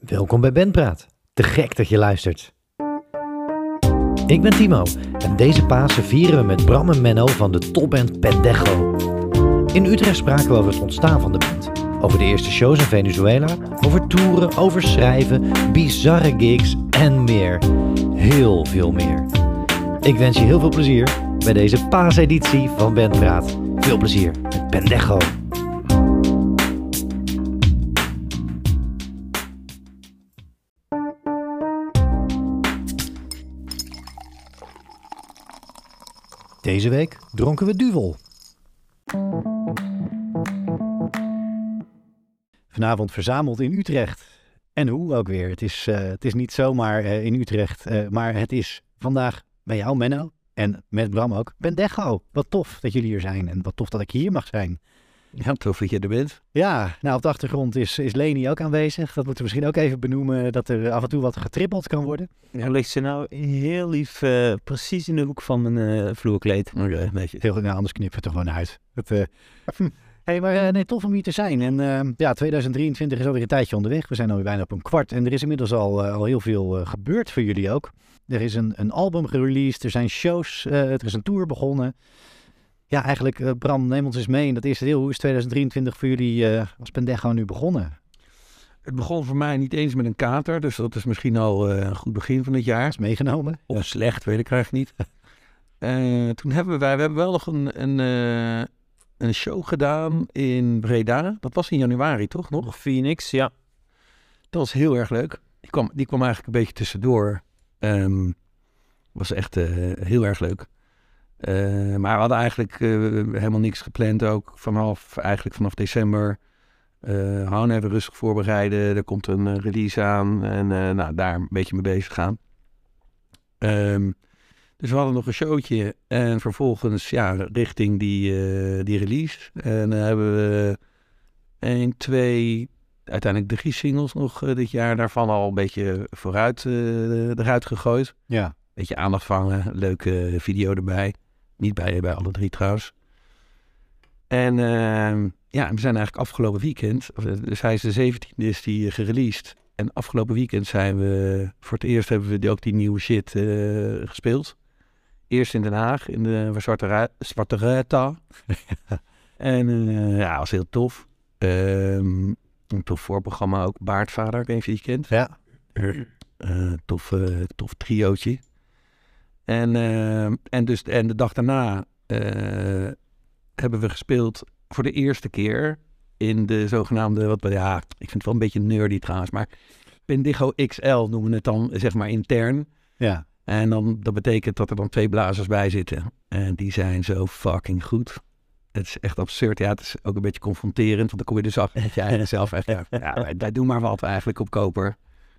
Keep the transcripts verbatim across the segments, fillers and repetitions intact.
Welkom bij Bandpraat. Te gek dat je luistert. Ik ben Timo en deze Pasen vieren we met Bram en Menno van de topband Pendejo. In Utrecht spraken we over het ontstaan van de band. Over de eerste shows in Venezuela, over toeren, over schrijven, bizarre gigs en meer. Heel veel meer. Ik wens je heel veel plezier bij deze paaseditie van Bandpraat. Veel plezier met Pendejo. Deze week dronken we Duvel. Vanavond verzameld in Utrecht. En hoe ook weer. Het is, uh, het is niet zomaar uh, in Utrecht, uh, maar het is vandaag bij jou, Menno. En met Bram ook. Pendejo. Wat tof dat jullie hier zijn en wat tof dat ik hier mag zijn. Ja, tof dat je er bent. Ja, nou op de achtergrond is, is Leni ook aanwezig. Dat moeten we misschien ook even benoemen, dat er af en toe wat getrippeld kan worden. Ja, ligt ze nou heel lief uh, precies in de hoek van mijn uh, vloerkleed. Oké, okay, beetje. Heel goed, nou, anders knippen we het er gewoon uit. Dat, uh... hey, maar uh, nee, tof om hier te zijn. En uh, ja, tweeduizend drieëntwintig is alweer een tijdje onderweg. We zijn alweer bijna op een kwart. En er is inmiddels al, uh, al heel veel uh, gebeurd voor jullie ook. Er is een, een album gereleased, er zijn shows, uh, er is een tour begonnen. Ja, eigenlijk, uh, Bram, neem ons eens mee in dat eerste deel. Hoe is tweeduizend drieëntwintig voor jullie uh, als Pendejo nu begonnen? Het begon voor mij niet eens met een kater, dus dat is misschien al uh, een goed begin van het jaar. Is meegenomen? Of ja. Slecht, weet ik eigenlijk niet. uh, toen hebben wij, we hebben wel nog een, een, uh, een show gedaan in Breda. Dat was in januari, toch nog? Phoenix, ja. Dat was heel erg leuk. Die kwam, die kwam eigenlijk een beetje tussendoor. Um, was echt uh, heel erg leuk. Uh, maar we hadden eigenlijk uh, helemaal niks gepland ook. Vanaf, eigenlijk vanaf december. Uh, gewoon even rustig voorbereiden. Er komt een uh, release aan. En uh, nou, daar een beetje mee bezig gaan. Um, dus we hadden nog een showtje. En vervolgens ja, richting die, uh, die release. En dan uh, hebben we één, twee, uiteindelijk drie singles nog uh, dit jaar. Daarvan al een beetje vooruit uh, eruit gegooid. Ja. Beetje aandacht vangen. Leuke video erbij. Niet bij, bij alle drie trouwens. En uh, ja, we zijn eigenlijk afgelopen weekend, dus hij is de zeventiende is die gereleased. En afgelopen weekend zijn we, voor het eerst hebben we die, ook die nieuwe shit uh, gespeeld. Eerst in Den Haag, in de Zwarte, Zwarte Ruita. En uh, ja, was heel tof. Um, een tof voorprogramma ook, Baardvader, ik weet niet of je die kent. Ja. Uh, tof, uh, tof triootje. En, uh, en, dus, en de dag daarna uh, hebben we gespeeld voor de eerste keer in de zogenaamde, wat, ja, ik vind het wel een beetje nerdy trouwens, maar Pendejo X L noemen we het dan, zeg maar intern. Ja. En dan, dat betekent dat er dan twee blazers bij zitten. En die zijn zo fucking goed. Het is echt absurd. Ja, het is ook een beetje confronterend, want dan kom je dus af dat je eigenlijk zelf echt, ja, ja wij, wij doen maar wat eigenlijk op koper.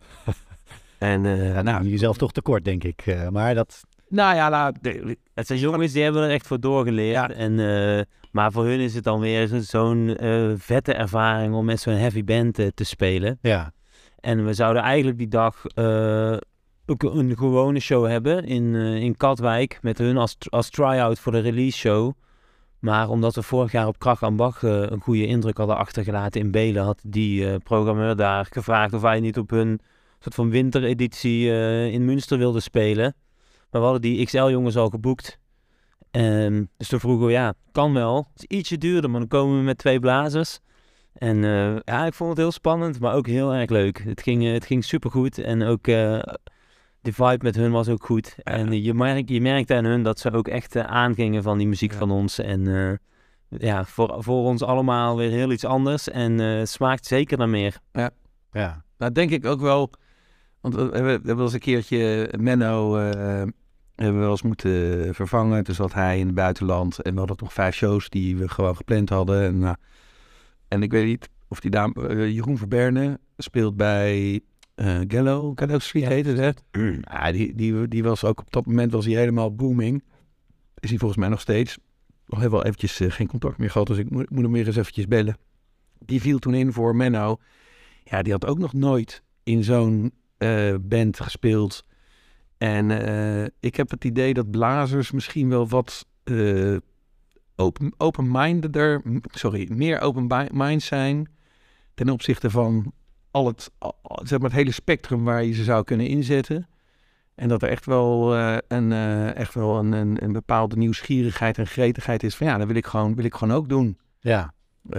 En uh, ja, nou, jezelf toch tekort, denk ik. Uh, maar dat... Nou ja, nou, de, het zijn jongens die hebben er echt voor doorgeleerd. Ja. En, uh, maar voor hun is het dan weer zo, zo'n uh, vette ervaring om met zo'n heavy band uh, te spelen. Ja. En we zouden eigenlijk die dag uh, ook een gewone show hebben in, uh, in Katwijk. Met hun als, als try-out voor de release show. Maar omdat we vorig jaar op Krach aan Bach uh, een goede indruk hadden achtergelaten in Belen, had die uh, programmeur daar gevraagd of wij niet op hun soort van wintereditie uh, in Münster wilden spelen. Maar we hadden die X L-jongens al geboekt. Um, dus toen vroegen we, ja, kan wel. Het is ietsje duurder, maar dan komen we met twee blazers. En uh, ja, ik vond het heel spannend, maar ook heel erg leuk. Het ging, uh, het ging supergoed en ook uh, de vibe met hun was ook goed. Ja. En uh, je, merk, je merkte aan hun dat ze ook echt uh, aangingen van die muziek ja. van ons. En uh, ja, voor, voor ons allemaal weer heel iets anders. En uh, smaakt zeker naar meer. Ja, ja. Nou denk ik ook wel. Want we hebben, we hebben wel eens een keertje Menno uh, hebben we wel eens moeten vervangen. Toen zat hij in het buitenland en we hadden nog vijf shows die we gewoon gepland hadden. En, uh, en ik weet niet of die dame, uh, Jeroen Verberne speelt bij uh, Gallo, Gallo Street heet het, hè? Mm. Ja, die, die, die was ook op dat moment was hij helemaal booming. Is hij volgens mij nog steeds. Nog heel wel eventjes uh, geen contact meer gehad, dus ik moet, ik moet hem weer eens eventjes bellen. Die viel toen in voor Menno. Ja, die had ook nog nooit in zo'n Uh, band gespeeld. En uh, ik heb het idee dat blazers misschien wel wat uh, open, open-mindeder, sorry, meer open-mind zijn ten opzichte van al het, al, zeg maar het hele spectrum waar je ze zou kunnen inzetten. En dat er echt wel, uh, een, uh, echt wel een, een, een bepaalde nieuwsgierigheid en gretigheid is van ja, dat wil ik gewoon, wil ik gewoon ook doen. Ja. Uh,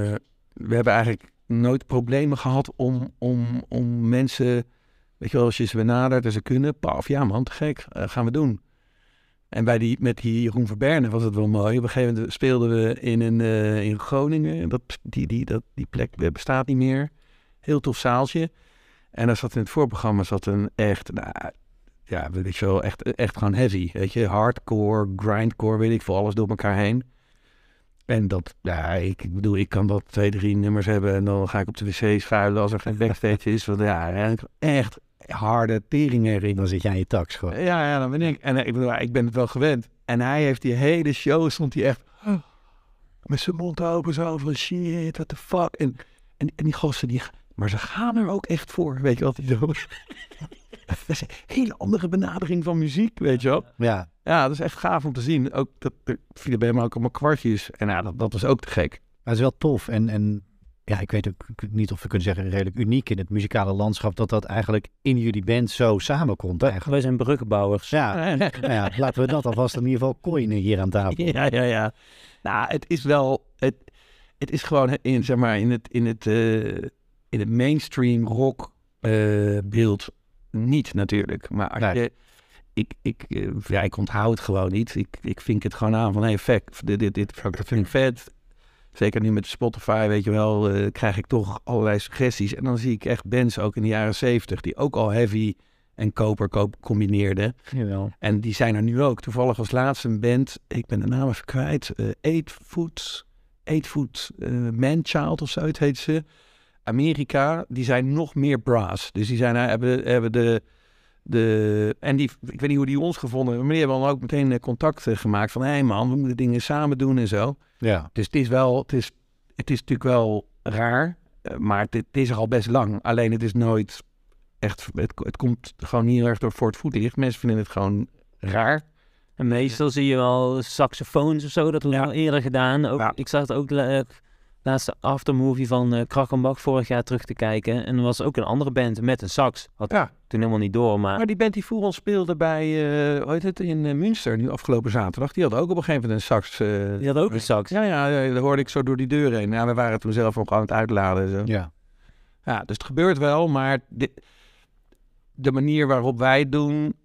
we hebben eigenlijk nooit problemen gehad om, om, om mensen, weet je wel, als je ze benadert en ze kunnen, paf, ja man, te gek, uh, gaan we doen. En bij die, met die Jeroen Verberne was het wel mooi. Op een gegeven moment speelden we in, een, uh, in Groningen. Dat, die, die, dat, die plek bestaat niet meer. Heel tof zaaltje. En daar zat in het voorprogramma zat een echt, nou, ja, weet je wel, echt, echt gewoon heavy. Weet je, hardcore, grindcore, weet ik veel, alles door elkaar heen. En dat, ja, ik, ik bedoel, ik kan dat twee, drie nummers hebben en dan ga ik op de wc schuilen als er geen backstage is. Want ja, echt harde teringherrie. Dan zit jij in je tax gewoon. Ja, ja, dan ben ik. En ik bedoel, ik ben het wel gewend. En hij heeft die hele show, stond hij echt oh, met zijn mond open zo van shit, what the fuck. En, en, en die gasten, die, maar ze gaan er ook echt voor, weet je wat hij doet. Dat is een hele andere benadering van muziek, weet je wel. Ja. Ja, dat is echt gaaf om te zien. Ook dat er vielen bij hem ook allemaal kwartjes. En ja, dat, dat was ook te gek. Maar het is wel tof. En, en ja, ik weet ook niet of we kunnen zeggen redelijk uniek in het muzikale landschap dat dat eigenlijk in jullie band zo samenkomt eigenlijk. Wij zijn bruggenbouwers. Ja, nou ja, laten we dat alvast in ieder geval coinen hier aan tafel. Ja, ja, ja. Nou, het is wel, het, het is gewoon in, zeg maar, in het, in het, uh, in het mainstream rock uh, beeld niet natuurlijk. Maar als nee. je, ik, ik, uh, ja, ik onthoud het gewoon niet. Ik, ik vink het gewoon aan van, hé, hey, vet, dit, dit, dit vind ik vet. Zeker nu met Spotify, weet je wel, uh, krijg ik toch allerlei suggesties. En dan zie ik echt bands ook in de jaren zeventig die ook al heavy en koper combineerden. Jawel. En die zijn er nu ook. Toevallig als laatste een band, ik ben de naam even kwijt, uh, Eight Foot, Eight Foot uh, Man-Child of zoiets heet ze. Amerika, die zijn nog meer brass. Dus die zijn, hebben, hebben de... De, en die, ik weet niet hoe die ons gevonden hebben, maar die hebben dan ook meteen contact gemaakt van, hé hey man, we moeten dingen samen doen en zo. Ja. Dus het is wel, het is, het is natuurlijk wel raar, maar het, het is er al best lang. Alleen het is nooit echt, het, het komt gewoon niet heel erg door voor het voetlicht. Mensen vinden het gewoon raar. En meestal zie je wel saxofoons of zo, dat hebben we Ja. al eerder gedaan. Ook, Ja. Ik zag het ook de laatste aftermovie van uh, Krach en Bach vorig jaar terug te kijken. En er was ook een andere band met een sax. Had Ja. toen helemaal niet door, maar... Maar die band die voor ons speelde bij, uh, hoe heet het, in uh, Münster, nu afgelopen zaterdag, die had ook op een gegeven moment een sax. Uh, Die had ook een sax. Ja, ja, dat hoorde ik zo door die deur heen. Ja, we waren toen zelf ook aan het uitladen en zo. Ja. Ja, dus het gebeurt wel, maar de, de manier waarop wij het doen, uh,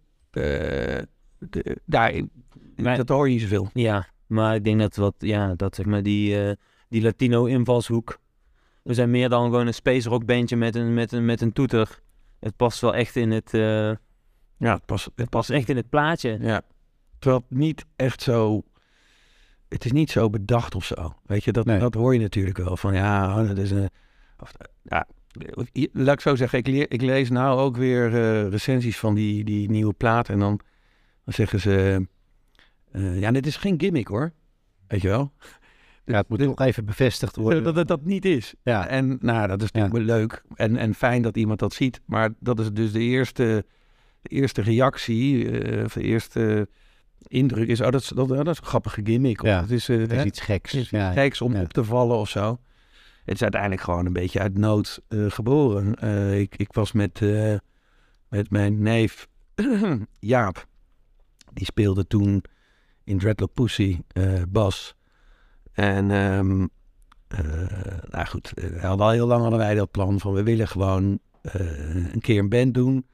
de, daar, Wij- dat hoor je niet zoveel. Ja, maar ik denk dat wat, ja, dat zeg maar die, uh, die Latino invalshoek. We zijn meer dan gewoon een space rock bandje met een, met een, met een toeter. Het past wel echt in het, uh, Ja, het past, het past echt in het plaatje. Ja, terwijl het niet echt zo, het is niet zo bedacht of zo. Weet je, dat, Nee. dat hoor je natuurlijk wel. Van ja, oh, dat is een, of, ja, laat ik zo zeggen, ik, leer, ik lees nou ook weer uh, recensies van die, die nieuwe plaat. En dan, dan zeggen ze, uh, ja, dit is geen gimmick hoor. Weet je wel? Ja, het moet nog even bevestigd worden. Dat het dat niet is. Ja. En nou, dat is natuurlijk wel leuk en, en fijn dat iemand dat ziet. Maar dat is dus de eerste, de eerste reactie, uh, of de eerste indruk is, oh, dat is, dat, dat is een grappige gimmick. Of Ja, het is, uh, Het is hè, iets geks. het is Ja. iets geks om Ja. op te vallen of zo. Het is uiteindelijk gewoon een beetje uit nood uh, geboren. Uh, ik, ik was met, uh, met mijn neef Jaap. Die speelde toen in Dreadlock Pussy uh, bas. En um, uh, nou goed, we hadden al heel lang hadden wij dat plan van we willen gewoon uh, een keer een band doen.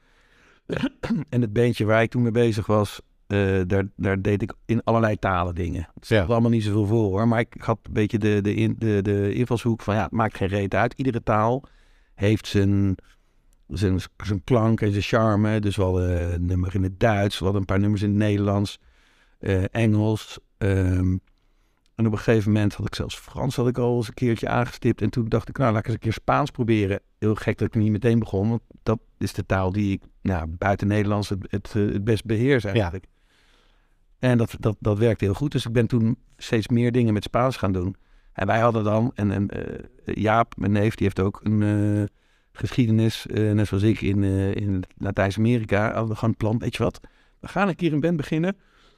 En het bandje waar ik toen mee bezig was, uh, daar, daar deed ik in allerlei talen dingen. Het Ja. stond allemaal niet zoveel voor hoor, maar ik had een beetje de, de, in, de, de invalshoek van ja, het maakt geen reet uit. Iedere taal heeft zijn, zijn, zijn klank en zijn charme. Dus we hadden een nummer in het Duits, we hadden een paar nummers in het Nederlands, uh, Engels. Um, En op een gegeven moment had ik zelfs Frans had ik al eens een keertje aangestipt. En toen dacht ik, nou, laat ik eens een keer Spaans proberen. Heel gek dat ik niet meteen begon. Want dat is de taal die ik nou, buiten Nederlands het, het, het best beheers eigenlijk. Ja. En dat, dat, dat werkte heel goed. Dus ik ben toen steeds meer dingen met Spaans gaan doen. En wij hadden dan, en, en uh, Jaap, mijn neef, die heeft ook een uh, geschiedenis, uh, net zoals ik, in, uh, in Latijns-Amerika. Hadden we gewoon het plan, weet je wat, we gaan een keer een band beginnen.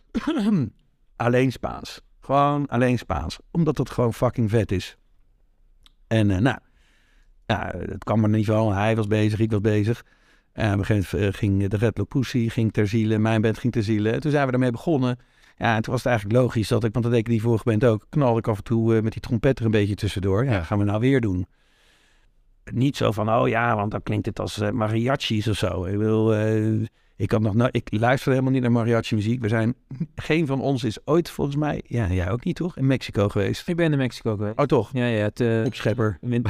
Alleen Spaans. Gewoon alleen Spaans. Omdat dat gewoon fucking vet is. En uh, nou, ja, het kwam er niet van. Hij was bezig, ik was bezig. En op een gegeven moment uh, ging de Red Pussy ging ter ziele, mijn band ging ter ziele. En toen zijn we ermee begonnen. Ja, en toen was het eigenlijk logisch dat ik, want dat deed ik die vorige band ook, knalde ik af en toe uh, met die trompet er een beetje tussendoor. Ja, gaan we nou weer doen. Niet zo van, oh ja, want dan klinkt het als uh, mariachis of zo. Ik wil, uh, ik had nog, no- ik luister helemaal niet naar mariachi muziek. We zijn, geen van ons is ooit volgens mij, ja, jij ook niet toch, in Mexico geweest? Ik ben in Mexico geweest. Oh toch? Ja, ja. Het, uh, Opschepper. win-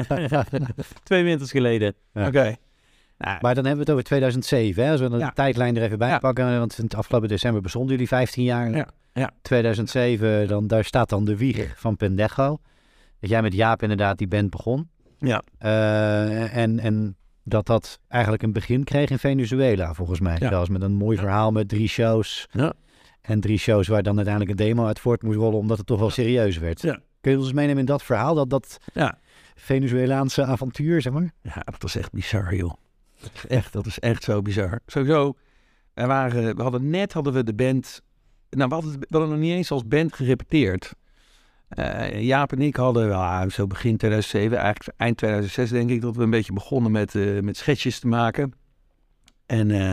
Twee winters geleden. Ja. Oké. Okay. Nou, maar dan hebben we het over tweeduizend zeven, hè? Als we de ja. tijdlijn er even bij ja. pakken, want in het afgelopen december bestonden jullie vijftien jaar. Ja. Ja. tweeduizend zeven, dan, daar staat dan de wieg van Pendejo. Dat jij met Jaap inderdaad die band begon. Ja. Uh, en, en dat dat eigenlijk een begin kreeg in Venezuela, volgens mij. Ja. Zelfs met een mooi verhaal met drie shows. Ja. En drie shows waar dan uiteindelijk een demo uit voort moest rollen, omdat het toch wel serieus werd. Ja. Kun je ons meenemen in dat verhaal, dat, dat ja. Venezuelaanse avontuur, zeg maar? Ja, dat was echt bizar, joh. Dat is echt, dat is echt zo bizar. Sowieso, we, waren, we hadden net hadden we de band... Nou, we hadden, we hadden nog niet eens als band gerepeteerd. Uh, Jaap en ik hadden, well, zo begin tweeduizend zeven, eigenlijk eind tweeduizend zes denk ik, dat we een beetje begonnen met, uh, met sketches te maken. En uh,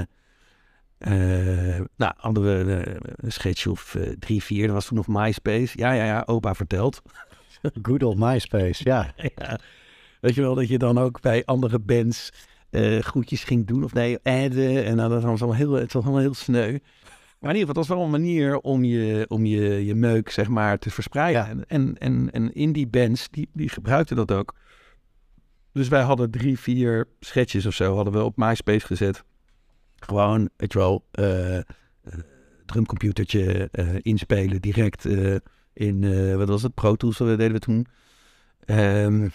uh, nou, hadden we uh, een sketch of uh, drie, vier, dat was toen nog MySpace. Ja, ja, ja, opa vertelt. Good old MySpace, ja. ja. Weet je wel, dat je dan ook bij andere bands uh, groetjes ging doen, of nee, adden. En nou, dat was allemaal heel, het was allemaal heel sneu. Maar in ieder geval, dat was wel een manier om je, om je, je meuk, zeg maar, te verspreiden. Ja. En, en, en in die bands, die, die gebruikten dat ook. Dus wij hadden drie, vier sketches of zo, hadden we op MySpace gezet. Gewoon, weet je wel, uh, uh, drumcomputertje uh, inspelen, direct uh, in, uh, wat was het, Pro Tools, dat deden we toen. Um,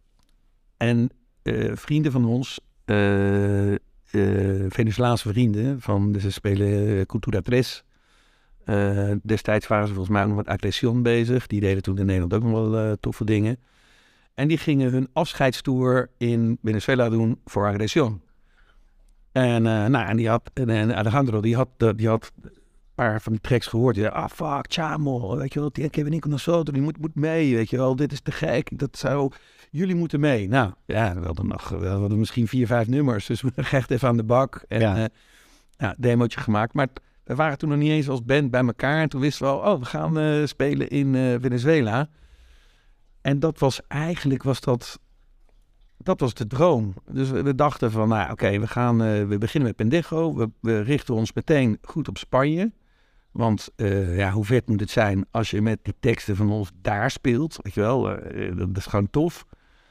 en uh, vrienden van ons... Uh, Uh, Venezolaanse vrienden, van, dus ze spelen uh, Cultura Tres. Uh, destijds waren ze volgens mij ook nog met Agresión bezig. Die deden toen in Nederland ook nog wel uh, toffe dingen. En die gingen hun afscheidstour in Venezuela doen voor Agresión. En, uh, nou, en die had, en, en Alejandro, die had, die had een paar van die tracks gehoord. Die zei, ah fuck, chamo, weet je wel, die hebben niet nosotros, die moet, moet mee, weet je wel, dit is te gek, dat zou... Jullie moeten mee. Nou, ja, we hadden nog we hadden misschien vier, vijf nummers. Dus we echt even aan de bak. En ja. Uh, ja, demootje gemaakt. Maar we waren toen nog niet eens als band bij elkaar. En toen wisten we al, oh, we gaan uh, spelen in uh, Venezuela. En dat was eigenlijk, was dat, dat was de droom. Dus we, we dachten van, nou oké, okay, we gaan, uh, we beginnen met Pendejo. We, we richten ons meteen goed op Spanje. Want uh, ja, hoe vet moet het zijn als je met die teksten van ons daar speelt. Weet je wel, uh, dat is gewoon tof.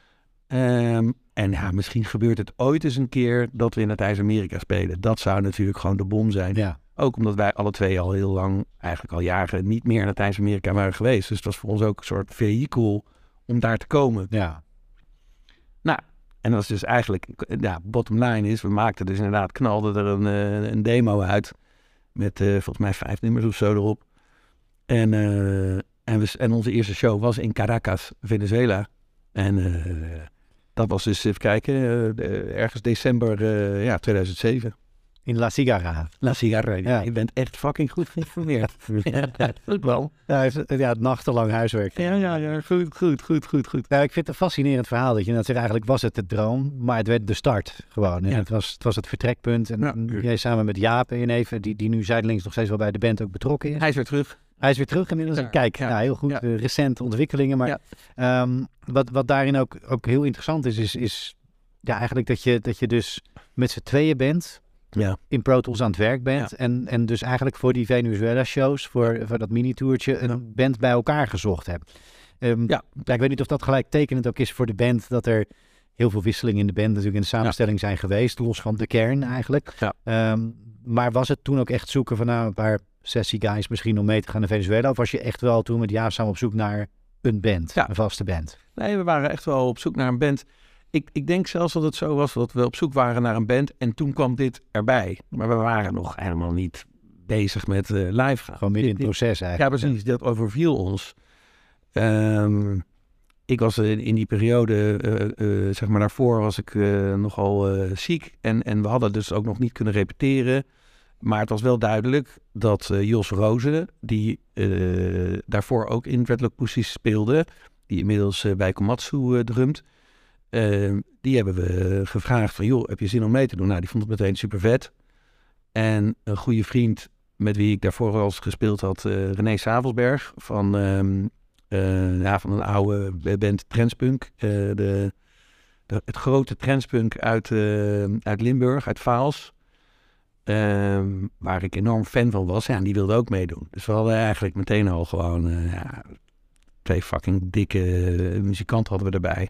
Um, en ja, misschien gebeurt het ooit eens een keer dat we in Latijns-Amerika spelen. Dat zou natuurlijk gewoon de bom zijn. Ja. Ook omdat wij alle twee al heel lang, eigenlijk al jaren, niet meer in Latijns-Amerika waren geweest. Dus het was voor ons ook een soort vehikel om daar te komen. Ja. Nou, en dat is dus eigenlijk, ja, bottom line is, we maakten dus inderdaad, knalden er een, uh, een demo uit. Met uh, volgens mij vijf nummers of zo erop. En, uh, en, we, en onze eerste show was in Caracas, Venezuela. En uh, dat was dus, even kijken, uh, ergens december uh, ja, tweeduizend zeven. In La Cigarra. La Cigarra, ja. Je bent echt fucking goed geïnformeerd. ja, goed wel. Ja, ja, nachtenlang huiswerk. Ja, ja, ja, goed, goed, goed, goed, goed. Nou, ik vind het een fascinerend verhaal. Dat je net zegt, eigenlijk was het de droom, maar het werd de start gewoon. Ja. Het, was, het was het vertrekpunt. En ja. Jij samen met Jaap en je neef, die, die nu zijdelings nog steeds wel bij de band ook betrokken is. Hij is weer terug. Hij is weer terug inmiddels. Ja, Kijk, ja, nou, heel goed. Ja. Uh, recente ontwikkelingen. Maar ja. um, wat, wat daarin ook, ook heel interessant is, is, is ja, eigenlijk dat je, dat je dus met z'n tweeën bent. Ja. In Pro Tools aan het werk bent. Ja. En, en dus eigenlijk voor die Venezuela shows, voor, voor dat mini-tourtje, een ja. band bij elkaar gezocht hebt. Um, ja. ja, ik weet niet of dat gelijk tekenend ook is voor de band, dat er heel veel wisselingen in de band natuurlijk in de samenstelling ja. zijn geweest, los van de kern eigenlijk. Ja. Um, maar was het toen ook echt zoeken van nou, een paar sessie guys misschien om mee te gaan naar Venezuela? Of was je echt wel toen met Jaap samen op zoek naar een band, ja. een vaste band? Nee, we waren echt wel op zoek naar een band. Ik, ik denk zelfs dat het zo was dat we op zoek waren naar een band en toen kwam dit erbij. Maar we waren nog helemaal niet bezig met uh, live gaan. Gewoon midden in het proces eigenlijk. Ja, precies. Dat overviel ons. Um, ik was in, in die periode, uh, uh, zeg maar daarvoor, was ik uh, nogal uh, ziek. En, en we hadden dus ook nog niet kunnen repeteren. Maar het was wel duidelijk dat uh, Jos Rozen, die uh, daarvoor ook in Red Pussy speelde, die inmiddels uh, bij Komatsu uh, drumt, uh, die hebben we gevraagd van, joh, heb je zin om mee te doen? Nou, die vond het meteen super vet. En een goede vriend met wie ik daarvoor al eens gespeeld had, uh, René Savelsberg, van, um, uh, ja, van een oude band Transpunk. Uh, de, de, het grote Transpunk uit, uh, uit Limburg, uit Vaals. Um, waar ik enorm fan van was. Ja, en die wilde ook meedoen. Dus we hadden eigenlijk meteen al gewoon uh, ja, twee fucking dikke uh, muzikanten hadden we erbij.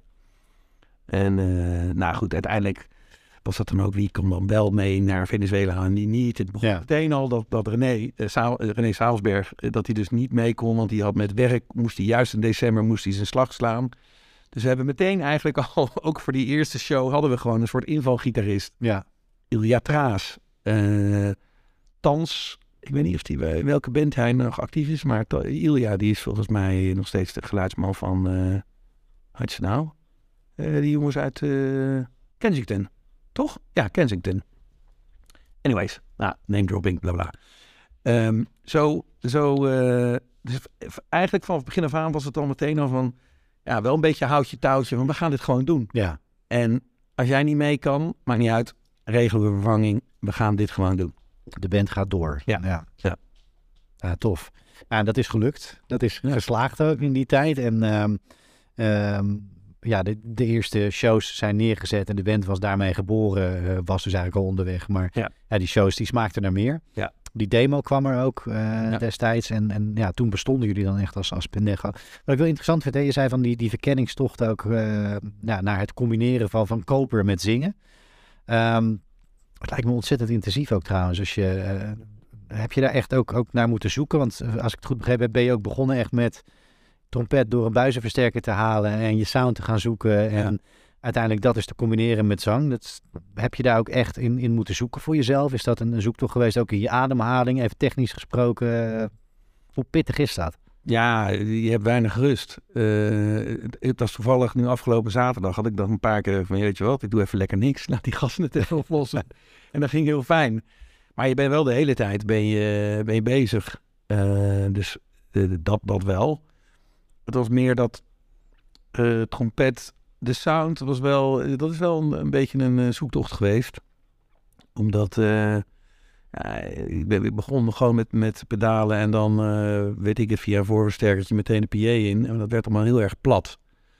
En uh, nou goed, uiteindelijk was dat dan ook, wie kon dan wel mee naar Venezuela en die niet. Het begon ja. meteen al dat, dat René, uh, Sa- uh, René Savelsberg, uh, dat hij dus niet mee kon, want die had met werk, moest hij juist in december moest hij zijn slag slaan. Dus we hebben meteen eigenlijk al, ook voor die eerste show, hadden we gewoon een soort invalgitarist. Ja. Ilja Traas. Uh, Thans, ik weet niet of die, in welke band hij nog actief is, maar to, Ilja, die is volgens mij nog steeds de geluidsman van, uh, had je nou? Uh, die jongens uit uh, Kensington, toch? Ja, Kensington. Anyways, nou, name dropping, bla bla. Um, zo, zo, uh, dus eigenlijk vanaf het begin af aan was het al meteen al van, ja, wel een beetje houtje touwtje, want we gaan dit gewoon doen. Ja. En als jij niet mee kan, maakt niet uit, regelen we vervanging, we gaan dit gewoon doen. De band gaat door. Ja. Ja, ja. ja tof. Ja, dat is gelukt. Dat is ja. geslaagd ook in die tijd. En um, um, ja, de, de eerste shows zijn neergezet en de band was daarmee geboren. Uh, was dus eigenlijk al onderweg. Maar ja. Ja, die shows die smaakten naar meer. Ja. Die demo kwam er ook uh, ja. destijds. En, en ja, toen bestonden jullie dan echt als, als Pendejo. Wat ik wel interessant vind, hè, je zei van die, die verkenningstocht ook uh, ja, naar het combineren van, van koper met zingen. Um, het lijkt me ontzettend intensief ook trouwens. Als je, uh, heb je daar echt ook, ook naar moeten zoeken? Want uh, als ik het goed begrepen heb, ben je ook begonnen echt met trompet door een buizenversterker te halen en je sound te gaan zoeken. En ja. uiteindelijk dat is te combineren met zang. Dat, heb je daar ook echt in, in moeten zoeken voor jezelf? Is dat een, een zoektocht geweest, ook in je ademhaling? Even technisch gesproken, uh, hoe pittig is dat? Ja, je hebt weinig rust. Uh, het was toevallig nu afgelopen zaterdag, had ik dan een paar keer van, weet je wat, ik doe even lekker niks. Laat die gasten het even oplossen. En dat ging heel fijn. Maar je bent wel de hele tijd ben je, ben je bezig. Uh, dus uh, dat, dat wel. Het was meer dat uh, trompet, de sound was wel, dat is wel een, een beetje een uh, zoektocht geweest. Omdat... Uh, Ja, ik begon gewoon met, met pedalen en dan uh, weet ik het via een voorversterkertje meteen de P A in. En dat werd allemaal heel erg plat.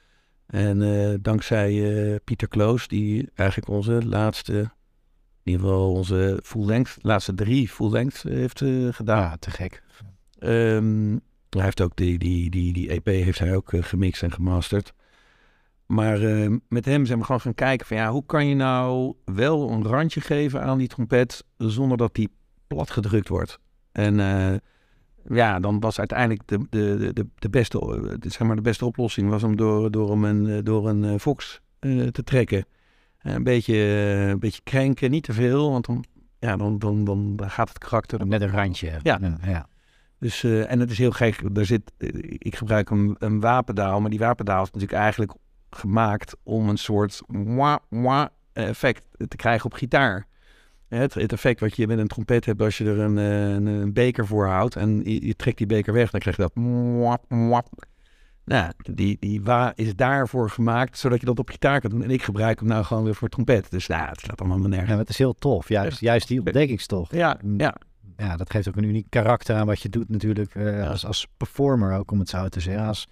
En uh, dankzij uh, Pieter Kloos, die eigenlijk onze laatste, in ieder geval onze full-length, laatste drie full-length heeft uh, gedaan. Ja, te gek. Um, hij heeft ook die, die, die, die E P heeft hij ook uh, gemixt en gemasterd. Maar uh, met hem zijn we gewoon gaan kijken van ja, hoe kan je nou wel een randje geven aan die trompet zonder dat die plat gedrukt wordt. En uh, ja, dan was uiteindelijk de, de, de, de, beste, de, zeg maar de beste oplossing was om door, door hem een, door een uh, Vox uh, te trekken. Uh, een, beetje, uh, een beetje krenken, niet te veel, want dan, ja, dan, dan, dan, dan gaat het karakter... Net een randje. Ja. ja, ja. Dus, uh, en het is heel gek, daar zit, uh, ik gebruik een, een wapendaal, maar die wapendaal is natuurlijk eigenlijk gemaakt om een soort wah, wah effect te krijgen op gitaar. Het, het effect wat je met een trompet hebt als je er een, een, een beker voor houdt en je, je trekt die beker weg, dan krijg je dat wah, wah. Nou, die, die wa is daarvoor gemaakt, zodat je dat op gitaar kan doen. En ik gebruik hem nou gewoon weer voor trompet. Dus nou, het slaat allemaal nergens. Ja, het is heel tof. Juist, juist die ontdekkingstocht. Ja, ja. Ja, dat geeft ook een uniek karakter aan wat je doet natuurlijk. Uh, ja. als, als performer ook, om het zo te zeggen. Als,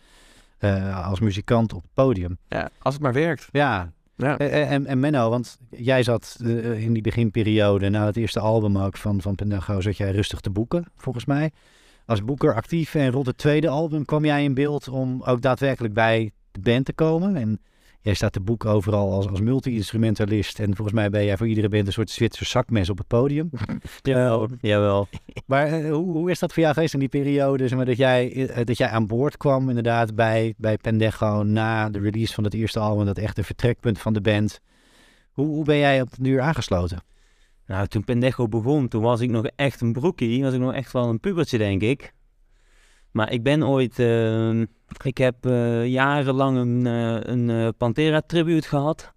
uh, als muzikant op het podium. Ja, als het maar werkt. Ja. Ja. En, en Menno, want jij zat uh, in die beginperiode, na het eerste album ook van, van Pendejo, zat jij rustig te boeken, volgens mij. Als boeker actief en rond het tweede album kwam jij in beeld om ook daadwerkelijk bij de band te komen. En jij staat te boeken overal als, als multi-instrumentalist. En volgens mij ben jij voor iedere band een soort Zwitser zakmes op het podium. Jawel, jawel. Maar uh, hoe, hoe is dat voor jou geweest in die periode? Zeg maar, dat, jij, uh, dat jij aan boord kwam inderdaad bij, bij Pendejo na de release van het eerste album. Dat echt een vertrekpunt van de band. Hoe, hoe ben jij op de duur aangesloten? Nou, toen Pendejo begon, toen was ik nog echt een broekie. Was ik nog echt wel een pubertje, denk ik. Maar ik ben ooit... Uh, ik heb uh, jarenlang een, uh, een uh, Pantera tribute gehad.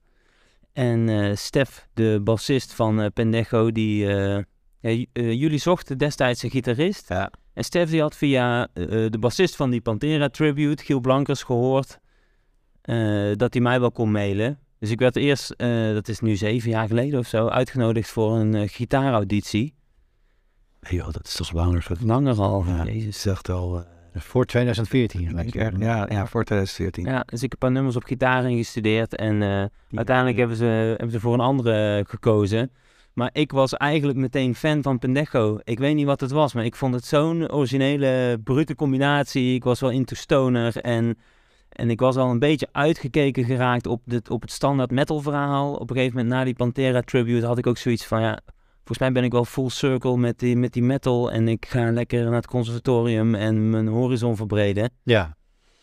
En uh, Stef, de bassist van uh, Pendejo, die... Uh, ja, uh, jullie zochten destijds een gitarist. Ja. En Stef die had via uh, de bassist van die Pantera tribute, Giel Blankers, gehoord... Uh, dat hij mij wel kon mailen. Dus ik werd eerst, uh, dat is nu zeven jaar geleden of zo, uitgenodigd voor een uh, gitaarauditie. Nee joh, dat is toch langer. Langer al. Ja, Jezus. zegt al... Uh, voor twintig veertien. Ik, ja, ja, voor twintig veertien. Ja, dus ik heb een paar nummers op gitaar ingestudeerd. En uh, uiteindelijk hebben ze, hebben ze voor een andere uh, gekozen. Maar ik was eigenlijk meteen fan van Pendejo. Ik weet niet wat het was, maar ik vond het zo'n originele, brute combinatie. Ik was wel into stoner en, en ik was al een beetje uitgekeken geraakt op, dit, op het standaard metal verhaal. Op een gegeven moment na die Pantera tribute had ik ook zoiets van, ja, volgens mij ben ik wel full circle met die, met die metal. En ik ga lekker naar het conservatorium en mijn horizon verbreden. Ja.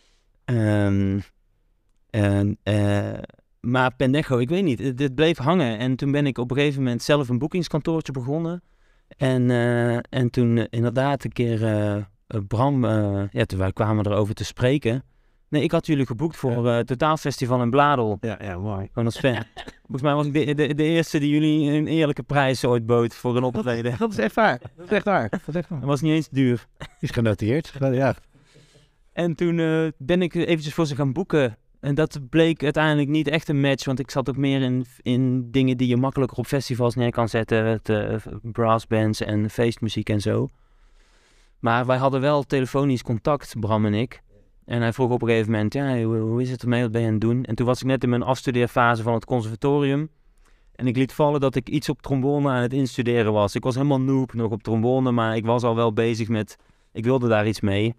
Um, en... Uh, Maar Pendejo, ik weet niet, dit bleef hangen. En toen ben ik op een gegeven moment zelf een boekingskantoortje begonnen. En, uh, en toen uh, inderdaad een keer uh, Bram, uh, ja, toen wij kwamen erover te spreken. Nee, ik had jullie geboekt voor uh, Totaalfestival in Bladel. Ja, ja, mooi. Gewoon als fan. Volgens mij was ik de, de, de eerste die jullie een eerlijke prijs ooit bood voor een optreden. Dat is echt waar. Dat is echt waar. Dat is echt waar. Dat was niet eens duur. Is genoteerd. Ja. En toen uh, ben ik eventjes voor ze gaan boeken. En dat bleek uiteindelijk niet echt een match, want ik zat ook meer in, in dingen die je makkelijker op festivals neer kan zetten. Het, uh, brassbands en feestmuziek en zo. Maar wij hadden wel telefonisch contact, Bram en ik. En hij vroeg op een gegeven moment, ja, hoe, hoe is het ermee, wat ben je aan het doen? En toen was ik net in mijn afstudeerfase van het conservatorium. En ik liet vallen dat ik iets op trombone aan het instuderen was. Ik was helemaal noob nog op trombone, maar ik was al wel bezig met, ik wilde daar iets mee.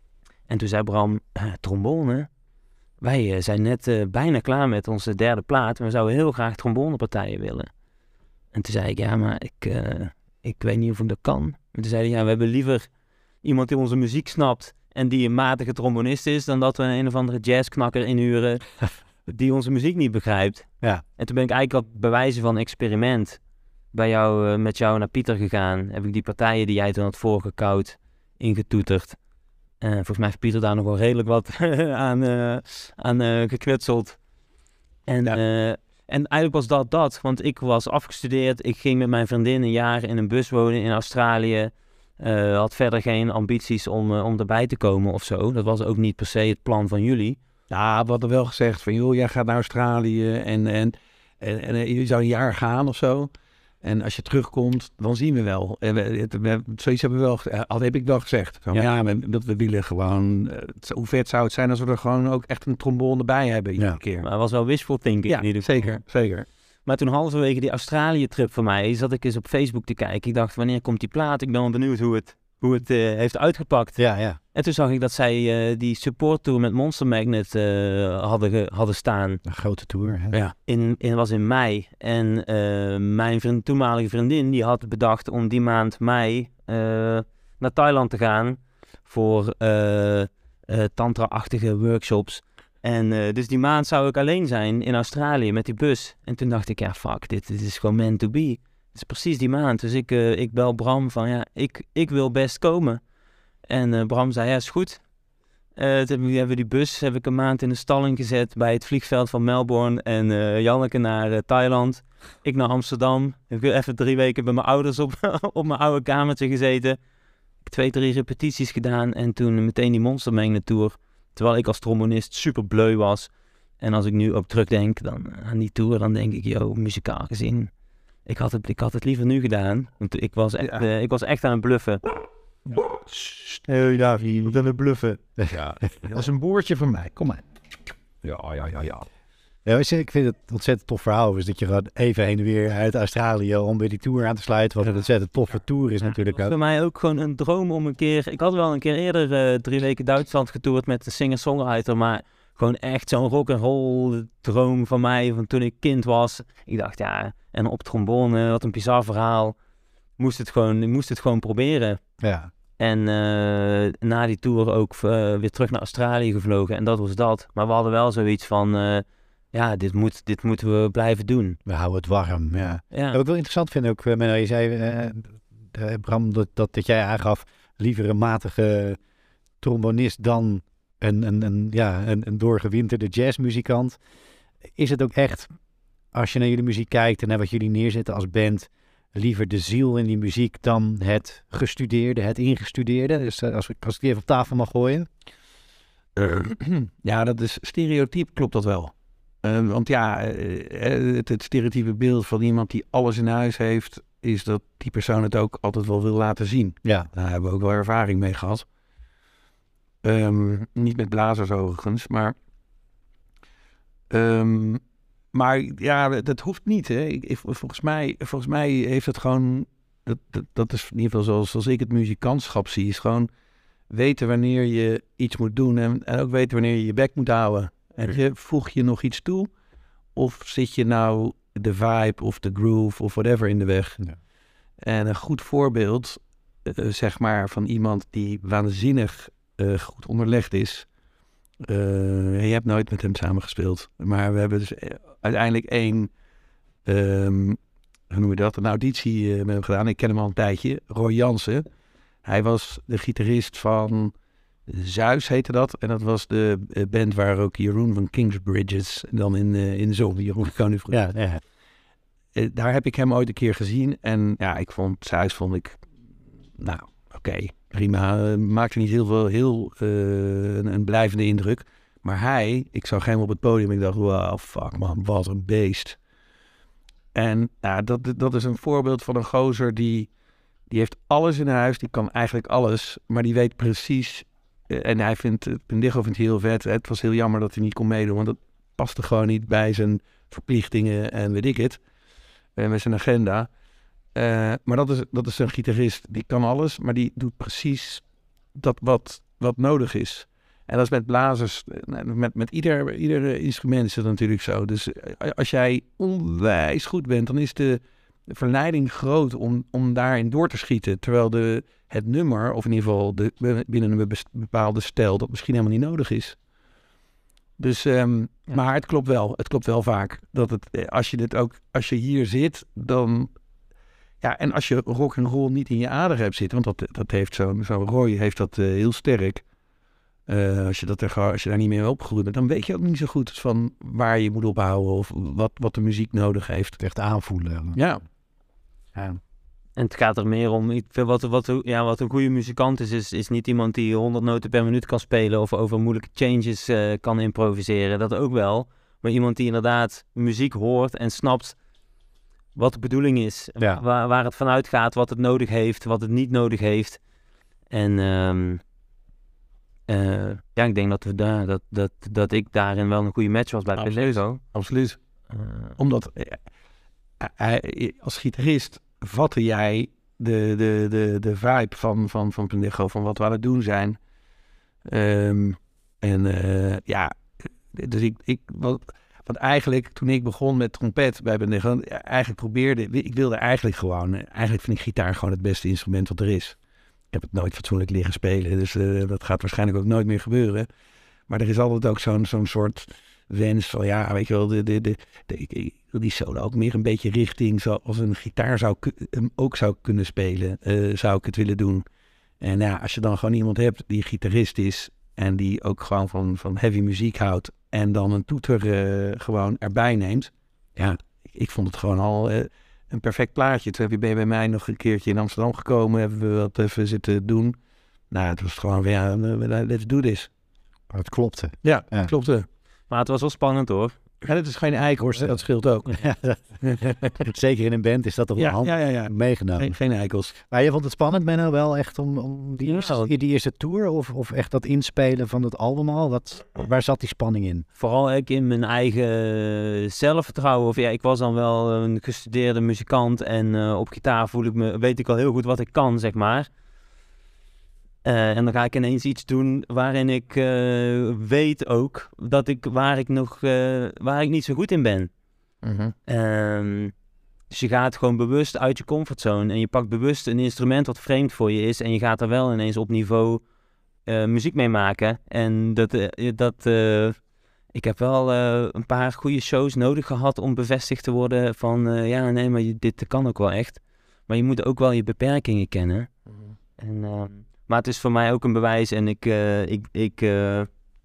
En toen zei Bram, uh, trombone? Wij uh, zijn net uh, bijna klaar met onze derde plaat. En we zouden heel graag trombonepartijen willen. En toen zei ik, ja, maar ik, uh, ik weet niet of ik dat kan. En toen zei hij, ja, we hebben liever iemand die onze muziek snapt en die een matige trombonist is, dan dat we een, een of andere jazzknakker inhuren die onze muziek niet begrijpt. Ja. En toen ben ik eigenlijk wat bewijzen van experiment bij jou, uh, met jou naar Pieter gegaan. Heb ik die partijen die jij toen had voorgekoud ingetoeterd. Uh, volgens mij heeft Pieter daar nog wel redelijk wat aan, uh, aan uh, geknutseld. En, ja. uh, en eigenlijk was dat dat. Want ik was afgestudeerd. Ik ging met mijn vriendin een jaar in een bus wonen in Australië. Uh, had verder geen ambities om, uh, om erbij te komen of zo. Dat was ook niet per se het plan van jullie. Ja, we hadden wel gezegd van, joh, jij gaat naar Australië en, en, en, en je zou een jaar gaan of zo. En als je terugkomt, dan zien we wel. En we, we, zoiets hebben we wel, al heb ik wel gezegd. Van, ja, ja we, dat we willen gewoon. Uh, hoe vet zou het zijn als we er gewoon ook echt een trombone bij hebben iedere ja. keer. Maar het was wel wishful thinking. Ja, in ieder geval. zeker, zeker. Maar toen halverwege die Australië-trip van mij zat ik eens op Facebook te kijken. Ik dacht, wanneer komt die plaat? Ik ben wel benieuwd hoe het, hoe het uh, heeft uitgepakt. Ja, ja. En toen zag ik dat zij uh, die support tour met Monster Magnet uh, hadden, ge, hadden staan. Een grote tour. Hè? Ja. In, in, was in mei. En uh, mijn vriend, toenmalige vriendin die had bedacht om die maand mei uh, naar Thailand te gaan voor uh, uh, tantra-achtige workshops. En uh, dus die maand zou ik alleen zijn in Australië met die bus. En toen dacht ik, ja fuck, dit, dit is gewoon meant to be. Het is precies die maand. Dus ik, uh, ik bel Bram van, ja, ik, ik wil best komen. En uh, Bram zei, ja, is goed. Uh, toen hebben we die bus heb ik een maand in de stalling gezet bij het vliegveld van Melbourne. En uh, Janneke naar uh, Thailand. Ik naar Amsterdam. Ik heb even drie weken bij mijn ouders op, op mijn oude kamertje gezeten. Ik heb twee, drie repetities gedaan. En toen meteen die Monster Magnet tour. Terwijl ik als trombonist super bleu was. En als ik nu ook terugdenk dan, aan die tour, dan denk ik, yo, muzikaal gezien. Ik had het, ik had het liever nu gedaan. Want ik was echt, ja. uh, ik was echt aan het bluffen. Hé, hey, David, je moet aan het bluffen. Ja, dat is een boertje van mij. Kom maar. Ja, ja, ja, ja. Ja, ik vind het een ontzettend tof verhaal. Is dat je gaat even heen en weer uit Australië om bij die tour aan te sluiten. Wat een ontzettend toffe tour is natuurlijk. Het was voor mij ook gewoon een droom om een keer... Ik had wel een keer eerder uh, drie weken Duitsland getoerd met een singer-songwriter. Maar gewoon echt zo'n rock'n'roll droom van mij van toen ik kind was. Ik dacht, ja, en op trombone, wat een bizar verhaal. Moest het gewoon, ik moest het gewoon proberen. Ja. En uh, na die tour ook uh, weer terug naar Australië gevlogen. En dat was dat. Maar we hadden wel zoiets van... Uh, ja, dit, moet, dit moeten we blijven doen. We houden het warm, ja. ja. Wat ik wel interessant vind ook, Menno, je zei, uh, Bram, dat, dat, dat jij aangaf... liever een matige trombonist dan een, een, een, ja, een, een doorgewinterde jazzmuzikant. Is het ook echt, als je naar jullie muziek kijkt... en naar wat jullie neerzetten als band... liever de ziel in die muziek dan het gestudeerde, het ingestudeerde? Dus uh, als, ik, als ik die even op tafel mag gooien. Uh, ja, dat is stereotyp, klopt dat wel. Uh, want ja, uh, het, het stereotype beeld van iemand die alles in huis heeft, is dat die persoon het ook altijd wel wil laten zien. Ja. Daar hebben we ook wel ervaring mee gehad. Um, niet met blazers overigens, maar... Um, maar ja, dat hoeft niet. Hè. Ik, ik, volgens, mij, volgens mij heeft het gewoon... Dat, dat, dat is in ieder geval zoals, zoals ik het muzikantschap zie. Is gewoon weten wanneer je iets moet doen. En, en ook weten wanneer je je bek moet houden. En je, voeg je nog iets toe? Of zit je nou de vibe of de groove of whatever in de weg? Ja. En een goed voorbeeld, uh, zeg maar, van iemand die waanzinnig uh, goed onderlegd is... Uh, je hebt nooit met hem samengespeeld. Maar we hebben dus uiteindelijk één, um, hoe noem je dat, een auditie uh, met hem gedaan. Ik ken hem al een tijdje, Roy Jansen. Hij was de gitarist van Zeus, heette dat. En dat was de uh, band waar ook Jeroen van Kingsbridges dan in, uh, in zong. Jeroen kan nu ja, ja. Uh, daar heb ik hem ooit een keer gezien. En ja, ik vond Zeus, vond ik, nou, oké. Okay. Prima, uh, maakte niet heel veel, heel uh, een, een blijvende indruk. Maar hij, ik zag hem op het podium en ik dacht, wow, fuck man, wat een beest. En ja, dat, dat is een voorbeeld van een gozer die, die heeft alles in huis, die kan eigenlijk alles, maar die weet precies, uh, en hij vindt, Pendejo vindt hij heel vet. Het was heel jammer dat hij niet kon meedoen, want dat paste gewoon niet bij zijn verplichtingen en weet ik het, uh, met zijn agenda. Uh, maar dat is, dat is een gitarist, die kan alles, maar die doet precies dat wat, wat nodig is. En dat is met blazers, met, met ieder, ieder instrument is dat natuurlijk zo. Dus als jij onwijs goed bent, dan is de verleiding groot om, om daarin door te schieten. Terwijl de, het nummer, of in ieder geval de, binnen een bepaalde stijl, dat misschien helemaal niet nodig is. Dus, um, ja. Maar het klopt wel, het klopt wel vaak. Dat het, als je dit ook, als je hier zit, dan... Ja, en als je rock and roll niet in je ader hebt zitten, want dat, dat heeft zo'n zo Roy heeft dat uh, heel sterk. Uh, als, je dat er, als je daar niet meer opgegroeid bent, dan weet je ook niet zo goed van waar je moet ophouden of wat, wat de muziek nodig heeft. Het echt aanvoelen. Ja. ja. En het gaat er meer om, ik vind wat, wat, ja, wat een goede muzikant is, is, is niet iemand die honderd noten per minuut kan spelen of over moeilijke changes uh, kan improviseren. Dat ook wel. Maar iemand die inderdaad muziek hoort en snapt wat de bedoeling is, ja. waar, waar het vanuit gaat, wat het nodig heeft, wat het niet nodig heeft. En um, uh, ja, ik denk dat, we daar, dat, dat, dat ik daarin wel een goede match was bij Pendejo. Absoluut. Uh, Omdat uh, uh, als gitarist vatte jij de, de, de, de vibe van, van, van Pendejo, van wat we aan het doen zijn. Um, en uh, ja, dus ik... ik wat, Want eigenlijk, toen ik begon met trompet bij Pendejo, eigenlijk probeerde, ik wilde eigenlijk gewoon, eigenlijk vind ik gitaar gewoon het beste instrument wat er is. Ik heb het nooit fatsoenlijk liggen spelen, dus uh, dat gaat waarschijnlijk ook nooit meer gebeuren. Maar er is altijd ook zo'n, zo'n soort wens van, ja, weet je wel, de, de, de, de, ik wil die solo ook meer een beetje richting, zoals een gitaar zou, hem ook zou kunnen spelen, uh, zou ik het willen doen. En ja, als je dan gewoon iemand hebt die gitarist is en die ook gewoon van, van heavy muziek houdt, en dan een toeter uh, gewoon erbij neemt. Ja, ik, ik vond het gewoon al uh, een perfect plaatje. Toen heb je bij mij nog een keertje in Amsterdam gekomen. Hebben we wat even zitten doen. Nou, het was gewoon weer, ja, let's do this. Maar het klopte. Ja, ja, het klopte. Maar het was wel spannend hoor. Ja, dat is geen eikhorst, dat scheelt ook. Ja, zeker in een band is dat toch ja, wel ja, ja, ja. meegenomen. Geen, geen eikels. Maar je vond het spannend, Menno, wel echt om, om die, eerste, die eerste tour of, of echt dat inspelen van het album al? Wat, waar zat die spanning in? Vooral ik in mijn eigen zelfvertrouwen. Of ja, ik was dan wel een gestudeerde muzikant en uh, op gitaar voel ik me, weet ik al heel goed wat ik kan, zeg maar. Uh, en dan ga ik ineens iets doen waarin ik uh, weet ook dat ik waar ik nog uh, waar ik niet zo goed in ben. Mm-hmm. Um, dus je gaat gewoon bewust uit je comfortzone en je pakt bewust een instrument wat vreemd voor je is en je gaat er wel ineens op niveau uh, muziek mee maken. En dat, uh, dat uh, ik heb wel uh, een paar goede shows nodig gehad om bevestigd te worden van uh, ja, nee, maar je, dit kan ook wel echt. Maar je moet ook wel je beperkingen kennen. Mm-hmm. En uh, maar het is voor mij ook een bewijs en ik, uh, ik, ik uh,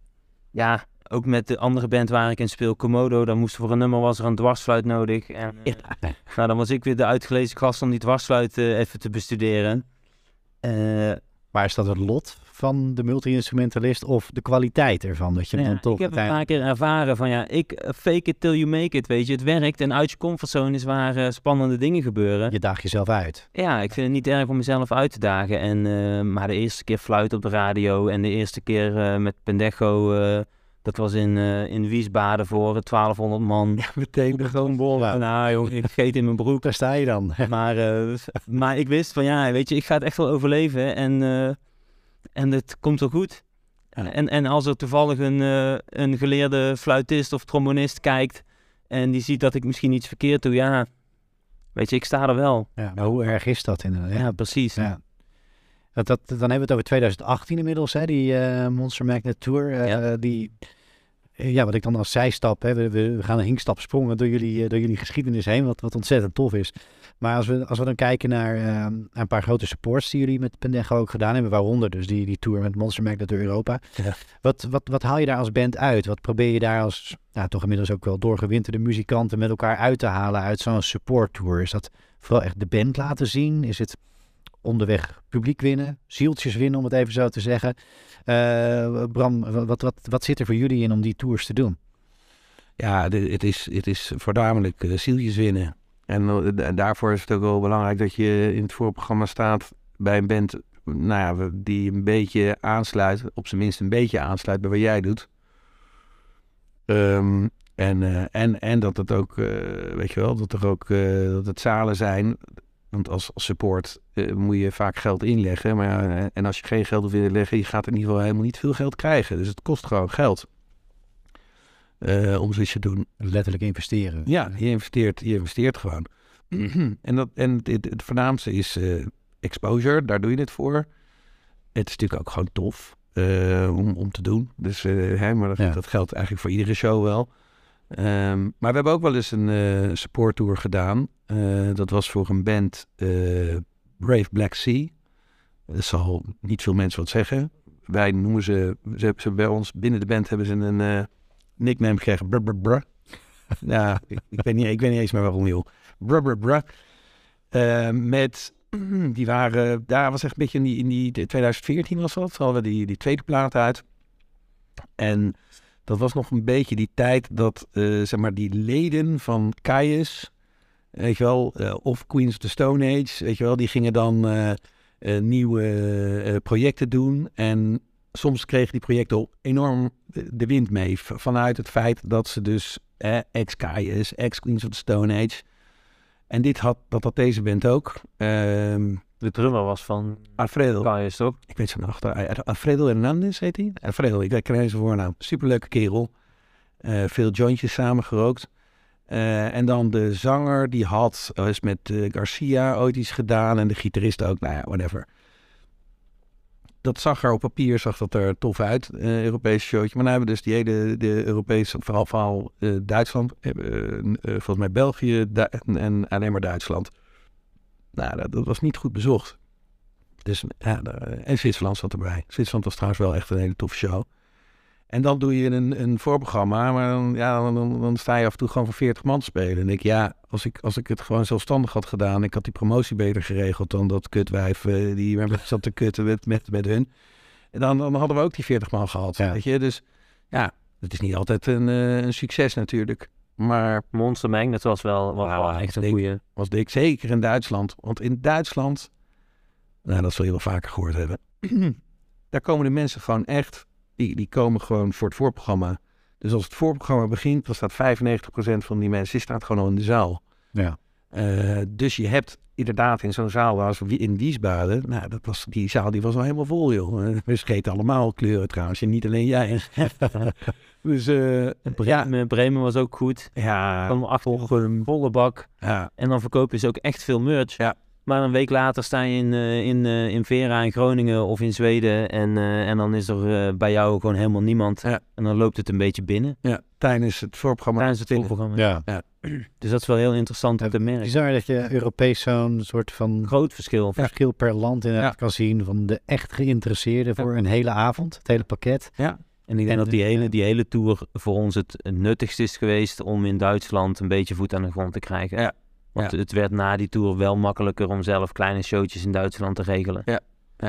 ja, ook met de andere band waar ik in speel, Komodo, dan moest voor een nummer was er een dwarsfluit nodig. En, uh, ja. Nou, dan was ik weer de uitgelezen gast om die dwarsfluit uh, even te bestuderen. Uh, Maar is dat het lot van de multi-instrumentalist of de kwaliteit ervan? Dat je Ja, dan toch ik heb een uiteindelijk- paar keer ervaren van ja, ik uh, fake it till you make it, weet je. Het werkt en uit je comfortzone is waar uh, spannende dingen gebeuren. je daagt jezelf uit. Ja, ik vind het niet erg om mezelf uit te dagen. En, uh, maar de eerste keer fluit op de radio en de eerste keer uh, met Pendejo, uh, dat was in, uh, in Wiesbaden voor twaalfhonderd man. Ja, meteen de gewoon bol. Ja. Nou joh, ik vergeet in mijn broek. Daar sta je dan. Maar, uh, maar ik wist van ja, weet je, ik ga het echt wel overleven en, uh, en het komt wel goed. Ja. En, en als er toevallig een, uh, een geleerde fluitist of trombonist kijkt en die ziet dat ik misschien iets verkeerd doe, ja, weet je, ik sta er wel. Ja, maar hoe erg is dat inderdaad? Ja, Ja. precies. Ja. Dat, dat, dan hebben we het over twintig achttien inmiddels, hè, die uh, Monster Magnet Tour. Uh, Ja. Die, uh, ja, wat ik dan als zijstap, hè, we, we, we gaan een hinkstap sprongen door jullie, uh, door jullie geschiedenis heen, wat, wat ontzettend tof is. Maar als we, als we dan kijken naar uh, een paar grote supports die jullie met Pendejo ook gedaan hebben, waaronder dus die, die tour met Monster Magnet door Europa. Ja. Wat, wat, wat haal je daar als band uit? Wat probeer je daar als, nou, toch inmiddels ook wel doorgewinterde muzikanten met elkaar uit te halen uit zo'n support tour? Is dat vooral echt de band laten zien? Is het onderweg publiek winnen, zieltjes winnen, om het even zo te zeggen? Uh, Bram, wat, wat, wat zit er voor jullie in om die tours te doen? Ja, de, het, is, het is voornamelijk uh, zieltjes winnen. En uh, daarvoor is het ook wel belangrijk dat je in het voorprogramma staat bij een band, nou ja, die een beetje aansluit, op zijn minst een beetje aansluit bij wat jij doet. Um, en, uh, en, en dat het ook, uh, weet je wel, dat er ook uh, dat het zalen zijn. Want als, als support uh, moet je vaak geld inleggen. Maar ja, en als je geen geld wil inleggen, je gaat in ieder geval helemaal niet veel geld krijgen. Dus het kost gewoon geld uh, om zoiets te doen. Letterlijk investeren. Ja, je investeert, je investeert gewoon. en dat, en het, het, het voornaamste is uh, exposure, daar doe je het voor. Het is natuurlijk ook gewoon tof uh, om, om te doen. Dus, uh, hè, maar dat, Ja. dat geldt eigenlijk voor iedere show wel. Um, maar we hebben ook wel eens een uh, support tour gedaan. Uh, dat was voor een band uh, Brave Black Sea. Dat zal niet veel mensen wat zeggen. Wij noemen ze, ze hebben ze bij ons binnen de band hebben ze een uh, nickname gekregen. Brr, brr, brr. Ja, ik, ik, weet niet, ik weet niet eens meer waarom, joh. Brr, brr, brr. Uh, met, die waren, daar was echt een beetje in die, in die twintig veertien was dat. Hadden we die, die tweede plaat uit. En dat was nog een beetje die tijd dat, uh, zeg maar, die leden van Kyuss, weet je wel, uh, of Queens of the Stone Age, weet je wel, die gingen dan uh, uh, nieuwe uh, projecten doen. En soms kregen die projecten enorm de wind mee, v- vanuit het feit dat ze dus eh, ex-Kyuss, ex-Queens of the Stone Age. En dit had, dat had deze band ook. Um, De drummer was van Alfredo. Kyuss, toch? Ik weet zijn achter. Alfredo Hernandez heet hij. Alfredo, ik weet geen zijn voornaam. Superleuke kerel. Uh, veel jointjes samengerookt. Uh, en dan de zanger, die had uh, is met uh, Garcia ooit iets gedaan. En de gitarist ook, nou ja, whatever. Dat zag er op papier, zag dat er tof uit, uh, Europese showtje. Maar nu hebben we dus die hele de Europese, vooral, vooral uh, Duitsland, uh, uh, volgens mij België Du- en alleen maar Duitsland. Nou, dat, dat was niet goed bezocht. Dus, ja, de, en Zwitserland zat erbij. Zwitserland was trouwens wel echt een hele toffe show. En dan doe je een, een voorprogramma, maar dan, ja, dan, dan sta je af en toe gewoon voor veertig man te spelen. En ik, ja, als ik, als ik het gewoon zelfstandig had gedaan, ik had die promotie beter geregeld dan dat kutwijf uh, die maar zat te kutten met, met, met hun. En dan, dan hadden we ook die veertig man gehad, Ja. weet je. Dus ja, het is niet altijd een, uh, een succes natuurlijk. Maar Monster Magnet was wel, was wel Wauw, echt een ik- goeie. was dik, zeker in Duitsland. Want in Duitsland, nou dat zul je wel vaker gehoord hebben, daar komen de mensen gewoon echt, die, die komen gewoon voor het voorprogramma. Dus als het voorprogramma begint, dan staat vijfennegentig procent van die mensen, die staat gewoon al in de zaal. Ja. Uh, dus je hebt inderdaad in zo'n zaal als in Wiesbaden, nou dat was, die zaal die was al helemaal vol, joh. Uh, we scheten allemaal kleuren trouwens, en niet alleen jij. dus uh, ja, Bremen, Bremen was ook goed. ja, Kwam achter een volle bak. ja, En dan verkopen ze ook echt veel merch. Ja. Maar een week later sta je in, uh, in, uh, in Vera in Groningen of in Zweden. En, uh, en dan is er uh, bij jou gewoon helemaal niemand. Ja. En dan loopt het een beetje binnen ja, tijdens het voorprogramma. tijdens het voorprogramma. Ja. Dus dat is wel heel interessant om te merken. Bizar dat je Europees zo'n soort van Groot verschil. verschil per land inderdaad Ja. kan zien van de echt geïnteresseerden voor Ja. een hele avond, het hele pakket. Ja, En ik denk En dat de- die hele, die hele tour voor ons het, het nuttigst is geweest om in Duitsland een beetje voet aan de grond te krijgen. Ja. Want Ja. het werd na die tour wel makkelijker om zelf kleine showtjes in Duitsland te regelen.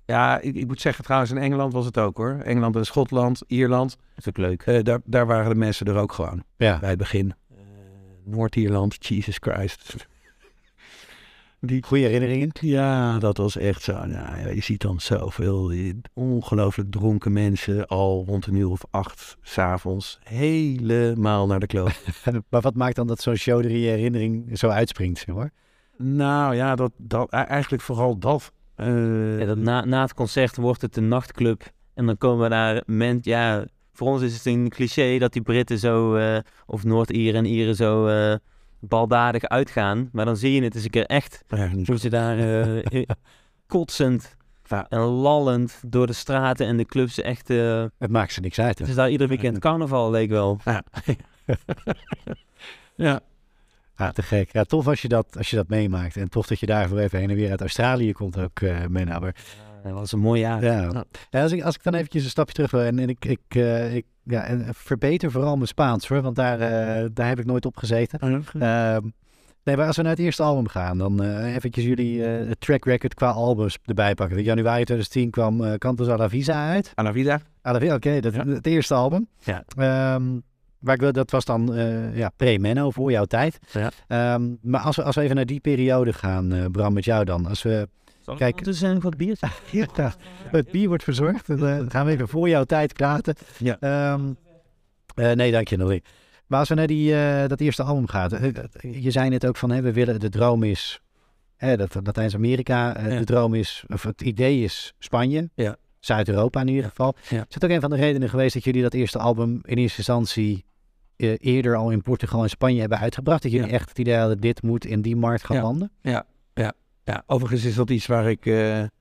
Ja, ik, ik moet zeggen trouwens, in Engeland was het ook hoor. Engeland en Schotland, Ierland. Dat is ook leuk. Uh, daar, daar waren de mensen er ook gewoon. Ja. Bij het begin. Uh, Noord-Ierland, Jesus Christ. Die goede herinneringen? Ja, dat was echt zo. Nou, ja, je ziet dan zoveel ongelooflijk dronken mensen al rond een uur of acht 's avonds helemaal naar de kloot. Maar wat maakt dan dat zo'n show er in je herinnering zo uitspringt, zeg maar? Nou ja, dat, dat, eigenlijk vooral dat. Uh, ja, dat na, na het concert wordt het een nachtclub en dan komen we daar mensen, ja, voor ons is het een cliché dat die Britten zo, uh, of Noord-Ieren en Ieren zo uh, baldadig uitgaan, maar dan zie je het eens een keer echt, ja, hoe ze daar uh, kotsend ja. en lallend door de straten en de clubs echt... Uh, het maakt ze niks uit. Het is daar ieder weekend carnaval, leek wel. Ja. ja. Ja, te gek. Ja, tof als je dat, als je dat meemaakt. En tof dat je daarvoor even heen en weer uit Australië komt ook, uh, Menno. Maar... Ja, dat was een mooi jaar. Ja. Ja, als, ik, als ik dan eventjes een stapje terug wil en, en ik, ik, uh, ik ja, en verbeter vooral mijn Spaans hoor, want daar, uh, daar heb ik nooit op gezeten. Oh, uh, nee, maar als we naar het eerste album gaan, dan uh, eventjes jullie uh, track record qua albums erbij pakken. In januari twintig tien kwam uh, Cantos a la Visa uit. A la Vida. A la Vida, oké, okay, dat ja. het eerste album. Ja. Um, Maar ik wil, dat was dan uh, ja, pre-Menno, voor jouw tijd. Ja. Um, maar als we, als we even naar die periode gaan, uh, Bram, met jou dan. Als we Zal kijken... Dus zijn wat biertjes? ja, het bier wordt verzorgd. Dan uh, gaan we even voor jouw tijd praten. Ja. Um, uh, nee, dank je, Nolly. Maar als we naar die, uh, dat eerste album gaan. Uh, je zei net ook van, hè, we willen, de droom is hè, dat Latijns-Amerika. Uh, ja. De droom is, of het idee is Spanje. Ja. Zuid-Europa in ieder geval. Ja. Is het ook een van de redenen geweest dat jullie dat eerste album in eerste instantie uh, eerder al in Portugal en Spanje hebben uitgebracht? Dat jullie ja. echt het idee hadden, dit moet in die markt gaan ja. landen? Ja, ja, ja. Overigens is dat iets waar ik... Uh, uh,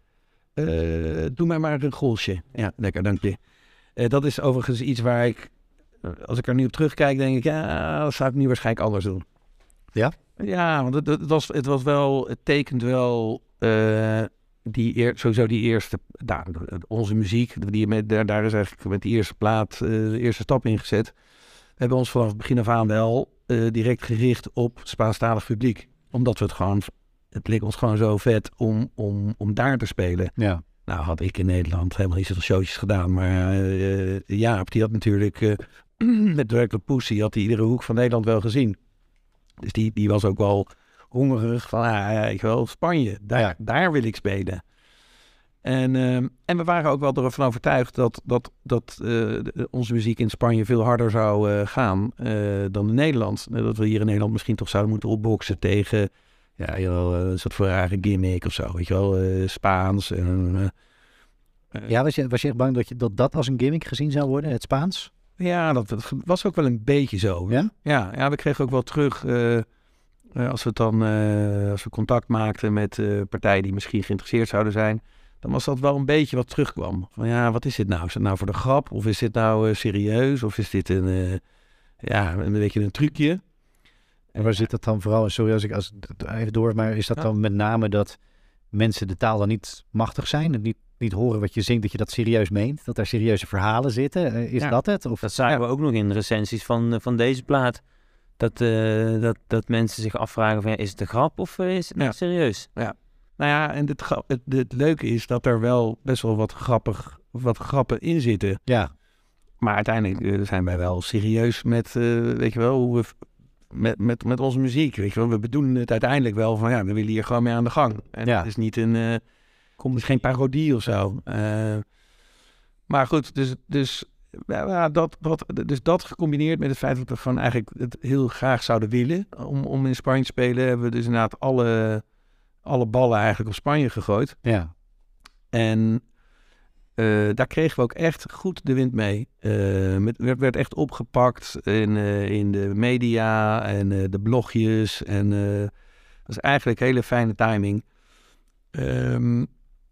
doe mij maar een golsje. Ja, lekker, dank je. Uh, dat is overigens iets waar ik... Uh, als ik er nu op terugkijk, denk ik... Ja, dat zou ik nu waarschijnlijk anders doen. Ja? Ja, want het, het, was, het was wel... Het tekent wel... Uh, Die eer, sowieso die eerste, nou, onze muziek, die met, daar, daar is eigenlijk met die eerste plaat uh, de eerste stap in gezet. We hebben ons vanaf het begin af aan wel uh, direct gericht op Spaanstalig publiek. Omdat we het gewoon, het leek ons gewoon zo vet om, om, om daar te spelen. Ja. Nou had ik in Nederland helemaal niet zoveel showtjes gedaan, maar uh, Jaap die had natuurlijk, uh, met Director Pussy had hij iedere hoek van Nederland wel gezien. Dus die, die was ook wel... hongerig van, ja, ik wil Spanje, daar, ja. daar wil ik spelen. En, uh, en we waren ook wel ervan overtuigd dat, dat, dat uh, onze muziek in Spanje veel harder zou uh, gaan uh, dan in Nederland. Uh, dat we hier in Nederland misschien toch zouden moeten opboksen tegen, ja, joh, een soort voor rare gimmick of zo, weet je wel, uh, Spaans. En, uh, uh, ja, was je, was je echt bang dat, je, dat dat als een gimmick gezien zou worden, het Spaans? Ja, dat, dat was ook wel een beetje zo. Ja? Ja, ja we kregen ook wel terug... Uh, Uh, als we het dan, uh, als we contact maakten met uh, partijen die misschien geïnteresseerd zouden zijn, dan was dat wel een beetje wat terugkwam. Van ja, wat is dit nou? Is het nou voor de grap? Of is dit nou uh, serieus? Of is dit een, uh, ja, een beetje een trucje? En waar zit dat dan vooral? Sorry als ik als even door, maar is dat ja. dan met name dat mensen de taal dan niet machtig zijn en niet, niet horen wat je zingt, dat je dat serieus meent? Dat daar serieuze verhalen zitten? Uh, is ja. dat het? Of? Dat zagen ja. we ook nog in recensies van, van deze plaat. Dat, uh, dat, dat mensen zich afvragen van, ja, is het een grap of uh, is het ja. serieus? Ja. Nou ja, en het, het, het leuke is dat er wel best wel wat, grappig, wat grappen in zitten. Ja. Maar uiteindelijk uh, zijn wij wel serieus met, uh, weet je wel, hoe we, met, met, met onze muziek. Weet je wel, we bedoelen het uiteindelijk wel van, ja, we willen hier gewoon mee aan de gang. En ja. het is niet een, uh, het is geen parodie of zo. Uh, maar goed, dus... dus Ja, dat, dat, dus dat gecombineerd met het feit dat we gewoon eigenlijk het heel graag zouden willen om, om in Spanje te spelen, hebben we dus inderdaad alle, alle ballen eigenlijk op Spanje gegooid. Ja. En uh, daar kregen we ook echt goed de wind mee. Uh, met, werd, werd echt opgepakt in, uh, in de media en uh, de blogjes. En uh, dat was eigenlijk hele fijne timing. Um,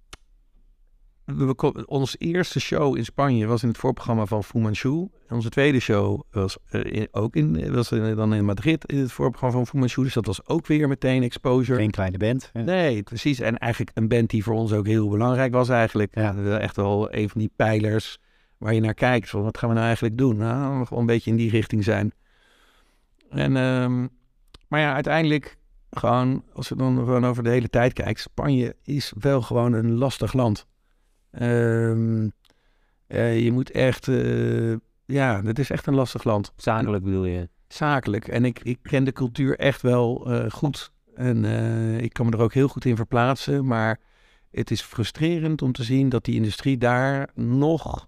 We, onze eerste show in Spanje was in het voorprogramma van Fu Manchu. Onze tweede show was, uh, in, ook in, was uh, dan in Madrid in het voorprogramma van Fu Manchu. Dus dat was ook weer meteen exposure. Geen kleine band. Ja. Nee, precies. En eigenlijk een band die voor ons ook heel belangrijk was eigenlijk. Ja. Uh, echt wel een van die pijlers waar je naar kijkt. Van, wat gaan we nou eigenlijk doen? Nou, we gewoon een beetje in die richting zijn. En, um, maar ja, uiteindelijk gewoon, als we dan gewoon over de hele tijd kijken. Spanje is wel gewoon een lastig land. Um, uh, je moet echt... Uh, ja, het is echt een lastig land. Zakelijk bedoel je? Zakelijk. En ik, ik ken de cultuur echt wel uh, goed. En uh, ik kan me er ook heel goed in verplaatsen. Maar het is frustrerend om te zien dat die industrie daar nog...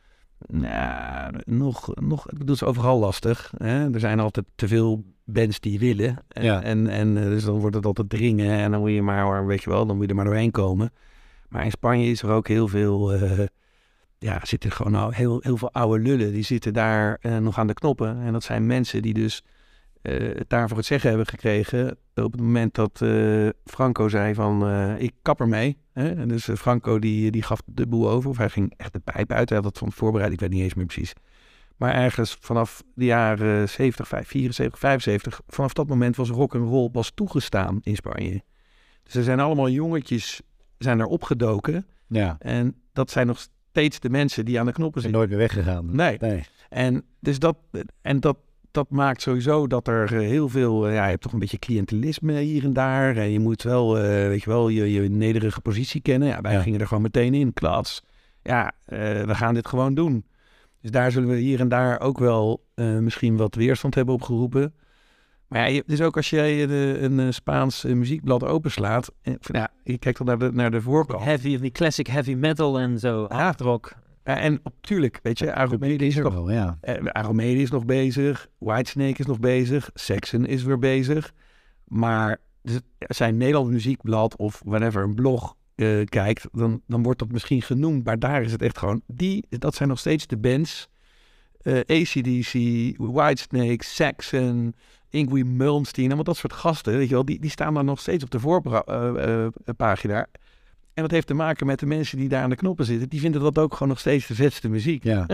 Nou, nog, nog, ik bedoel, het is overal lastig. Hè? Er zijn altijd te veel bands die willen. En, ja. en, en dus dan wordt het altijd dringen. En dan moet je maar, weet je wel, dan moet je er maar doorheen komen. Maar in Spanje is er ook heel veel... Uh, ja, er zitten gewoon al heel, heel veel oude lullen. Die zitten daar uh, nog aan de knoppen. En dat zijn mensen die dus uh, het daarvoor het zeggen hebben gekregen. Op het moment dat uh, Franco zei van, uh, ik kap ermee. Hè? En dus uh, Franco die, die gaf de boel over. Of hij ging echt de pijp uit. Hij had dat van voorbereid. Ik weet niet eens meer precies. Maar ergens vanaf de jaren zeventig, vierenzeventig, vijfenzeventig... vanaf dat moment was rock and roll pas toegestaan in Spanje. Dus er zijn allemaal jongetjes zijn er opgedoken. Ja. En dat zijn nog steeds de mensen die aan de knoppen zitten. Nooit meer weggegaan. Nee. nee. En, dus dat, en dat, dat maakt sowieso dat er heel veel... Ja, je hebt toch een beetje cliëntelisme hier en daar. En je moet wel, uh, weet je wel, je, je nederige positie kennen. Ja, wij ja. gingen er gewoon meteen in. Klats. Ja, uh, we gaan dit gewoon doen. Dus daar zullen we hier en daar ook wel uh, misschien wat weerstand hebben opgeroepen. Maar ja, je, dus ook als je de, een, een Spaans uh, muziekblad openslaat... En, ja, je kijkt dan naar de, naar de voorkant. Heavy, die classic heavy metal en zo. Hard rock. Ja, en natuurlijk, weet je, Aromedi is, nog, ja. uh, Aromedi is nog bezig. Whitesnake is nog bezig. Saxon is weer bezig. Maar dus, als jij een Nederlands muziekblad of whatever, een blog... Uh, kijkt, dan, dan wordt dat misschien genoemd. Maar daar is het echt gewoon... Die, dat zijn nog steeds de bands. Uh, A C D C, Whitesnake, Saxon, Yngwie Malmsteen. Allemaal dat soort gasten. Weet je wel, die, die staan dan nog steeds op de voorpagina. Uh, uh, en dat heeft te maken met de mensen die daar aan de knoppen zitten. Die vinden dat ook gewoon nog steeds de vetste muziek. Ja.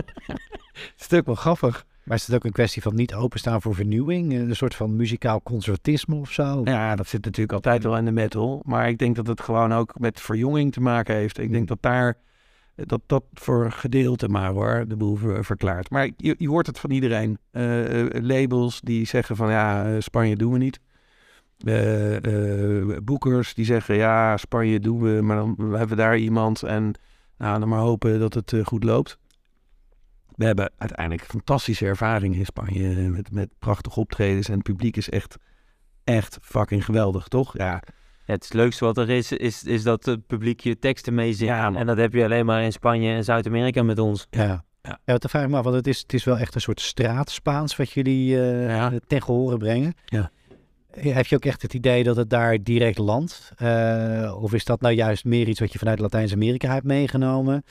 Het is ook wel grappig. Maar is het ook een kwestie van niet openstaan voor vernieuwing? Een soort van muzikaal conservatisme of zo? Ja, dat zit natuurlijk altijd wel in de metal. Maar ik denk dat het gewoon ook met verjonging te maken heeft. Ik denk dat daar, dat dat voor gedeelte maar hoor, de boel ver, verklaart. Maar je, je hoort het van iedereen. Uh, uh, labels die zeggen van ja, uh, Spanje doen we niet. Uh, uh, boekers die zeggen ja, Spanje doen we, maar dan hebben we daar iemand. En nou, dan maar hopen dat het uh, goed loopt. We hebben uiteindelijk fantastische ervaringen in Spanje met, met prachtige optredens en het publiek is echt, echt fucking geweldig, toch? Ja. Het leukste wat er is, is, is dat het publiek je teksten meezingt. Ja, en dat heb je alleen maar in Spanje en Zuid-Amerika met ons. Ja, ja. ja dat vraag ik me af, want het is, het is wel echt een soort straatspaans wat jullie uh, ja. ten gehore brengen. Ja. Heb je ook echt het idee dat het daar direct landt? Uh, of is dat nou juist meer iets wat je vanuit Latijns-Amerika hebt meegenomen?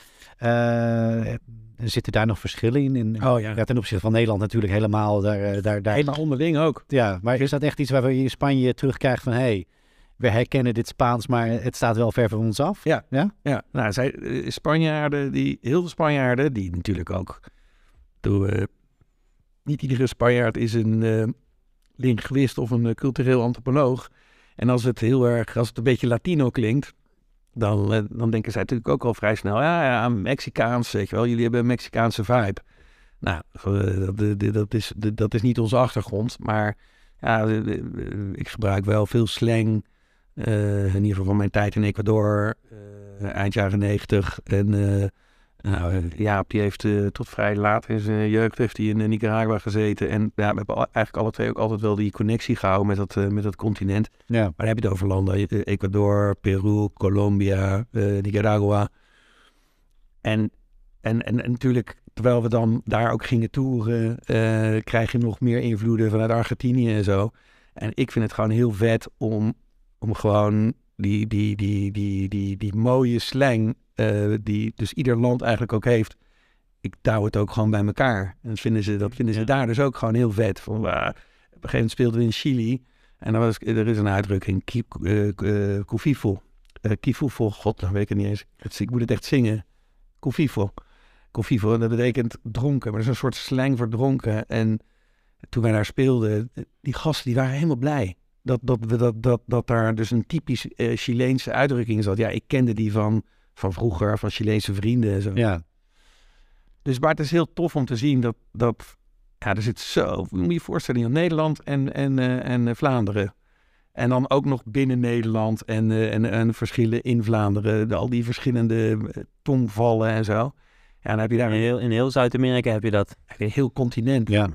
Uh, Zitten daar nog verschillen in? in oh ja. ja. Ten opzichte van Nederland natuurlijk helemaal. Daar, daar, daar... Helemaal onderling ook. Ja, maar is dat echt iets waar je in Spanje terugkrijgt van... hé, hey, we herkennen dit Spaans, maar het staat wel ver van ons af? Ja, ja? ja. Nou, zij, Spanjaarden, die, heel veel Spanjaarden, die natuurlijk ook... Door, uh, niet iedere Spanjaard is een uh, linguist of een uh, cultureel antropoloog. En als het heel erg, als het een beetje Latino klinkt... Dan, uh, dan denken zij natuurlijk ook al vrij snel... ja, ja, Mexicaans, weet je wel. Jullie hebben een Mexicaanse vibe. Nou, uh, dat, dat, is, dat is niet onze achtergrond. Maar ja, ik gebruik wel veel slang. Uh, in ieder geval van mijn tijd in Ecuador. Uh, eind jaren negentig. En uh, nou, Jaap, die heeft uh, tot vrij laat in zijn jeugd... heeft hij in Nicaragua gezeten. En ja, we hebben eigenlijk alle twee ook altijd wel die connectie gehouden... met dat, uh, met dat continent. Ja. Maar dan heb je het over landen. Ecuador, Peru, Colombia, uh, Nicaragua. En, en, en, en natuurlijk, terwijl we dan daar ook gingen toeren... Uh, krijg je nog meer invloeden vanuit Argentinië en zo. En ik vind het gewoon heel vet om, om gewoon die, die, die, die, die, die mooie slang... Uh, die dus ieder land eigenlijk ook heeft... ik douw het ook gewoon bij elkaar. En dat vinden ze, dat vinden ze ja. daar dus ook gewoon heel vet. Van, uh, op een gegeven moment speelden we in Chili... en dan was, er is een uitdrukking... Cufifo. Uh, Cufifo, god, dan weet ik het niet eens. Het, ik moet het echt zingen. Cufifo. Cufifo, dat betekent dronken. Maar dat is een soort slang voor dronken. En toen wij daar speelden... die gasten die waren helemaal blij. Dat, dat, dat, dat, dat daar dus een typisch uh, Chileense uitdrukking zat. Ja, ik kende die van... van vroeger, van Chileense vrienden en zo. Ja. Dus maar het is heel tof om te zien dat, dat ja, er zit zo, moet je je voorstellen, in Nederland en, en, uh, en uh, Vlaanderen. En dan ook nog binnen Nederland en, uh, en, en verschillen in Vlaanderen. De, al die verschillende uh, tongvallen en zo. Ja, dan heb je daar In heel, in heel Zuid-Amerika heb je dat. een heel continent. Ja.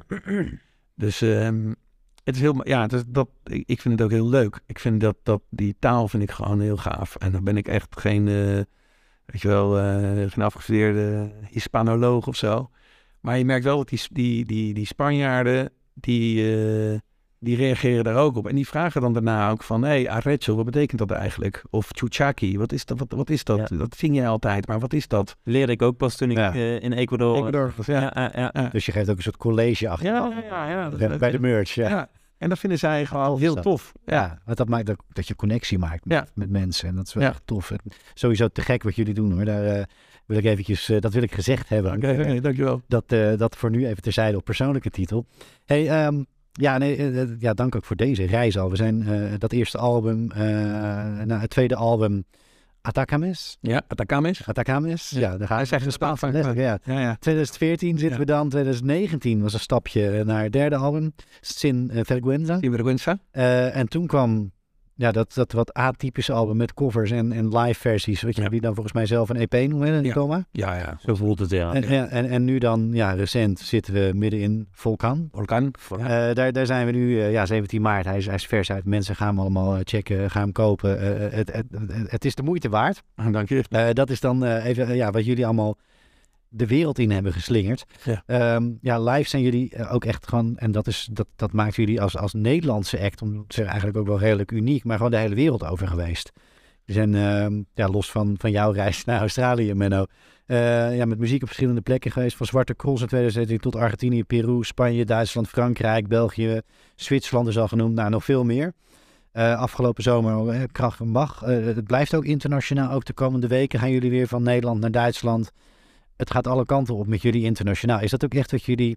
Dus um, het is heel, ja, het is dat, ik, ik vind het ook heel leuk. Ik vind dat, dat die taal vind ik gewoon heel gaaf. En dan ben ik echt geen, uh, weet je wel, uh, geen afgestudeerde Hispanoloog of zo. Maar je merkt wel dat die, die, die, die Spanjaarden, die, uh, die reageren daar ook op. En die vragen dan daarna ook van, hé, hey, arrecho, wat betekent dat eigenlijk? Of chuchaki, wat is dat? Wat, wat is dat? Ja. Dat zing jij altijd, maar wat is dat? Leerde ik ook pas toen ik Ja. uh, in Ecuador... Ecuador, ja. Ja, ja, ja. Ja. Dus je geeft ook een soort college achter. Ja, ja, ja. ja. Bij- bij de merch, ja. Ja. En dat vinden zij gewoon heel dat. tof. Ja. Ja, want dat maakt ook dat je connectie maakt met, Ja. met mensen. En dat is wel Ja. echt tof. En sowieso te gek wat jullie doen hoor. Daar uh, wil ik eventjes, uh, dat wil ik gezegd hebben. Oké, okay, dankjewel. Dat, uh, dat voor nu even terzijde op persoonlijke titel. Hey, um, ja, nee, uh, ja, dank ook voor deze reis al. We zijn uh, dat eerste album, uh, nou, het tweede album, Atacames. Ja, Atacames. Atacames, ja, Ja, daar ga hij ik zegt zeggen. een Spaans Spaans, vaak. letterlijk, ja. Ja, ja. twintig veertien zitten Ja. we dan. twintig negentien was een stapje naar het derde album, Sin uh, Vergüenza. Sin Vergüenza. Uh, en toen kwam ja, dat, dat wat atypische album met covers en, en live versies. Wat Ja. jullie dan volgens mij zelf een E P noemen, Ja. Coma. Ja, ja. Zo voelt het, ja. En, en, en, en nu dan, ja, recent zitten we midden in Vulkan. Vulkan. Ja. Uh, daar, daar zijn we nu, uh, ja, zeventien maart. Hij is, hij is vers uit. Mensen gaan hem allemaal uh, checken, gaan hem kopen. Uh, het, het, het, het is de moeite waard. Dank je. Uh, dat is dan uh, even uh, ja, wat jullie allemaal de wereld in hebben geslingerd. Ja. Um, ja, live zijn jullie uh, ook echt gewoon, en dat, is, dat, dat maakt jullie als, als Nederlandse act, om te zeggen, eigenlijk ook wel redelijk uniek, maar gewoon de hele wereld over geweest. We zijn, uh, ja, los van, van jouw reis naar Australië, Menno, uh, ja, met muziek op verschillende plekken geweest, van Zwarte Cross in twintig zeventien tot Argentinië, Peru, Spanje, Duitsland, Frankrijk, België, Zwitserland is al genoemd, nou, nog veel meer. Uh, afgelopen zomer, uh, kracht en mag. Uh, het blijft ook internationaal, ook de komende weken gaan jullie weer van Nederland naar Duitsland. Het gaat alle kanten op met jullie internationaal. Is dat ook echt wat jullie,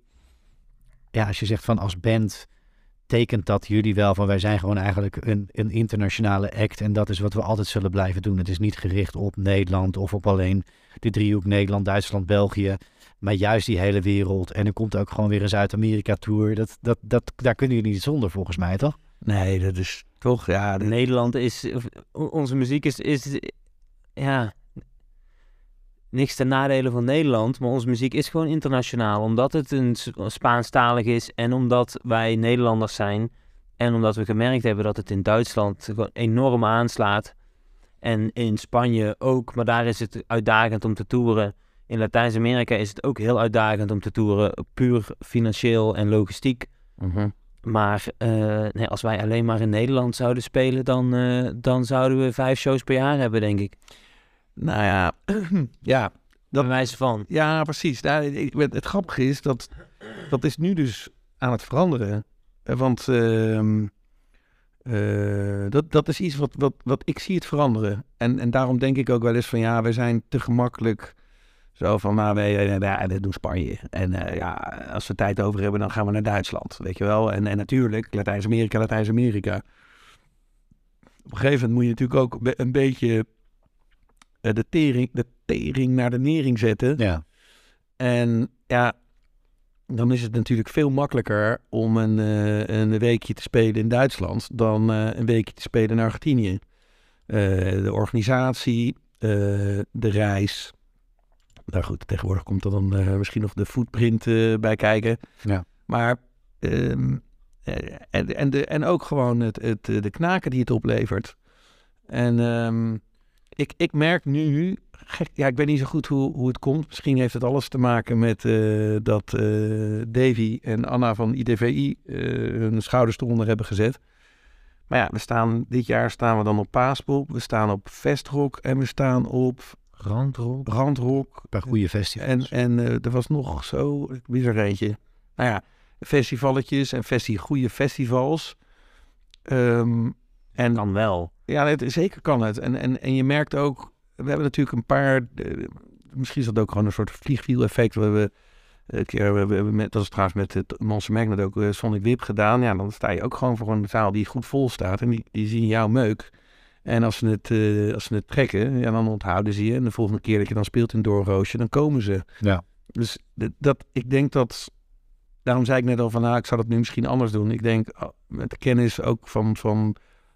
ja, als je zegt van als band, tekent dat jullie wel van wij zijn gewoon eigenlijk een, een internationale act en dat is wat we altijd zullen blijven doen. Het is niet gericht op Nederland of op alleen de driehoek Nederland, Duitsland, België, maar juist die hele wereld. En er komt ook gewoon weer een Zuid-Amerika-tour. Dat, dat, dat, daar kunnen jullie niet zonder volgens mij, toch? Nee, dat is toch, ja. Dat... Nederland is, onze muziek is, is, ja, niks ten nadele van Nederland, maar onze muziek is gewoon internationaal. Omdat het een Spaanstalig is en omdat wij Nederlanders zijn en omdat we gemerkt hebben dat het in Duitsland gewoon enorm aanslaat. En in Spanje ook, maar daar is het uitdagend om te toeren. In Latijns-Amerika is het ook heel uitdagend om te toeren, puur financieel en logistiek. Mm-hmm. Maar uh, nee, als wij alleen maar in Nederland zouden spelen, dan, uh, dan zouden we vijf shows per jaar hebben, denk ik. Nou ja, ja. Dat bij wijze van. Ja, precies. Nou, ik, het grappige is dat dat is nu dus aan het veranderen. Want uh, uh, dat, dat is iets wat, wat, wat ik zie het veranderen. En, en daarom denk ik ook wel eens van ja, we zijn te gemakkelijk zo van nou, nee, nee, dat doen Spanje. En uh, ja, als we tijd over hebben, dan gaan we naar Duitsland, weet je wel. En, en natuurlijk, Latijns-Amerika, Latijns-Amerika. Op een gegeven moment moet je natuurlijk ook een beetje de tering, de tering naar de nering zetten. Ja. En ja, dan is het natuurlijk veel makkelijker om een, uh, een weekje te spelen in Duitsland dan uh, een weekje te spelen in Argentinië. Uh, de organisatie, uh, de reis. Nou goed, tegenwoordig komt er dan uh, misschien nog de footprint uh, bij kijken. Ja. Maar um, en, en, de, en ook gewoon het, het, de knaken die het oplevert. En um, ik, ik merk nu, gek, ja, ik weet niet zo goed hoe, hoe het komt. Misschien heeft het alles te maken met uh, dat uh, Davy en Anna van I D V I uh, hun schouders eronder hebben gezet. Maar ja, we staan, dit jaar staan we dan op Paaspop, we staan op Vestrock en we staan op Randrock. Randrock. Een paar goede festivals. En, en uh, er was nog zo, wie is er eentje? Nou ja, festivalletjes en festi- goede festivals. Um, en kan wel. Ja, het, zeker kan het. En, en, en je merkt ook, we hebben natuurlijk een paar, uh, misschien is dat ook gewoon een soort vliegwiel-effect. We hebben een keer, we hebben met, dat is trouwens met het Monster Magnet ook uh, Sonic Whip gedaan. Ja, dan sta je ook gewoon voor een zaal die goed vol staat en die, die zien jouw meuk. En als ze het, uh, als ze het trekken, ja, dan onthouden ze je. En de volgende keer dat je dan speelt in Doornroosje, dan komen ze. Ja. Dus d- dat, ik denk dat, daarom zei ik net al van, nou, ik zou dat nu misschien anders doen. Ik denk, met de kennis ook van, van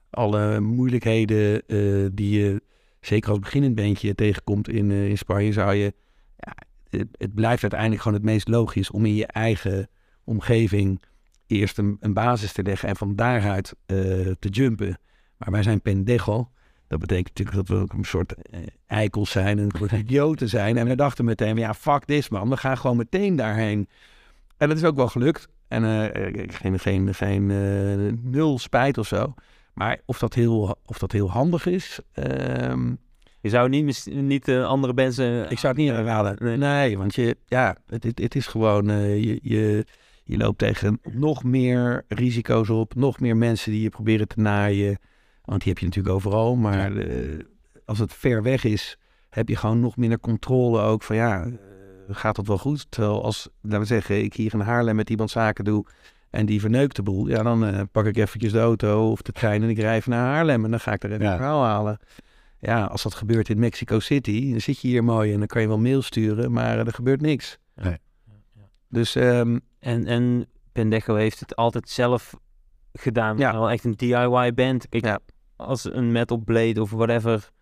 alle moeilijkheden uh, die je zeker als beginnend bandje tegenkomt in, uh, in Spanje, zou je, ja, het, het blijft uiteindelijk gewoon het meest logisch om in je eigen omgeving eerst een, een basis te leggen en van daaruit uh, te jumpen. Maar wij zijn pendejo. Dat betekent natuurlijk dat we ook een soort uh, eikels zijn, een soort idioten zijn. En we dachten meteen, ja, fuck this man, we gaan gewoon meteen daarheen. En dat is ook wel gelukt. En uh, geen, geen, geen uh, nul spijt of zo. Maar of dat heel, of dat heel handig is... Um, je zou niet, niet uh, andere mensen... Ik zou het niet aanraden. Nee, nee want je, ja, het, het, het is gewoon... Uh, je, je, je loopt tegen nog meer risico's op. Nog meer mensen die je proberen te naaien. Want die heb je natuurlijk overal. Maar uh, als het ver weg is... heb je gewoon nog minder controle ook van... ja, uh, gaat dat wel goed? Terwijl als, laten we zeggen... ik hier in Haarlem met iemand zaken doe... en die verneukt de boel... ja, dan uh, pak ik eventjes de auto of de trein... en ik rij even naar Haarlem... en dan ga ik er even ja. een verhaal halen. Ja, als dat gebeurt in Mexico City... dan zit je hier mooi en dan kan je wel mail sturen... maar uh, er gebeurt niks. Nee. Dus... Um, en, en Pendejo heeft het altijd zelf gedaan. Ja. Wel echt een D I Y band. Ik, ja. Als een Metal Blade of whatever...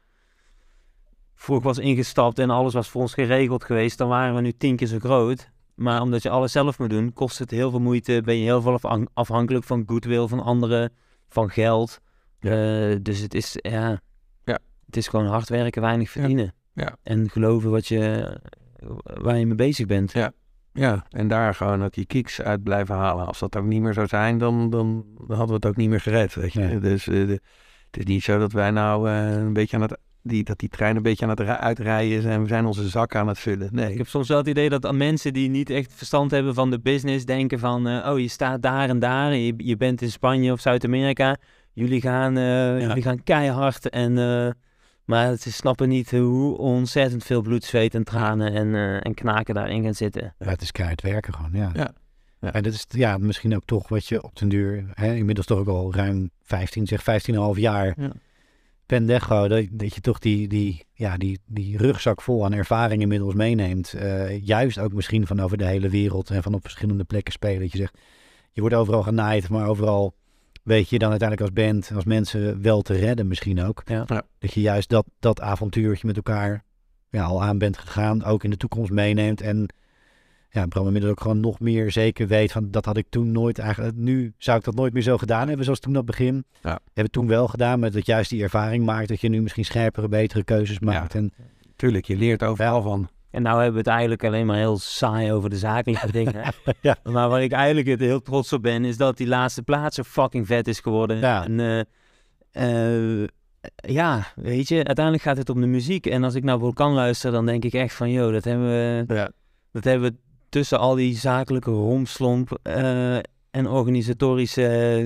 vroeg was ingestapt en alles was voor ons geregeld geweest... dan waren we nu tien keer zo groot... Maar omdat je alles zelf moet doen, kost het heel veel moeite. Ben je heel veel afhan- afhankelijk van goodwill van anderen, van geld. Ja. Uh, dus het is, ja, ja, het is gewoon hard werken, weinig verdienen. Ja. Ja. En geloven wat je, waar je mee bezig bent. Ja. Ja, en daar gewoon ook je kicks uit blijven halen. Als dat ook niet meer zou zijn, dan, dan, dan hadden we het ook niet meer gered. Weet je? Ja. Dus uh, de, het is niet zo dat wij nou uh, een beetje aan het... Die, dat die trein een beetje aan het ra- uitrijden is en we zijn onze zak aan het vullen. Nee. Ik heb soms wel het idee dat mensen die niet echt verstand hebben van de business denken van... Uh, oh, je staat daar en daar en je, je bent in Spanje of Zuid-Amerika. Jullie gaan, uh, ja. jullie gaan keihard. En, uh, maar ze snappen niet hoe ontzettend veel bloed, zweet en tranen en, uh, en knaken daarin gaan zitten. Ja, het is keihard werken gewoon, ja. ja. Ja. En dat is ja, misschien ook toch wat je op den duur... Hè, inmiddels toch ook al ruim vijftien, zeg vijftien komma vijf jaar... Ja. Pendejo, dat, dat je toch die, die, ja, die, die rugzak vol aan ervaring inmiddels meeneemt. Uh, juist ook misschien van over de hele wereld en van op verschillende plekken spelen. Dat je zegt, je wordt overal genaaid, maar overal weet je dan uiteindelijk als band, als mensen wel te redden misschien ook. Ja. Ja. Dat je juist dat, dat avontuurtje met elkaar ja, al aan bent gegaan, ook in de toekomst meeneemt. En ja, Bram inmiddels ook gewoon nog meer zeker weet van dat had ik toen nooit eigenlijk... Nu zou ik dat nooit meer zo gedaan hebben zoals toen dat begin. Ja. Hebben toen wel gedaan, maar dat juist die ervaring maakt dat je nu misschien scherpere, betere keuzes maakt. Ja. En, tuurlijk, je leert overal van. En nou hebben we het eigenlijk alleen maar heel saai over de zakelijke dingen. ja. Maar waar ik eigenlijk het heel trots op ben, is dat die laatste plaats zo fucking vet is geworden. Ja. En, uh, uh, ja, weet je, uiteindelijk gaat het om de muziek. En als ik naar Volkan luister, dan denk ik echt van, joh, dat hebben we... Ja. Dat hebben we tussen al die zakelijke romslomp uh, en organisatorische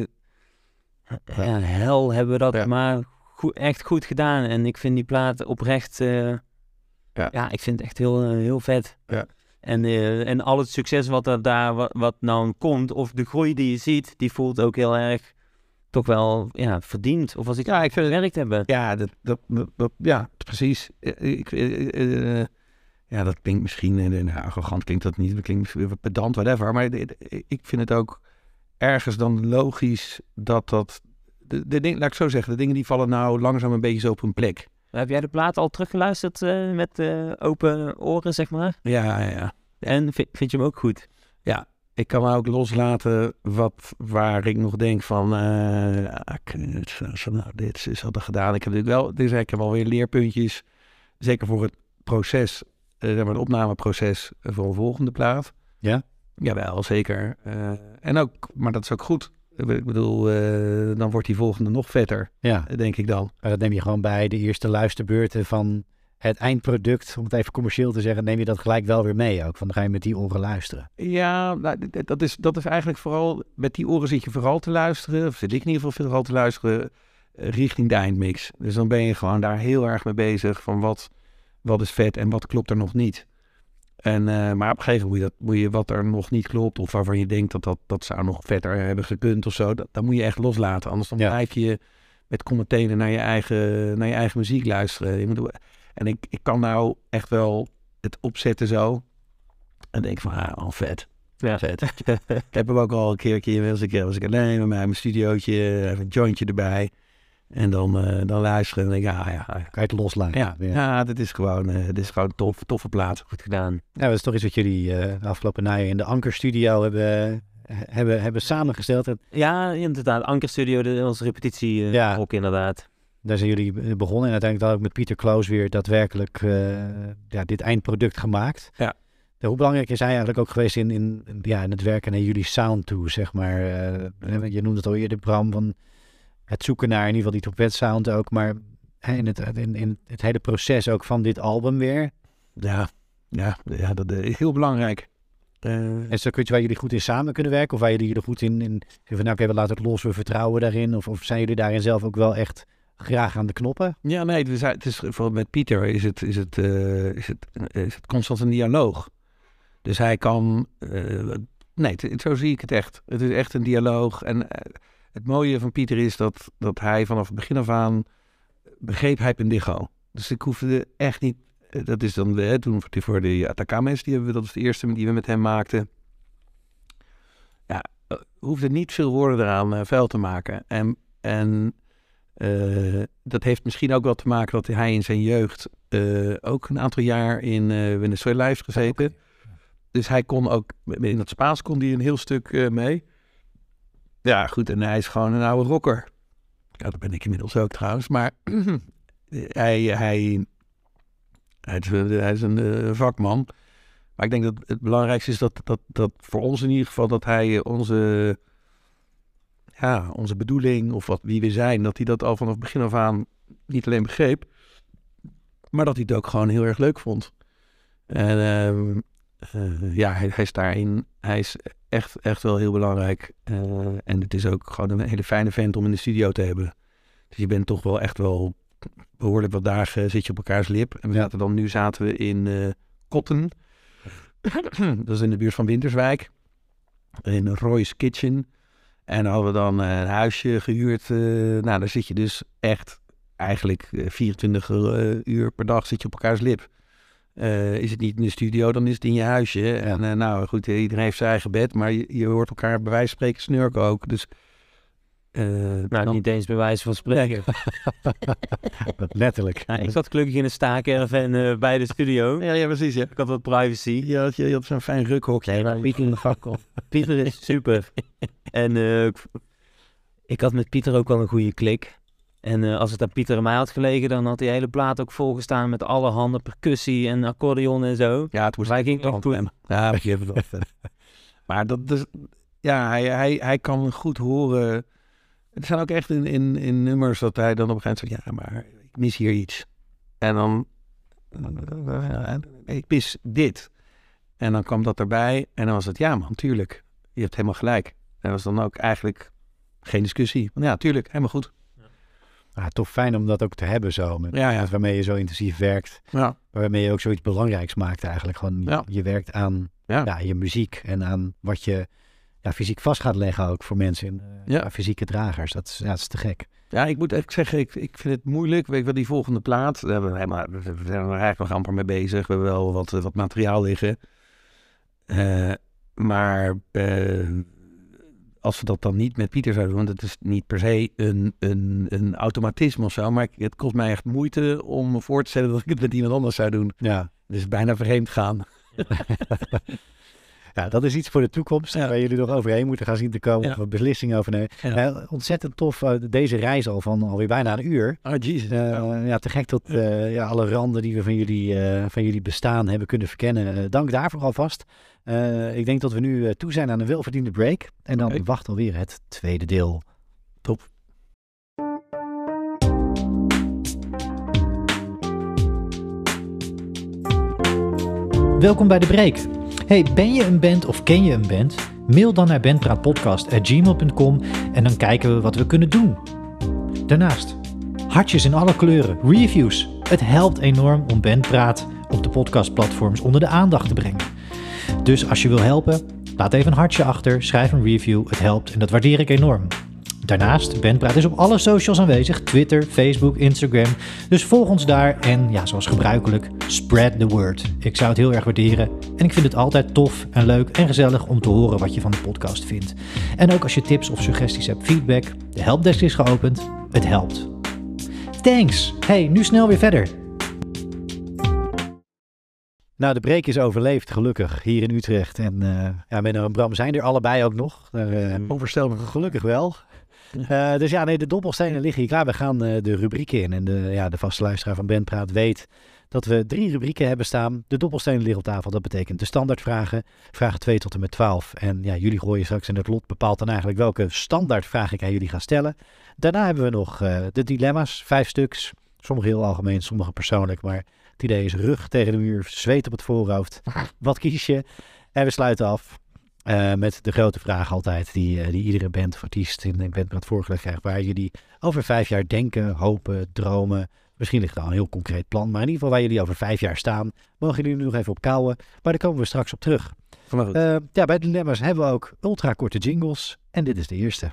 uh, ja, hel hebben we dat ja. maar goed, echt goed gedaan. En ik vind die plaat oprecht, uh, ja. ja, ik vind het echt heel, uh, heel vet. Ja. En, uh, en al het succes wat er daar, wat, wat nou komt, of de groei die je ziet, die voelt ook heel erg toch wel ja, verdiend. Of als ik, ja, ik vind het gewerkt hebben. Ja, dat, dat, dat, dat, ja precies. Ik, uh, uh, Ja, dat klinkt misschien, nou, arrogant klinkt dat niet, dat klinkt pedant, whatever. Maar ik vind het ook ergens dan logisch dat dat... De, de ding, laat ik zo zeggen, de dingen die vallen nou langzaam een beetje zo op hun plek. Heb jij de plaat al teruggeluisterd uh, met uh, open oren, zeg maar? Ja, ja, ja. En vind, vind je hem ook goed? Ja, ik kan me ook loslaten wat, waar ik nog denk van... Uh, kut, nou, dit is wat er gedaan. Ik heb natuurlijk wel, dus ik heb wel weer leerpuntjes, zeker voor het proces... Uh, het opnameproces voor een volgende plaat. Ja? Jawel, zeker. Uh, en ook, maar dat is ook goed. Ik bedoel, uh, dan wordt die volgende nog vetter, ja. denk ik dan. Maar dat neem je gewoon bij de eerste luisterbeurten van het eindproduct, om het even commercieel te zeggen, neem je dat gelijk wel weer mee ook. Van dan ga je met die oren luisteren. Ja, nou, dat, is, dat is eigenlijk vooral, met die oren zit je vooral te luisteren, of zit ik in ieder geval vooral te luisteren, uh, richting de eindmix. Dus dan ben je gewoon daar heel erg mee bezig van wat... Wat is vet en wat klopt er nog niet. En, uh, maar op een gegeven moment moet je, dat, moet je wat er nog niet klopt... of waarvan je denkt dat dat, dat zou nog vetter hebben gekund of zo... Dat, dat moet je echt loslaten. Anders dan ja. blijf je met commentaren naar je eigen, naar je eigen muziek luisteren. Ik bedoel, en ik, ik kan nou echt wel het opzetten zo... en denk van, ah, oh, vet. Ja. vet. Ik heb hem ook al een keertje... was ik, was ik alleen met mijn studiootje, even een jointje erbij... En dan, uh, dan luisteren en denk ik, ja, ja. Kan je het loslaten? Ja, ja. ja dit is gewoon, uh, dit is gewoon tof, toffe plaat. Goed gedaan. Ja, dat is toch iets wat jullie uh, de afgelopen najaar in de Anker Studio hebben, hebben, hebben samengesteld. Ja, inderdaad. Anker Studio, de, onze repetitie uh, ja. ook inderdaad. Daar zijn jullie begonnen en uiteindelijk dan ook met Pieter Kloos weer daadwerkelijk uh, ja, dit eindproduct gemaakt. Ja. Ja, hoe belangrijk is hij eigenlijk ook geweest in, in, ja, in het werken naar jullie sound toe, zeg maar. Uh, je noemde het al eerder, Bram, van het zoeken naar in ieder geval die trompet sound ook, maar in het, in, in het hele proces ook van dit album weer. Ja, ja, ja dat is heel belangrijk. Uh, is dat iets waar jullie goed in samen kunnen werken? Of waar jullie er goed in, in van nou oké, we laten het los, we vertrouwen daarin? Of, of zijn jullie daarin zelf ook wel echt graag aan de knoppen? Ja, nee, het is, het is vooral met Pieter is het, is, het, uh, is, het, is het constant een dialoog. Dus hij kan, uh, nee, t- zo zie ik het echt. Het is echt een dialoog. En uh, het mooie van Pieter is dat, dat hij vanaf het begin af aan begreep Hype Indigo. Dus ik hoefde echt niet, dat is dan de, toen voor de Atacama's, die hebben we, dat was de eerste die we met hem maakten. Ja, uh, hoefde niet veel woorden eraan uh, vuil te maken. En, en uh, dat heeft misschien ook wel te maken dat hij in zijn jeugd uh, ook een aantal jaar in uh, Venezuela heeft gezeten. Okay. Dus hij kon ook, in het Spaans kon hij een heel stuk uh, mee. Ja, goed, en hij is gewoon een oude rocker. Ja, dat ben ik inmiddels ook trouwens. Maar hij, hij, hij, is, hij is een uh, vakman. Maar ik denk dat het belangrijkste is dat, dat, dat voor ons in ieder geval, dat hij onze, ja, onze bedoeling of wat, wie we zijn, dat hij dat al vanaf begin af aan niet alleen begreep, maar dat hij het ook gewoon heel erg leuk vond. En uh, Uh, ja, hij, hij is daarin, hij is echt, echt wel heel belangrijk. Uh, en het is ook gewoon een hele fijne vent om in de studio te hebben. Dus je bent toch wel echt wel behoorlijk wat dagen zit je op elkaars lip. En we ja. zaten dan, nu zaten we in uh, Kotten. Dat is in de buurt van Winterswijk. In Roy's Kitchen. En dan hadden we dan uh, een huisje gehuurd. Uh, nou, daar zit je dus echt eigenlijk uh, vierentwintig uh, uur per dag zit je op elkaars lip. Uh, is het niet in de studio, dan is het in je huisje. Ja. En uh, nou goed, iedereen heeft zijn eigen bed, maar je, je hoort elkaar bij wijze van spreken snurken ook. Dus, uh, nou, dan... niet eens bij wijze van spreken. Letterlijk. Ja, ik zat gelukkig in een staakerven uh, bij de studio. Ja, ja, precies. Ja. Ik had wat privacy. Je had, je, je had zo'n fijn rukhokje. Nee, maar Pieter in de fakkel. Pieter is super. En uh, ik had met Pieter ook wel een goede klik. En uh, als het aan Pieter en mij had gelegen, dan had die hele plaat ook volgestaan met allerhande percussie en accordeon en zo. Ja, het moest wij ging nog toe. Ja, ik heb het wel vet. Maar dat is, ja, hij, hij, hij kan goed horen. Er zijn ook echt in, in, in nummers dat hij dan op een gegeven moment zegt, ja, maar ik mis hier iets. En dan, uh, ik mis dit. En dan kwam dat erbij en dan was het, ja man, tuurlijk. Je hebt helemaal gelijk. En dat was dan ook eigenlijk geen discussie. Want ja, tuurlijk, helemaal goed. Ah, toch fijn om dat ook te hebben zo. Met, ja, ja. met waarmee je zo intensief werkt. Ja. Waarmee je ook zoiets belangrijks maakt eigenlijk. Gewoon ja. je werkt aan ja. Ja, je muziek. En aan wat je ja, fysiek vast gaat leggen ook voor mensen. In, uh, ja. fysieke dragers. Dat is, ja, dat is te gek. Ja, ik moet echt zeggen, ik, ik vind het moeilijk. Weet je wel, die volgende plaat. Daar hebben we, helemaal, we zijn er eigenlijk nog amper mee bezig. We hebben wel wat, wat materiaal liggen. Uh, maar... Uh, als we dat dan niet met Pieter zouden doen, want het is niet per se een, een, een automatisme of zo, maar het kost mij echt moeite om me voor te stellen dat ik het met iemand anders zou doen. Ja. Dus bijna vreemd gaan. Ja, dat is iets voor de toekomst, ja. Waar jullie nog overheen moeten gaan zien te komen, ja. Of beslissingen over nemen. Ja. Uh, ontzettend tof, uh, deze reis al van alweer bijna een uur. Oh, jezus. Uh, ja. ja, te gek tot uh, ja, alle randen die we van jullie, uh, van jullie bestaan hebben kunnen verkennen. Uh, dank daarvoor alvast. Uh, ik denk dat we nu uh, toe zijn aan een welverdiende break. En dan okay. wacht alweer het tweede deel. Top. Welkom bij de break. Hey, ben je een band of ken je een band? Mail dan naar bandpraatpodcast at gmail dot com en dan kijken we wat we kunnen doen. Daarnaast, hartjes in alle kleuren, reviews. Het helpt enorm om Bandpraat op de podcastplatforms onder de aandacht te brengen. Dus als je wil helpen, laat even een hartje achter, schrijf een review, het helpt en dat waardeer ik enorm. Daarnaast, Bandpraat is op alle socials aanwezig, Twitter, Facebook, Instagram. Dus volg ons daar en ja, zoals gebruikelijk, spread the word. Ik zou het heel erg waarderen en ik vind het altijd tof en leuk en gezellig om te horen wat je van de podcast vindt. En ook als je tips of suggesties hebt, feedback, de helpdesk is geopend, het helpt. Thanks. Hey, nu snel weer verder. Nou, de break is overleefd, gelukkig, hier in Utrecht. En uh, ja, Menno en Bram zijn er allebei ook nog. Uh, Onvoorstelbaar. Gelukkig wel. Uh, dus ja, nee, de dobbelstenen liggen hier klaar. We gaan uh, de rubrieken in. En de, ja, de vaste luisteraar van Bandpraat weet dat we drie rubrieken hebben staan. De dobbelstenen liggen op tafel. Dat betekent de standaardvragen. Vragen twee tot en met twaalf. En ja, jullie gooien straks en het lot bepaalt dan eigenlijk welke standaardvraag ik aan jullie ga stellen. Daarna hebben we nog uh, de dilemma's. Vijf stuks. Sommige heel algemeen, sommige persoonlijk. Maar het idee is rug tegen de muur, zweet op het voorhoofd. Wat kies je? En we sluiten af uh, met de grote vraag altijd. Die, uh, die iedere band of artiest in een Bandpraat voorgelegd krijgt. Waar jullie over vijf jaar denken, hopen, dromen. Misschien ligt er al een heel concreet plan. Maar in ieder geval waar jullie over vijf jaar staan. Mogen jullie nu nog even op kouwen. Maar daar komen we straks op terug. Uh, ja, bij de dilemma's hebben we ook ultra korte jingles. En dit is de eerste.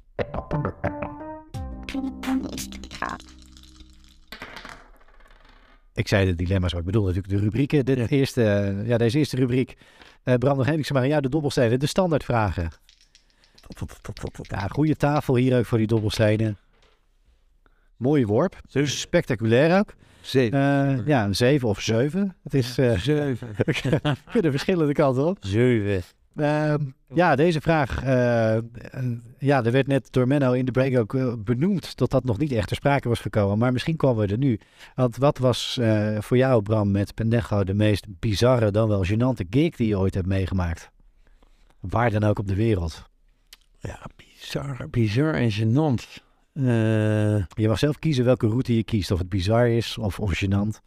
Ik zei de dilemma's, maar ik bedoel natuurlijk de rubrieken. De eerste, uh, ja, deze eerste rubriek. Uh, Bram, nog even maar ja, de dobbelstenen, de standaardvragen. Ja, goede tafel hier ook voor die dobbelstenen. Mooie worp. Dus spectaculair ook. Zeven. Uh, ja, een zeven of zeven. Het is uh, zeven. kunnen verschillende kanten op. Zeven. Uh, ja, deze vraag. Uh, uh, ja, er werd net door Menno in de break ook uh, benoemd dat dat nog niet echt ter sprake was gekomen. Maar misschien komen we er nu. Want wat was uh, voor jou, Bram, met Pendejo de meest bizarre, dan wel gênante gig die je ooit hebt meegemaakt? Waar dan ook op de wereld. Ja, bizar, bizar en gênant. Uh... Je mag zelf kiezen welke route je kiest. Of het bizar is of, of gênant.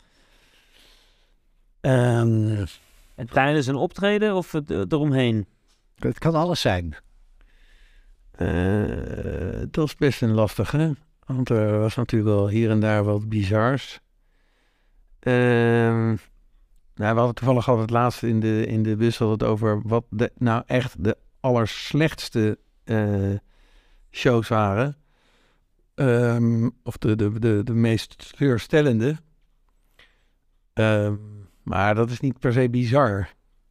Um... En tijdens een optreden of het, uh, eromheen? Het kan alles zijn. Uh, dat is best een lastige. Want er was natuurlijk wel hier en daar wat bizars. Uh, nou, we hadden toevallig al het laatste in de, in de bus het over wat de, nou echt de allerslechtste uh, shows waren. Um, of de, de, de, de meest teleurstellende. Um, Maar dat is niet per se bizar.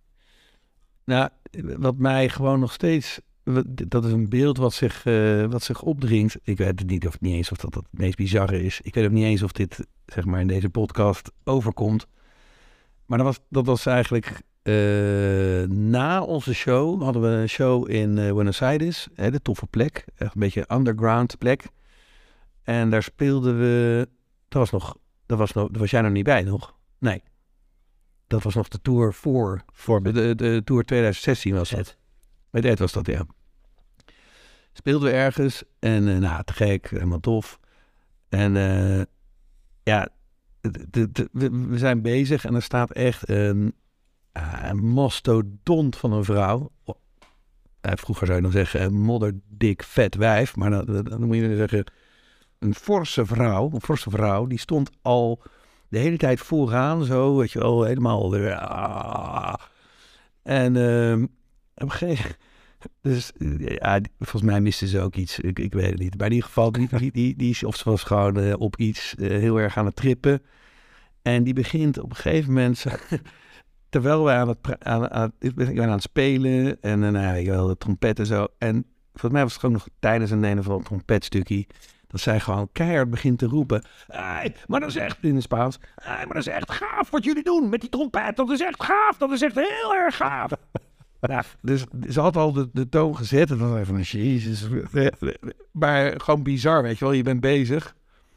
Nou, wat mij gewoon nog steeds... Dat is een beeld wat zich, uh, wat zich opdringt. Ik weet het niet, of het niet eens of dat het meest bizarre is. Ik weet ook niet eens of dit, zeg maar, in deze podcast overkomt. Maar dat was, dat was eigenlijk... Uh, na onze show hadden we een show in uh, Buenos Aires. Hè, de toffe plek. Echt een beetje een underground plek. En daar speelden we... Dat was nog... Dat was, nog, daar was jij nog niet bij nog? Nee. Dat was nog de tour voor, voor de, de, de tour twintig zestien was dat. Met Ed was dat, ja. Speelden we ergens en uh, nou, te gek, helemaal tof. En uh, ja, de, de, de, we, we zijn bezig en er staat echt een, uh, een mastodont van een vrouw. Oh, uh, vroeger zou je dan zeggen een modderdik vet wijf, maar dan, dan, dan moet je dan zeggen een forse vrouw. Een forse vrouw, die stond al... De hele tijd vooraan, zo, weet je wel, helemaal... Uh, en uh, op een gegeven dus ja, volgens mij miste ze ook iets, ik, ik weet het niet. Maar in ieder geval, die, die, die, die, of ze was gewoon uh, op iets uh, heel erg aan het trippen. En die begint op een gegeven moment, terwijl wij aan het, aan, aan, ik ben aan het spelen en uh, nou, weet je wel, de trompet en zo. En volgens mij was het gewoon nog tijdens een een of ander trompetstukje... Dat zij gewoon keihard begint te roepen. Hey, maar dat is echt, in het Spaans. Hey, maar dat is echt gaaf wat jullie doen met die trompet. Dat is echt gaaf. Dat is echt heel erg gaaf. Nou, dus ze had al de, de toon gezet. En dan was van, jezus. Maar gewoon bizar, weet je wel. Je bent bezig.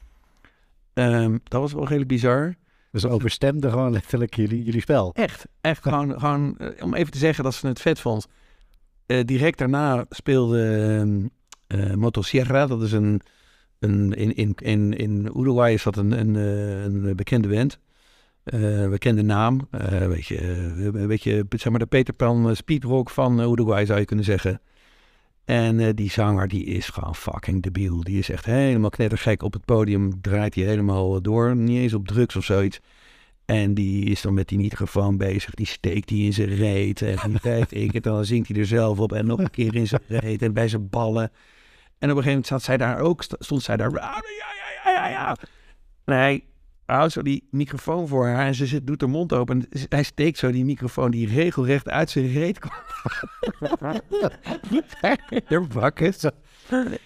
Um, dat was wel redelijk bizar. Dus ze overstemde gewoon letterlijk jullie, jullie spel. Echt. Echt gewoon, gewoon, uh, om even te zeggen dat ze het vet vond. Uh, direct daarna speelde uh, uh, Motosierra. Dat is een... Een, in, in, in, in Uruguay is dat een, een, een bekende band. Uh, een bekende naam. Uh, weet je, een beetje, zeg maar de Peter Pan speedrock van Uruguay zou je kunnen zeggen. En uh, die zanger die is gewoon fucking debiel. Die is echt helemaal knettergek op het podium. Draait hij helemaal door. Niet eens op drugs of zoiets. En die is dan met die microfoon bezig. Die steekt hij in zijn reet. En die kijkt ik. En dan zingt hij er zelf op. En nog een keer in zijn reet. En bij zijn ballen. En op een gegeven moment zat zij daar ook, stond zij daar, ja, ja, ja, ja, ja. En hij houdt zo die microfoon voor haar en ze zit, doet haar mond open. En hij steekt zo die microfoon die regelrecht uit zijn reet kwam. Er wakker.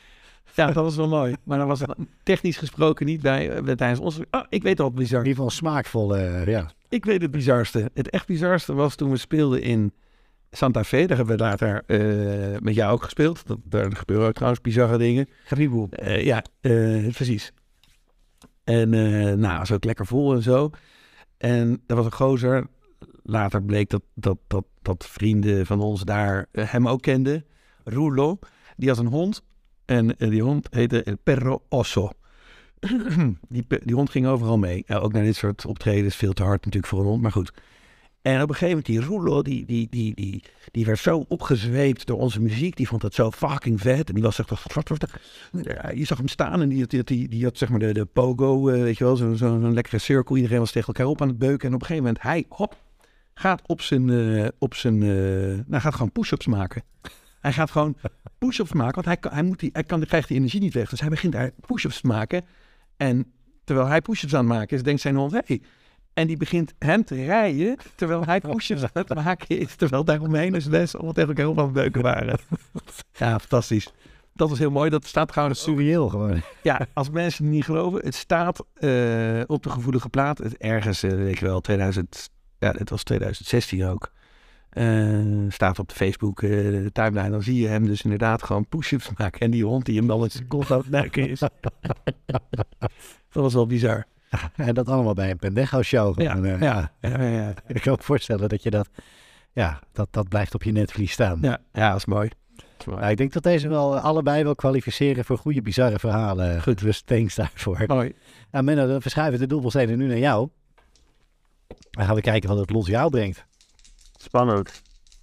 Ja, dat was wel mooi. Maar dan was het technisch gesproken niet bij, bij tijdens ons. Oh, ik weet al het In bizar. ieder geval smaakvol, uh, ja. Ik weet het bizarste. Het echt bizarste was toen we speelden in Santa Fe. Daar hebben we later uh, met jou ook gespeeld. Dat, daar gebeuren ook trouwens bizarre dingen. Gariboel. Uh, ja, uh, precies. En uh, nou, was ook lekker vol en zo. En er was een gozer. Later bleek dat, dat, dat, dat vrienden van ons daar uh, hem ook kenden. Rulo. Die had een hond. En uh, die hond heette El Perro Oso. die, die hond ging overal mee. Uh, ook naar dit soort optredens. Veel te hard natuurlijk voor een hond, maar goed. En op een gegeven moment die Rulo, die, die, die, die, die werd zo opgezweept door onze muziek. Die vond het zo fucking vet. En die was echt... Je zag hem staan en die, die, die, die had zeg maar de, de pogo, uh, weet je wel. Zo'n zo, zo lekkere cirkel. Iedereen was tegen elkaar op aan het beuken. En op een gegeven moment, hij, hop, gaat op zijn... Uh, op zijn uh, nou, gaat gewoon push-ups maken. Hij gaat gewoon push-ups maken, want hij, kan, hij, moet die, hij, kan, hij krijgt die energie niet weg. Dus hij begint daar push-ups te maken. En terwijl hij push-ups aan het maken is, denkt zijn hond, hé. Hey. En die begint hem te rijden, terwijl hij push-ups aan het maken is. Terwijl daaromheen is les allemaal tegen elkaar op aan het beuken waren. Ja, fantastisch. Dat was heel mooi. Dat staat trouwens... Surreëel gewoon. Ja, als mensen het niet geloven. Het staat uh, op de gevoelige plaat. Het ergens, uh, weet je wel, tweeduizend... Ja, het was tweeduizend zestien ook. Uh, staat op de Facebook uh, de timeline, dan zie je hem dus inderdaad gewoon push-ups maken. En die hond die hem dan in zijn kont aan het neuken is. Dat was wel bizar. Ja, en dat allemaal bij een Pendejo show. Ja, uh, ja, ja, ja, ja. Ik kan me voorstellen dat je dat, ja, dat, dat blijft op je netvlies staan. Ja, ja, dat is mooi. Dat is mooi. Ja, ik denk dat deze wel allebei wel kwalificeren voor goede bizarre verhalen. Goed, dus thanks daarvoor. Mooi. Nou Menno, dan verschuiven de dobbelstenen nu naar jou. Dan gaan we kijken wat het lot jou brengt. Spannend.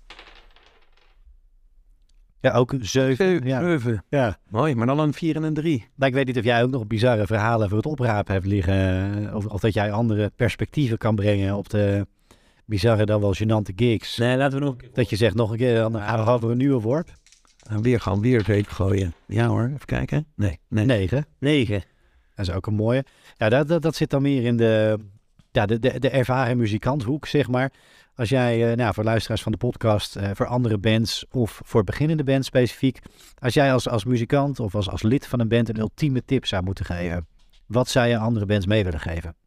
Ja, ook zeven. Ja. Zeven. Ja. Mooi, maar dan een vier en een drie. Maar ik weet niet of jij ook nog bizarre verhalen voor het oprapen hebt liggen. Of, of dat jij andere perspectieven kan brengen op de bizarre dan wel gênante gigs. Nee, laten we nog... Dat je zegt nog een keer, dan gaan we over een nieuwe worp. En weer gewoon weer zeep gooien. Ja hoor, even kijken. Nee, nee. Negen. Negen. Dat is ook een mooie. Ja, dat, dat, dat zit dan meer in de, ja, de, de, de ervaren muzikanthoek, zeg maar. Als jij, uh, nou, voor luisteraars van de podcast, uh, voor andere bands of voor beginnende bands specifiek. Als jij als, als muzikant of als, als lid van een band een ultieme tip zou moeten geven. Wat zou je andere bands mee willen geven?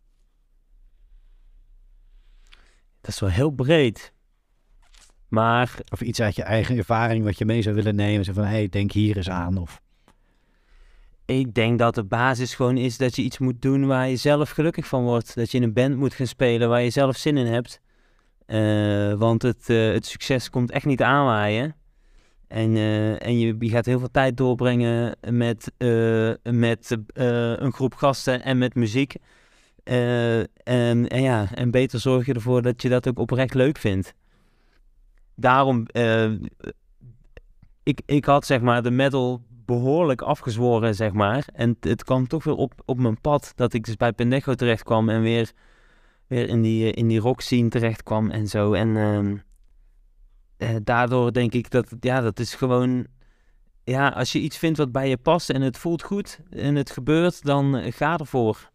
Dat is wel heel breed. Maar... Of iets uit je eigen ervaring wat je mee zou willen nemen. Zo van, hé, hey, denk hier eens aan. Of... Ik denk dat de basis gewoon is dat je iets moet doen waar je zelf gelukkig van wordt. Dat je in een band moet gaan spelen waar je zelf zin in hebt. Uh, want het, uh, het succes komt echt niet aanwaaien. En, uh, en je, je gaat heel veel tijd doorbrengen met, uh, met uh, een groep gasten en met muziek. Uh, en, en ja, en beter zorg je ervoor dat je dat ook oprecht leuk vindt. Daarom, uh, ik, ik had zeg maar de metal behoorlijk afgezworen, zeg maar. En t- het kwam toch weer op, op mijn pad dat ik dus bij Pendejo terecht kwam en weer, weer in die, in die rock scene terecht kwam en zo. En uh, uh, daardoor denk ik dat, ja, dat is gewoon... Ja, als je iets vindt wat bij je past en het voelt goed en het gebeurt, dan uh, ga ervoor.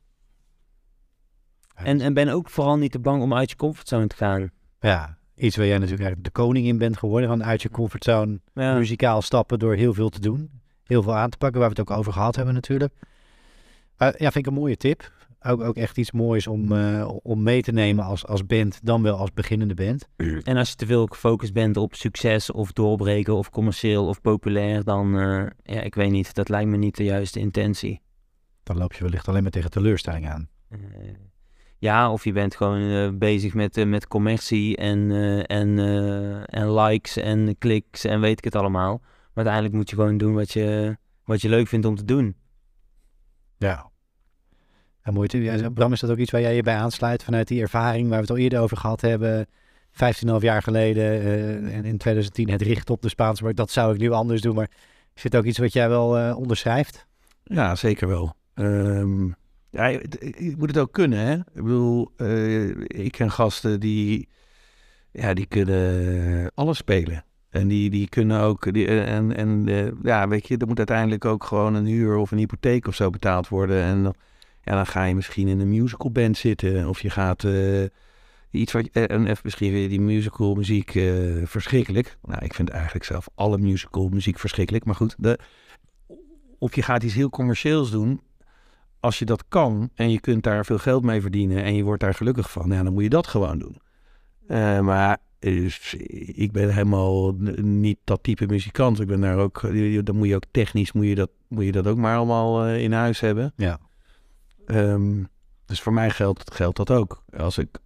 En, en ben ook vooral niet te bang om uit je comfortzone te gaan. Ja, iets waar jij natuurlijk eigenlijk de koning in bent geworden. Van uit je comfortzone Ja. muzikaal stappen door heel veel te doen. Heel veel aan te pakken, waar we het ook over gehad hebben natuurlijk. Uh, ja, vind ik een mooie tip. Ook, ook echt iets moois om, uh, om mee te nemen als, als band, dan wel als beginnende band. En als je te veel gefocust bent op succes of doorbreken of commercieel of populair, dan, uh, ja, ik weet niet, dat lijkt me niet de juiste intentie. Dan loop je wellicht alleen maar tegen teleurstelling aan. Uh, ja, of je bent gewoon uh, bezig met, uh, met commercie en, uh, en, uh, en likes en kliks en weet ik het allemaal. Maar uiteindelijk moet je gewoon doen wat je, wat je leuk vindt om te doen. Ja. En moeite. Ja, Bram, is dat ook iets waar jij je bij aansluit vanuit die ervaring waar we het al eerder over gehad hebben? vijftien komma vijf jaar geleden uh, en in twintig tien het richten op de Spaanse markt. Dat zou ik nu anders doen, maar is dit ook iets wat jij wel uh, onderschrijft? Ja, zeker wel. Um, ja, je, je moet het ook kunnen, hè. Ik bedoel, uh, ik ken gasten die, ja, die kunnen alles spelen. En die, die kunnen ook, die, en, en uh, ja, weet je, er moet uiteindelijk ook gewoon een huur of een hypotheek of zo betaald worden. En dan, ja, dan ga je misschien in een musicalband zitten. Of je gaat uh, iets wat, uh, en even misschien vind je die musical muziek uh, verschrikkelijk. Nou, ik vind eigenlijk zelf alle musical muziek verschrikkelijk. Maar goed, de, of je gaat iets heel commercieels doen. Als je dat kan en je kunt daar veel geld mee verdienen en je wordt daar gelukkig van, ja, dan moet je dat gewoon doen. Uh, maar dus, ik ben helemaal niet dat type muzikant. Ik ben daar ook, dan moet je ook technisch, moet je dat, moet je dat ook maar allemaal uh, in huis hebben. Ja. Um, dus voor mij geldt, geldt dat ook. Als ik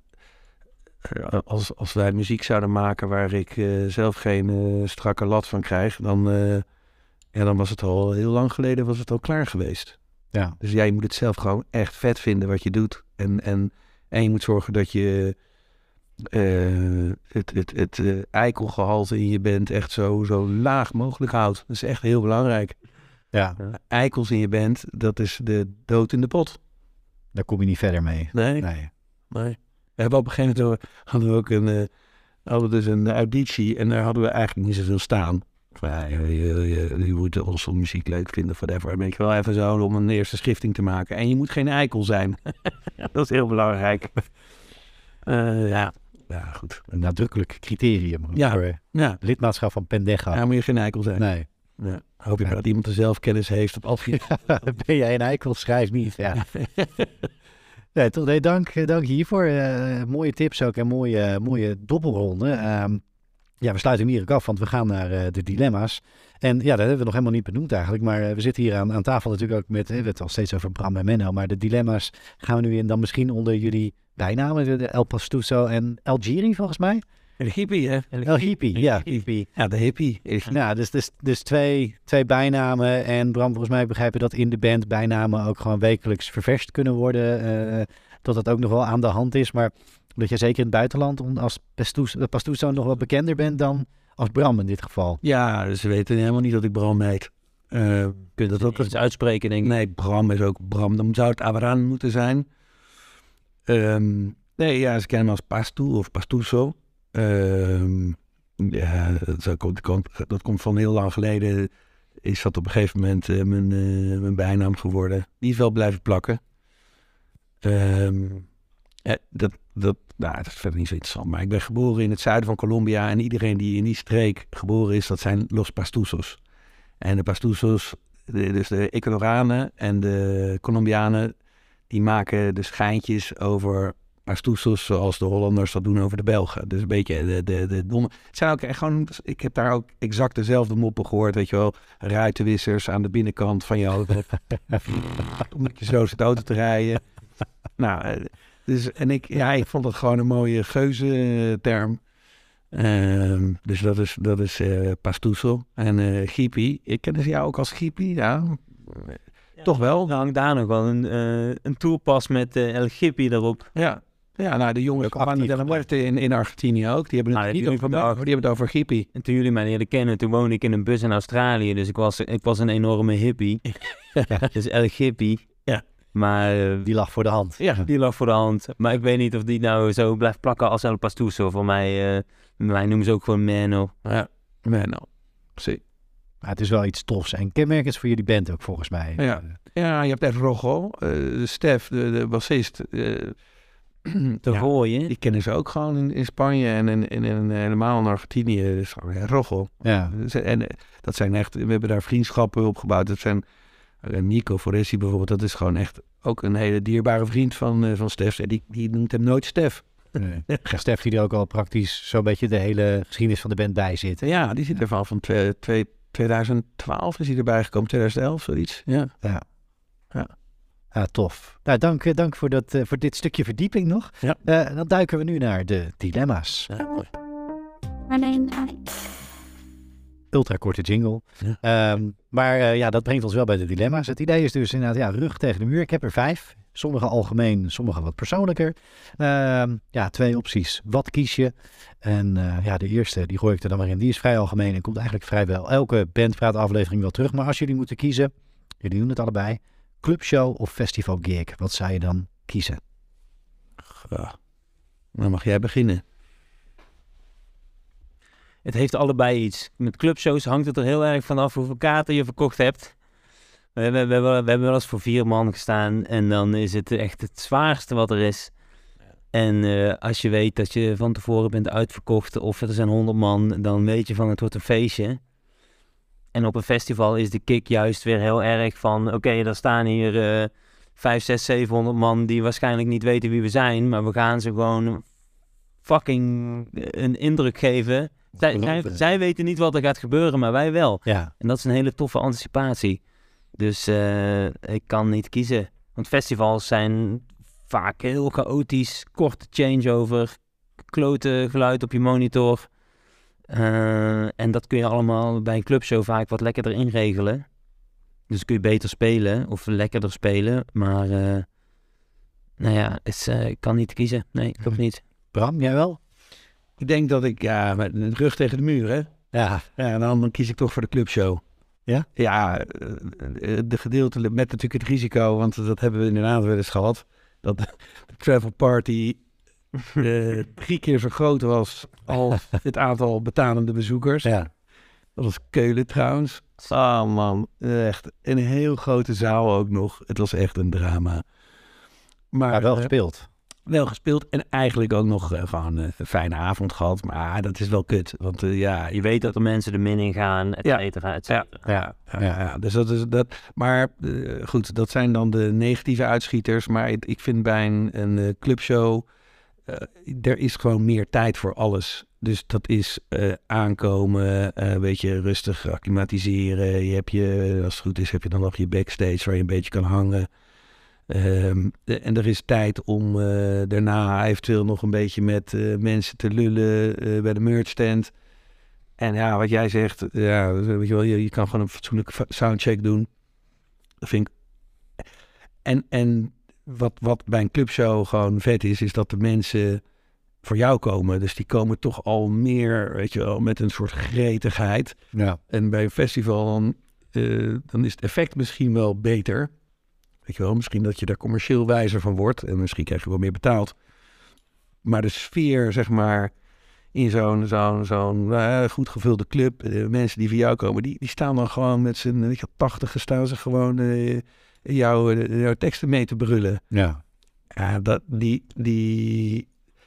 Als, als wij muziek zouden maken waar ik uh, zelf geen uh, strakke lat van krijg, dan, uh, ja, dan was het al heel lang geleden was het al klaar geweest. Ja. Dus ja, je moet het zelf gewoon echt vet vinden wat je doet. En, en, en je moet zorgen dat je uh, het, het, het uh, eikelgehalte in je band echt zo, zo laag mogelijk houdt. Dat is echt heel belangrijk. Ja. Eikels in je band, dat is de dood in de pot. Daar kom je niet verder mee. Nee. Nee. nee. We hebben op een gegeven moment hadden we ook een, uh, hadden dus een auditie en daar hadden we eigenlijk niet zoveel staan. Ja, je, je, je, je moet onze muziek leuk vinden, whatever. Weet je wel, even zo om een eerste schifting te maken. En je moet geen eikel zijn. Dat is heel belangrijk. Uh, ja. ja, goed. Een nadrukkelijk criterium ja. voor ja. lidmaatschap van Pendejo. Ja, moet je geen eikel zijn. Nee. Ja. Hoop je ja. dat iemand er zelf kennis heeft op Alfie. Ja, ben jij een eikel? Schrijf niet. Ja. Nee, toch, nee, dank, dank hiervoor. Uh, mooie tips ook en mooie, mooie dobbelronde. Um, ja, we sluiten hem hier ook af, want we gaan naar uh, de dilemma's. En ja, dat hebben we nog helemaal niet benoemd eigenlijk. Maar uh, we zitten hier aan, aan tafel natuurlijk ook met, we hebben het al steeds over Bram en Menno. Maar de dilemma's gaan we nu in dan misschien onder jullie bijnamen. De El Pastuso en El Giri volgens mij. De hippie, hè? El Hippie, ja. Hippie. Ja, de hippie. Nou, dus, dus, dus twee, twee bijnamen. En Bram, volgens mij begrijpen dat in de band bijnamen ook gewoon wekelijks ververst kunnen worden. Uh, dat dat ook nog wel aan de hand is. Maar dat je zeker in het buitenland als Pastuso nog wat bekender bent dan als Bram in dit geval. Ja, dus ze weten helemaal niet dat ik Bram heet. Uh, kun je dat ook eens uitspreken, denk ik? Nee, Bram is ook Bram. Dan zou het Abraham moeten zijn. Um, nee, ja, ze kennen me als Pastu of Pastuso. Uh, ja, dat komt, dat komt van heel lang geleden. Is dat op een gegeven moment uh, mijn, uh, mijn bijnaam geworden. Die is wel blijven plakken. Um, ja, dat, dat, nou, dat is verder niet zo interessant. Maar ik ben geboren in het zuiden van Colombia. En iedereen die in die streek geboren is, dat zijn Los Pastusos. En de Pastusos, de, dus de Ecuadorianen en de Colombianen, die maken dus geintjes over Pastusos zoals de Hollanders dat doen over de Belgen. Dus een beetje de, de, de domme... Het zijn ook echt gewoon... Ik heb daar ook exact dezelfde moppen gehoord, weet je wel. Ruitenwissers aan de binnenkant van je auto. Omdat je zo zit auto te rijden. Nou, dus... En ik... Ja, ik vond dat gewoon een mooie geuze-term. Uh, dus dat is, dat is uh, Pastuso. En uh, Gippie. Ik ken ze jou ook als Gippie, ja. Ja, toch wel. Er hangt daar nog wel een, uh, een tourpas met uh, El Gippie erop. Ja. Ja, nou, de jongens van Juan de la Muerte in, in Argentinië ook. Die hebben het nou, niet over België, die hebben het over hippie. En toen jullie mij leren kennen, toen woonde ik in een bus in Australië. Dus ik was, ik was een enorme hippie. Ja, dus El Gippie. Ja. Maar uh, die lag voor de hand. Ja, die lag voor de hand. Maar ik weet niet of die nou zo blijft plakken als El Pastuso. Voor mij, uh, mij noemen ze ook gewoon Menno. Ja, Menno. Zie. Maar het is wel iets tofs en kenmerkends voor jullie band ook volgens mij. Ja, ja je hebt echt Rojo, uh, Stef, de, de bassist. Uh, te ja, gooien. Die kennen ze ook gewoon in, in Spanje en, in, in, in, helemaal in Argentinië. Dus ja, Rojo. Ja. En dat zijn echt, we hebben daar vriendschappen opgebouwd. Dat zijn uh, Nico Foresi bijvoorbeeld, dat is gewoon echt ook een hele dierbare vriend van, uh, van Stef. En die, die noemt hem nooit Stef. Nee. Stef die er ook al praktisch zo'n beetje de hele geschiedenis van de band bij zit. Ja, die zit ja. er van, van twee, twee, twintig twaalf is hij erbij gekomen, twintig elf zoiets. Ja. Ja. Ja. Ah, tof. Nou, dank, dank voor, dat, uh, voor dit stukje verdieping nog. Ja. Uh, dan duiken we nu naar de dilemma's. Ja. Ultrakorte jingle. Ja. Um, maar uh, ja, dat brengt ons wel bij de dilemma's. Het idee is dus inderdaad, ja, rug tegen de muur. Ik heb er vijf. Sommige algemeen, sommige wat persoonlijker. Uh, ja, twee opties. Wat kies je? En uh, ja, de eerste, die gooi ik er dan maar in. Die is vrij algemeen en komt eigenlijk vrijwel elke bandpraataflevering wel terug. Maar als jullie moeten kiezen, jullie doen het allebei. Clubshow of festival gig? Wat zou je dan kiezen? Ja. Dan mag jij beginnen. Het heeft allebei iets. Met clubshows hangt het er heel erg vanaf hoeveel kaarten je verkocht hebt. We hebben, we, hebben, we hebben wel eens voor vier man gestaan en dan is het echt het zwaarste wat er is. En uh, als je weet dat je van tevoren bent uitverkocht of er zijn honderd man, dan weet je van het wordt een feestje. En op een festival is de kick juist weer heel erg van... Oké, okay, er staan hier uh, vijf, zes, zevenhonderd man die waarschijnlijk niet weten wie we zijn. Maar we gaan ze gewoon fucking een indruk geven. Zij, zij, zij weten niet wat er gaat gebeuren, maar wij wel. Ja. En dat is een hele toffe anticipatie. Dus uh, ik kan niet kiezen. Want festivals zijn vaak heel chaotisch. Korte changeover. Klote geluid op je monitor. Uh, en dat kun je allemaal bij een clubshow vaak wat lekkerder inregelen. Dus kun je beter spelen of lekkerder spelen. Maar uh, nou ja, is, uh, ik kan niet kiezen. Nee, toch niet. Bram, jij wel? Ik denk dat ik, ja, met de rug tegen de muur, hè. Ja. Ja, dan, dan kies ik toch voor de clubshow. Ja? Ja, de gedeelte met natuurlijk het risico, want dat hebben we inderdaad wel eens gehad. Dat de travel party uh, drie keer zo groot was als het aantal betalende bezoekers. Ja. Dat was Keulen trouwens. Ah man, echt een heel grote zaal ook nog. Het was echt een drama. Maar ja, wel uh, gespeeld. Wel gespeeld en eigenlijk ook nog uh, gewoon uh, een fijne avond gehad. Maar dat is wel kut. Want uh, ja, je weet dat er mensen de min in gaan, et cetera, et cetera. Ja, ja, ja, ja. Dus dat is dat. Maar uh, goed, dat zijn dan de negatieve uitschieters. Maar ik, ik vind bij een, een uh, clubshow, uh, er is gewoon meer tijd voor alles. Dus dat is uh, aankomen, uh, een beetje rustig acclimatiseren. Je hebt je, als het goed is, heb je dan nog je backstage waar je een beetje kan hangen. Um, de, en er is tijd om uh, daarna eventueel nog een beetje met uh, mensen te lullen uh, bij de merchstand. En ja, wat jij zegt, ja, weet je wel, je, je kan gewoon een fatsoenlijke soundcheck doen. Dat vind ik. En, en wat, wat bij een clubshow gewoon vet is, is dat de mensen voor jou komen. Dus die komen toch al meer, weet je wel, met een soort gretigheid. Ja. En bij een festival dan, uh, dan is het effect misschien wel beter. Weet je wel, misschien dat je daar commercieel wijzer van wordt. En misschien krijg je wel meer betaald. Maar de sfeer, zeg maar, in zo'n zo'n zo'n uh, goed gevulde club. Uh, mensen die voor jou komen, die, die staan dan gewoon met z'n, weet je, tachtig staan ze gewoon uh, jouw, uh, jouw teksten mee te brullen. Ja. Ja, dat, die, die...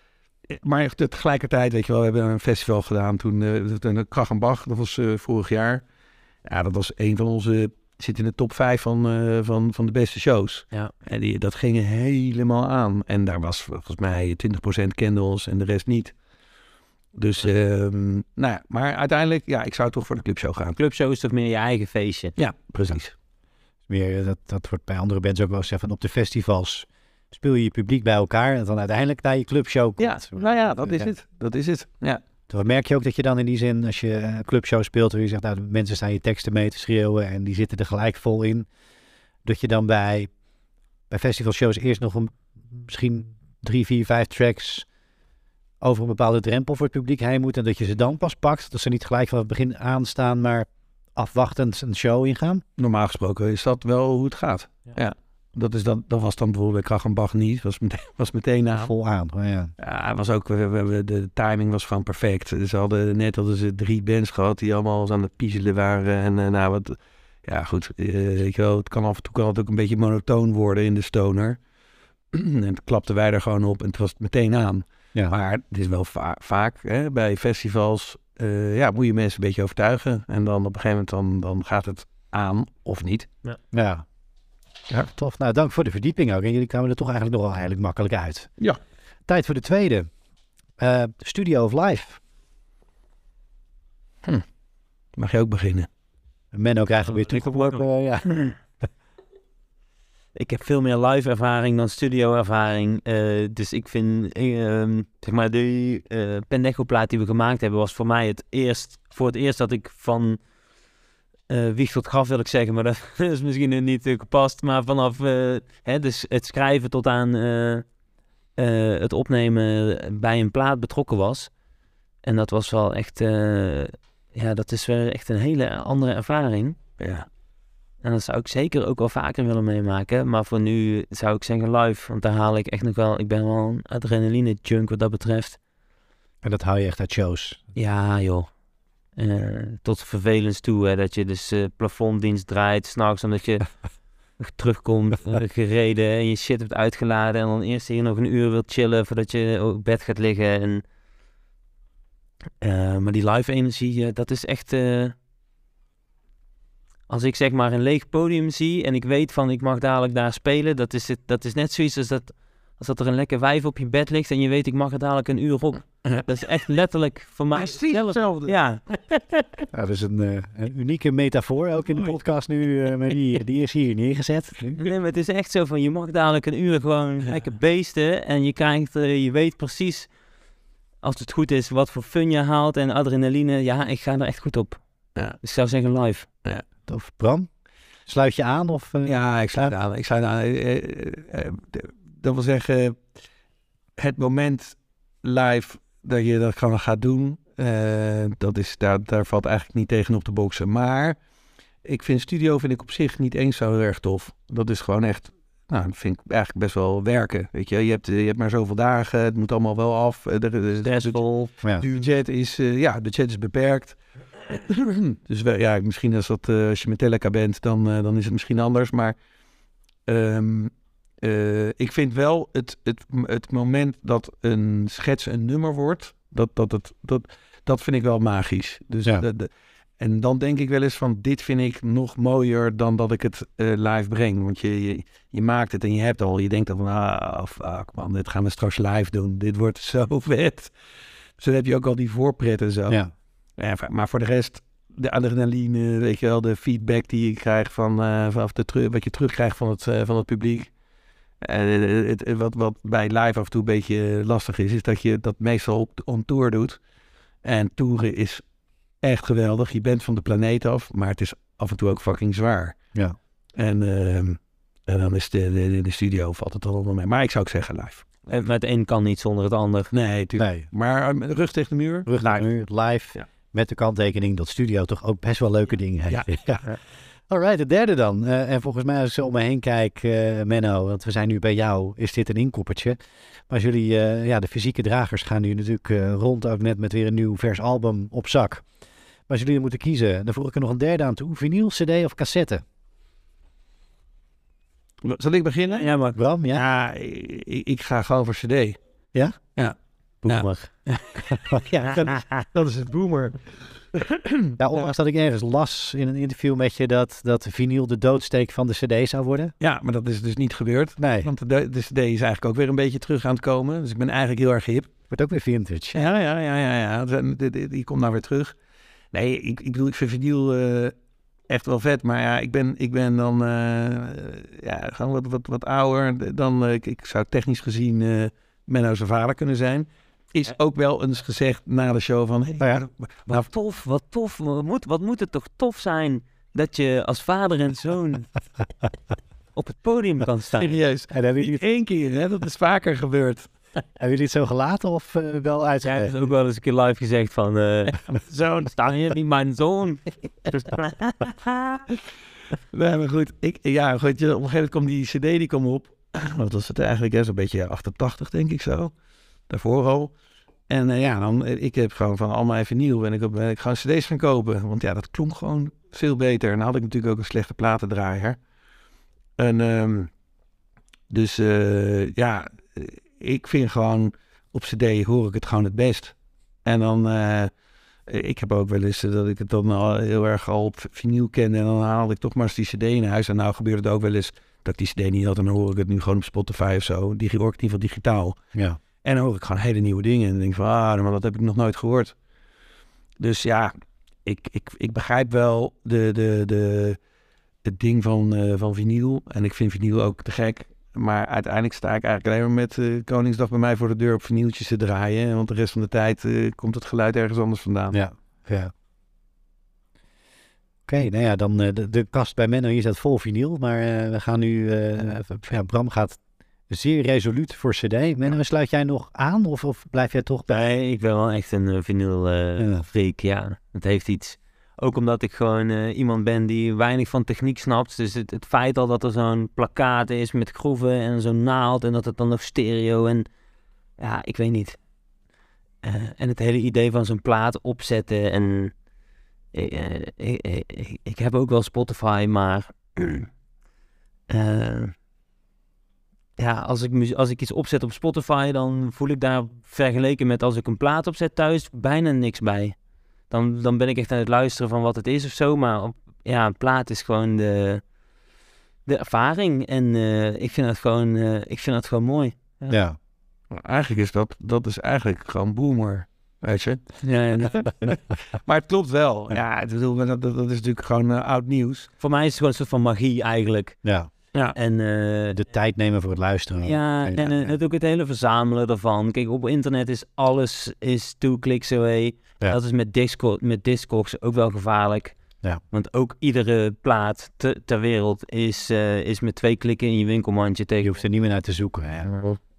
Maar tegelijkertijd, weet je wel, we hebben een festival gedaan toen, uh, toen Krach en Bach, dat was uh, vorig jaar. Ja, dat was een van onze... zit in de top vijf van, uh, van, van de beste shows. Ja. En die, dat ging helemaal aan. En daar was volgens mij twintig procent candles en de rest niet. Dus, um, nou ja, maar uiteindelijk, ja, ik zou toch voor de clubshow gaan. Clubshow is toch meer je eigen feestje? Ja, precies. Meer, dat, dat wordt bij andere bands ook wel gezegd, van op de festivals speel je je publiek bij elkaar en dan uiteindelijk naar je clubshow komt. Ja, nou ja, dat is ja. het. Dat is het, ja. Dan merk je ook dat je dan in die zin, als je een clubshow speelt, waar je zegt, nou, de mensen staan je teksten mee te schreeuwen en die zitten er gelijk vol in, dat je dan bij, bij festivalshows eerst nog een, misschien drie, vier, vijf tracks over een bepaalde drempel voor het publiek heen moet en dat je ze dan pas pakt, dat ze niet gelijk van het begin aanstaan, maar afwachtend een show ingaan. Normaal gesproken is dat wel hoe het gaat. Ja. ja. Dat, is dan, dat was dan bijvoorbeeld bij Krach en Bach niet. Was meteen, was meteen aan. Vol aan. Oh ja. Ja, was ook, we, we, de timing was gewoon perfect. Ze hadden net hadden ze drie bands gehad die allemaal aan het piezelen waren. En uh, nou wat, ja goed, uh, weet je wel, het kan af en toe kan het ook een beetje monotoon worden in de stoner. En het klapten wij er gewoon op en het was meteen aan. Ja. Maar het is wel va- vaak hè, bij festivals, uh, ja, moet je mensen een beetje overtuigen. En dan op een gegeven moment dan, dan gaat het aan of niet. Ja. ja. Ja, tof. Nou, dank voor de verdieping ook. En jullie kwamen er toch eigenlijk nog wel eigenlijk makkelijk uit. Ja. Tijd voor de tweede. Uh, Studio of Life. Hm. Mag je ook beginnen? Menno krijgt weer toegeworpen. Uh, ja. Ik heb veel meer live ervaring dan studio ervaring. Uh, dus ik vind, uh, zeg maar, de uh, Pendejo plaat die we gemaakt hebben, was voor mij het eerst, voor het eerst dat ik van... Uh, wieg tot graf wil ik zeggen, maar dat is misschien niet uh, gepast. Maar vanaf uh, hè, dus het schrijven tot aan uh, uh, het opnemen bij een plaat betrokken was. En dat was wel echt, uh, ja, dat is wel echt een hele andere ervaring. Ja. En dat zou ik zeker ook wel vaker willen meemaken. Maar voor nu zou ik zeggen live, want daar haal ik echt nog wel, ik ben wel een adrenaline junk wat dat betreft. En dat haal je echt uit shows? Ja, joh. Uh, tot vervelens toe, hè, dat je dus uh, plafonddienst draait, 's nachts omdat je terugkomt, uh, gereden en je shit hebt uitgeladen en dan eerst hier nog een uur wilt chillen voordat je op bed gaat liggen. En, uh, maar die live energie, uh, dat is echt, uh, als ik zeg maar een leeg podium zie en ik weet van ik mag dadelijk daar spelen, dat is, het, dat is net zoiets als dat, als dat er een lekker wijf op je bed ligt en je weet ik mag er dadelijk een uur op. Dat is echt letterlijk voor mij Precies hetzelfde. Ja. Ja, dat is een, uh, een unieke metafoor ook in de podcast nu, uh, maar die, die is hier neergezet. Nee, maar het is echt zo van je mag dadelijk een uur gewoon lekker beesten en je krijgt, uh, je weet precies als het goed is wat voor fun je haalt en adrenaline. Ja, ik ga er echt goed op. Ja. Dus ik zou zeggen live. Of Bram, sluit je aan? Of, uh, Ja, ik sluit aan. Ik sluit aan. Uh, uh, uh, dat wil zeggen, het moment live dat je dat gewoon gaat doen, uh, dat is, daar, daar valt eigenlijk niet tegen op te boksen. Maar ik vind studio vind ik op zich niet eens zo heel erg tof. Dat is gewoon echt, nou, dat vind ik eigenlijk best wel werken. Weet je, je hebt, je hebt maar zoveel dagen, het moet allemaal wel af. De Stressvol. ja. budget is, uh, ja, de budget is beperkt. Dus wel, ja, misschien als, dat, uh, als je Metallica bent, dan, uh, dan is het misschien anders. Maar um, uh, ik vind wel het, het, het moment dat een schets een nummer wordt, dat, dat, het, dat, dat vind ik wel magisch. Dus ja. de, de, en dan denk ik wel eens van, dit vind ik nog mooier dan dat ik het uh, live breng. Want je, je, je maakt het en je hebt al, je denkt dan van, ah, fuck man, dit gaan we straks live doen. Dit wordt zo vet. Dus dan heb je ook al die voorpret en zo. Ja. Ja, maar voor de rest, de adrenaline, weet je wel, de feedback die je krijgt van, uh, vanaf de teru- wat je terugkrijgt van het, uh, van het publiek. En uh, het, het, wat, wat bij live af en toe een beetje lastig is, is dat je dat meestal op on tour doet. En toeren is echt geweldig. Je bent van de planeet af, maar het is af en toe ook fucking zwaar. Ja. En, uh, en dan is de, de, de studio valt het al onder mij. Maar ik zou ook zeggen live. En het een kan niet zonder het ander. Nee, tuurlijk. Nee. Maar uh, rug tegen de muur. Rug naar de muur, live. Ja. Met de kanttekening dat studio toch ook best wel leuke dingen heeft. Ja. Ja. Ja. Alright, de derde dan. Uh, en volgens mij als ik zo om me heen kijk, uh, Menno, want we zijn nu bij jou, is dit een inkoppertje. Maar als jullie, uh, ja, de fysieke dragers gaan nu natuurlijk uh, rond, ook net met weer een nieuw vers album op zak. Maar als jullie er moeten kiezen, dan voeg ik er nog een derde aan toe. Vinyl, cd of cassette? Zal ik beginnen? Ja, maar Bram, ja? Ja, ik, ik ga gewoon voor cd. Ja? Ja. boemer. Ja, dat, Dat is het boomer. ja, ondanks dat ik ergens las in een interview met je dat, dat vinyl de doodsteek van de cd zou worden. Ja, maar dat is dus niet gebeurd. Nee, Want de, de cd is eigenlijk ook weer een beetje terug aan het komen. Dus ik ben eigenlijk heel erg hip. wordt ook weer vintage. Ja, ja, ja, ja. ja. Die, die, die komt nou weer terug. Nee, ik, ik bedoel, ik vind vinyl uh, echt wel vet. Maar ja, ik ben, ik ben dan uh, ja, gewoon wat, wat, wat ouder. Dan, uh, ik, ik zou technisch gezien uh, Menno zijn vader kunnen zijn. Is ook wel eens gezegd na de show van... Hey, Nou ja, nou, Wat tof, wat tof. Wat moet, wat moet het toch tof zijn dat je als vader en zoon op het podium kan staan. serieus. En hebben jullie, Niet één keer, hè? Dat is vaker gebeurd. hebben jullie het zo gelaten of uh, wel Jij uitgelegd? hebt ook wel eens een keer live gezegd van... Uh, Zo'n... sta je niet mijn zoon? Nee, maar goed. Ik, ja, goed. Op een gegeven moment kwam die cd die kwam op. Wat was het eigenlijk? Hè? Zo'n beetje achtentachtig, denk ik zo. Daarvoor al. En uh, ja, dan, ik heb gewoon van allemaal even nieuw. Ben ik, op, ben ik gewoon cd's gaan kopen. Want ja, dat klonk gewoon veel beter. En dan had ik natuurlijk ook een slechte platendraaier. En um, dus uh, ja, ik vind gewoon op cd hoor ik het gewoon het best. En dan, uh, ik heb ook wel eens dat ik het dan al heel erg al op vinyl kende. En dan haalde ik toch maar eens die cd in huis. En nou gebeurde het ook wel eens dat ik die cd niet had. En dan hoor ik het nu gewoon op Spotify of zo. Die hoor ik in ieder geval digitaal. Ja. En dan hoor ik gewoon hele nieuwe dingen. En dan denk ik van, ah, maar dat heb ik nog nooit gehoord. Dus ja, ik, ik, ik begrijp wel de, de, de, het ding van, uh, van vinyl. En ik vind vinyl ook te gek. Maar uiteindelijk sta ik eigenlijk alleen maar met uh, Koningsdag bij mij voor de deur op vinyltjes te draaien. Want de rest van de tijd uh, komt het geluid ergens anders vandaan. Ja, ja. Oké, okay, nou ja, dan uh, de, de kast bij Menno hier staat vol vinyl. Maar uh, we gaan nu, uh, ja, Bram gaat zeer resoluut voor cd. Menno, sluit jij nog aan of, of blijf jij toch bij? Nee, ik ben wel echt een uh, vinyl uh, Ja. freak, ja. Het heeft iets. Ook omdat ik gewoon uh, iemand ben die weinig van techniek snapt. Dus het, het feit al dat er zo'n plakkaat is met groeven en zo'n naald en dat het dan nog stereo en... Ja, ik weet niet. Uh, en het hele idee van zo'n plaat opzetten en... Uh, ik, ik, ik, ik heb ook wel Spotify, maar... uh, ja, als ik, mu- als ik iets opzet op Spotify, dan voel ik daar vergeleken met als ik een plaat opzet thuis bijna niks bij. Dan, dan ben ik echt aan het luisteren van wat het is of zo. Maar op, ja, een plaat is gewoon de, de ervaring. En uh, ik vind dat gewoon, uh, ik vind dat gewoon mooi. Ja. ja. Eigenlijk is dat, dat is eigenlijk gewoon boomer, weet je. Ja, ja. Maar het klopt wel. Ja, het bedoel, dat, dat, dat is natuurlijk gewoon uh, oud nieuws. Voor mij is het gewoon een soort van magie eigenlijk. Ja. Ja. En, uh, de tijd nemen voor het luisteren. Ja, en, en uh, het ook het hele verzamelen ervan. Kijk, op internet is alles is two clicks away. Ja. Dat is met, Discord, met Discogs ook wel gevaarlijk. Ja. Want ook iedere plaat te, ter wereld is, uh, is met twee klikken in je winkelmandje tegen. Je hoeft er niet meer naar te zoeken. Hè?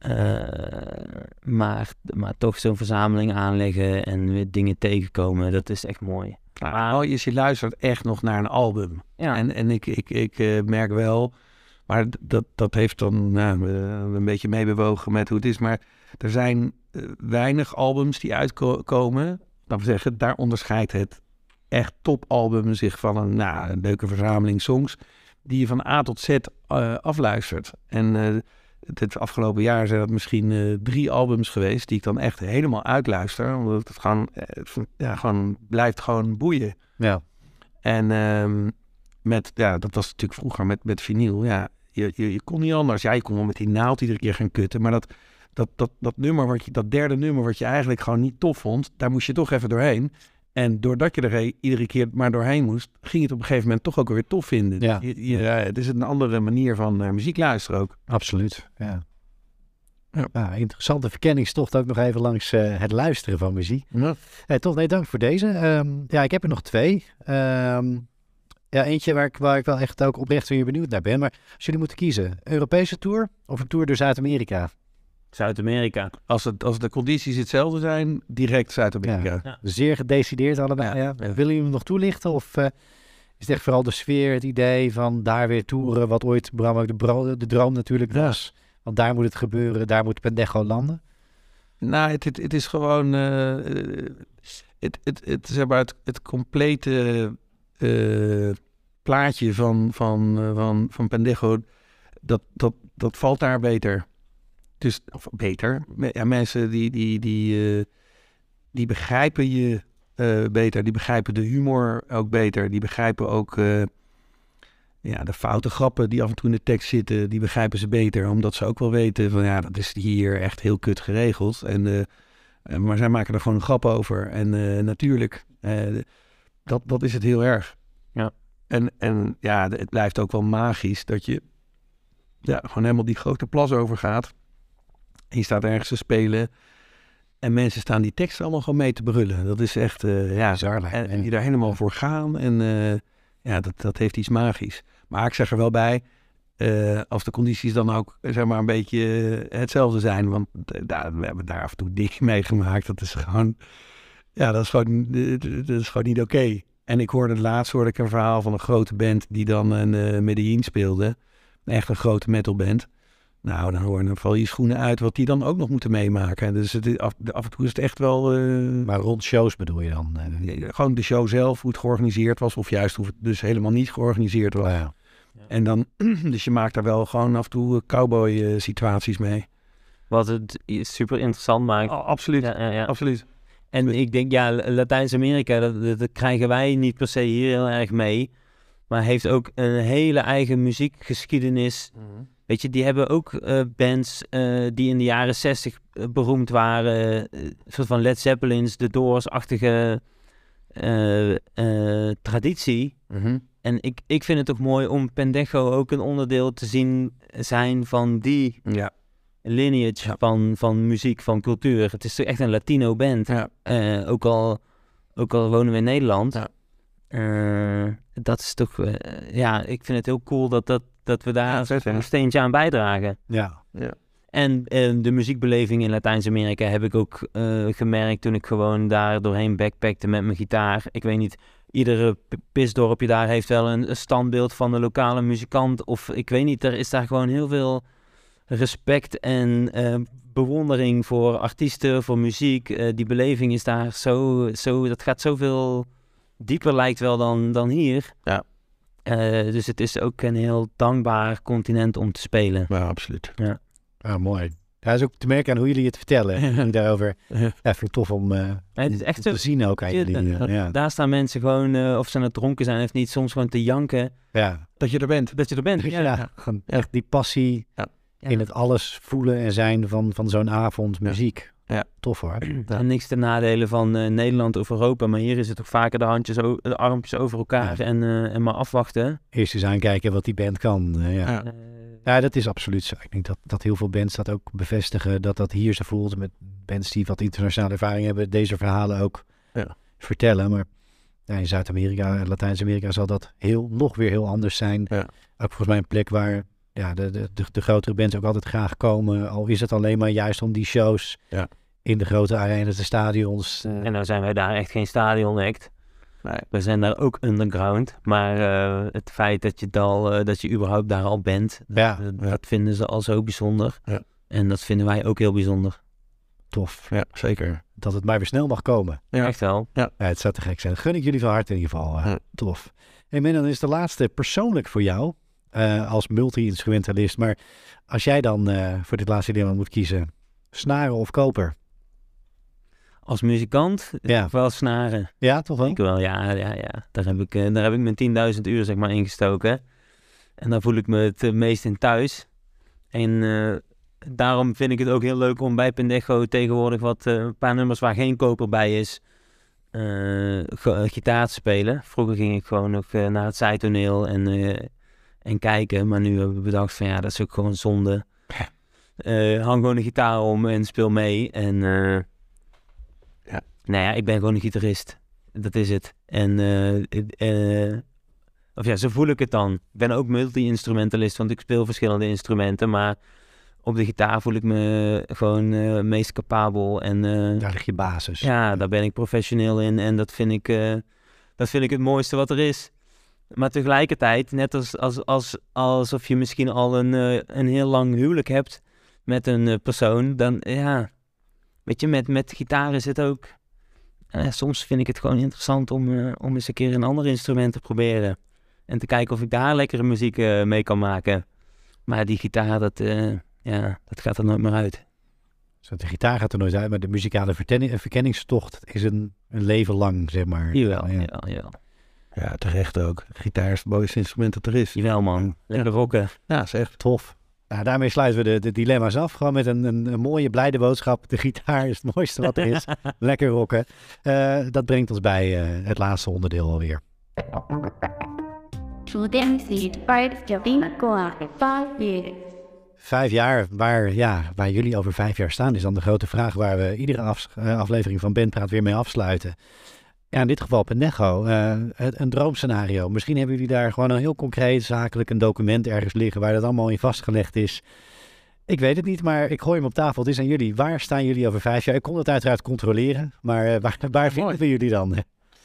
Uh, maar, maar toch zo'n verzameling aanleggen en weer dingen tegenkomen, dat is echt mooi. Nou, maar is je luistert echt nog naar een album. Ja. En, en ik, ik, ik uh, merk wel, maar dat, dat heeft dan nou, uh, een beetje meebewogen met hoe het is. Maar er zijn uh, weinig albums die uitkomen. Laten we zeggen, daar onderscheidt het echt topalbum zich van een, nou, een leuke verzameling songs die je van A tot Z uh, afluistert. En uh, het afgelopen jaar zijn dat misschien uh, drie albums geweest die ik dan echt helemaal uitluister. Omdat het gewoon, uh, ja, gewoon blijft gewoon boeien. Ja. En um, met, ja, dat was natuurlijk vroeger met, met vinyl. Ja, je, je, je kon niet anders. Ja, je kon wel met die naald iedere keer gaan kutten. Maar dat, dat, dat, dat nummer, wat je, dat derde nummer wat je eigenlijk gewoon niet tof vond, daar moest je toch even doorheen. En doordat je er he, iedere keer maar doorheen moest, ging je het op een gegeven moment toch ook weer tof vinden. Ja. Je, je, ja, het is een andere manier van uh, muziek luisteren ook. Absoluut, ja. Ja. Ja, interessante verkenningstocht ook nog even langs uh, het luisteren van muziek. Ja. Hey, toch, nee, dank voor deze. Um, ja, ik heb er nog twee. Um, ja, eentje waar ik, waar ik wel echt ook oprecht weer benieuwd naar ben. Maar als jullie moeten kiezen, Europese tour of een tour door Zuid-Amerika? Zuid-Amerika. Als, het, als de condities hetzelfde zijn, direct Zuid-Amerika. Ja, ja. Zeer gedecideerd allebei. Ja. Ja. Willen jullie hem nog toelichten? Of uh, is het echt vooral de sfeer, het idee van daar weer toeren, wat ooit Bram ook de, bro- de droom natuurlijk was? Want daar moet het gebeuren, daar moet Pendejo landen. Nou, het, het, het is gewoon uh, het, het, het, zeg maar het, het complete uh, plaatje van, van, uh, van, van Pendejo, dat, dat, dat valt daar beter. Dus, of beter. Ja, mensen die, die, die, uh, die begrijpen je uh, beter. Die begrijpen de humor ook beter. Die begrijpen ook uh, ja, de foute grappen die af en toe in de tekst zitten. Die begrijpen ze beter. Omdat ze ook wel weten van ja, dat is hier echt heel kut geregeld. En, uh, maar zij maken er gewoon een grap over. En uh, natuurlijk, uh, dat, dat is het heel erg. Ja. En, en ja, het blijft ook wel magisch dat je ja, gewoon helemaal die grote plas overgaat. En je staat ergens te spelen en mensen staan die teksten allemaal gewoon mee te brullen. Dat is echt, uh, ja, Zarlijk, en, en ja. die daar helemaal voor gaan. En uh, ja, dat, dat heeft iets magisch. Maar ik zeg er wel bij, uh, als de condities dan ook, zeg maar, een beetje uh, hetzelfde zijn. Want uh, daar, we hebben daar af en toe dingen meegemaakt. Dat is gewoon, ja, dat is gewoon, dat is gewoon niet oké. Okay. En ik hoorde laatst hoorde ik een verhaal van een grote band die dan een uh, Medellin speelde. Echt een grote metalband. Nou, dan hoor je val je schoenen uit wat die dan ook nog moeten meemaken. Dus het, af, af en toe is het echt wel... Uh, maar rond shows bedoel je dan? Uh, gewoon de show zelf, hoe het georganiseerd was. Of juist hoe het dus helemaal niet georganiseerd was. Oh ja. Ja. En dan, dus je maakt daar wel gewoon af en toe cowboy uh, situaties mee. Wat het super interessant maakt. Oh, absoluut, ja, ja, ja. absoluut. En ik denk, ja, Latijns-Amerika, dat, dat, dat krijgen wij niet per se hier heel erg mee. Maar heeft ook een hele eigen muziekgeschiedenis. Mm-hmm. Weet je, die hebben ook uh, bands uh, die in de jaren zestig uh, beroemd waren. Uh, een soort van Led Zeppelins, The Doors-achtige uh, uh, traditie. Mm-hmm. En ik, ik vind het ook mooi om Pendejo ook een onderdeel te zien zijn van die ja. lineage ja. van, van muziek, van cultuur. Het is echt een Latino band. Ja. Uh, ook, al, ook al wonen we in Nederland. Ja. Uh, dat is toch... Uh, ja, ik vind het heel cool dat, dat, dat we daar ja, een steentje aan bijdragen. Ja. ja. En uh, de muziekbeleving in Latijns-Amerika heb ik ook uh, gemerkt toen ik gewoon daar doorheen backpackte met mijn gitaar. Ik weet niet, iedere p- pisdorpje daar heeft wel een, een standbeeld van de lokale muzikant. Of ik weet niet, er is daar gewoon heel veel respect en uh, bewondering voor artiesten, voor muziek. Uh, die beleving is daar zo, zo, dat gaat zoveel dieper lijkt wel dan, dan hier. Ja. Uh, dus het is ook een heel dankbaar continent om te spelen. Ja, absoluut. Ja. Ah, mooi. Dat is ook te merken aan hoe jullie het vertellen. Daarover. Ja. Ja, vind ik tof om, uh, Het is echt te zo. zien ook aan jullie. Uh, ja. Daar staan mensen gewoon, uh, of ze aan het dronken zijn of niet, soms gewoon te janken Ja. Dat je er bent. dat je er bent. Ja, Ja, ja. Gewoon echt die passie Ja. in het alles voelen en zijn van, van zo'n avond muziek. Ja. Tof hoor. Ja. En niks ten nadele van uh, Nederland of Europa, maar hier is het toch vaker de handjes, o- de armpjes over elkaar Ja. en, uh, en maar afwachten. Eerst eens aankijken wat die band kan. Uh, ja. Ja. Uh, Ja, dat is absoluut zo. Ik denk dat, dat heel veel bands dat ook bevestigen. Dat dat hier zo voelt. Met bands die wat internationale ervaring hebben. Deze verhalen ook Ja. vertellen. Maar ja, in Zuid-Amerika en Latijns-Amerika zal dat heel, nog weer heel anders zijn. Ja. Ook volgens mij een plek waar ja, de, de, de, de grotere bands ook altijd graag komen. Al is het alleen maar juist om die shows Ja. in de grote arenas, de stadions. Uh, en nou zijn wij daar echt geen stadion act. Nee. We zijn daar ook underground, maar uh, het feit dat je, al, uh, dat je überhaupt daar al bent, Ja. dat, dat vinden ze al zo bijzonder. Ja. En dat vinden wij ook heel bijzonder. tof. Ja, zeker. Dat het maar weer snel mag komen. Ja. Echt wel. Ja, het zou te gek zijn. Dat gun ik jullie van harte in ieder geval. Uh, Ja. Tof. Hey man, dan is de laatste persoonlijk voor jou. Uh, als multi-instrumentalist. Maar als jij dan uh, voor dit laatste dilemma moet kiezen. Snaren of koper? Als muzikant Ja. wel snaren. Ja, toch wel? Ik wel, ja, ja, ja. Daar heb ik, uh, daar heb ik mijn tienduizend uur zeg maar ingestoken. En daar voel ik me het uh, meest in thuis. En uh, daarom vind ik het ook heel leuk om bij Pendejo tegenwoordig wat uh, een paar nummers waar geen koper bij is, uh, ge- gitaar te spelen. Vroeger ging ik gewoon nog uh, naar het zijtoneel en, uh, en kijken. Maar nu hebben we bedacht van ja, dat is ook gewoon zonde. Uh, hang gewoon een gitaar om en speel mee. En uh, Ja. nou ja, ik ben gewoon een gitarist. Dat is het. En uh, uh, of ja, zo voel ik het dan. Ik ben ook multi-instrumentalist, want ik speel verschillende instrumenten. Maar op de gitaar voel ik me gewoon uh, meest capabel. En uh, Daar ligt je basis. ja, daar ben ik professioneel in. En dat vind ik, uh, dat vind ik het mooiste wat er is. Maar tegelijkertijd, net als, als, als, alsof je misschien al een, uh, een heel lang huwelijk hebt met een uh, persoon. Dan ja, weet je, met, met gitaar is het ook. Uh, soms vind ik het gewoon interessant om, uh, om eens een keer een ander instrument te proberen. En te kijken of ik daar lekkere muziek uh, mee kan maken. Maar die gitaar, dat, uh, ja, dat gaat er nooit meer uit. Dus de gitaar gaat er nooit uit, maar de muzikale vertenni- verkenningstocht is een, een leven lang, zeg maar. Jawel, Ja. jawel, jawel. Ja, terecht ook. Gitaar is het mooiste instrument dat er is. Jawel man, lekker rocken. Ja, is echt. Tof. Nou, daarmee sluiten we de, de dilemma's af. Gewoon met een, een, een mooie, blijde boodschap. De gitaar is het mooiste wat er is. Lekker rocken. Uh, dat brengt ons bij uh, het laatste onderdeel alweer. Vijf jaar, waar, ja, waar jullie over vijf jaar staan, is dan de grote vraag waar we iedere af, uh, aflevering van Bandpraat weer mee afsluiten. Ja, in dit geval Pendejo, uh, een droomscenario. Misschien hebben jullie daar gewoon een heel concreet, zakelijk een document ergens liggen waar dat allemaal in vastgelegd is. Ik weet het niet, maar ik gooi hem op tafel. Het is aan jullie. Waar staan jullie over vijf jaar? Ik kon het uiteraard controleren, maar uh, waar, waar vinden we jullie dan?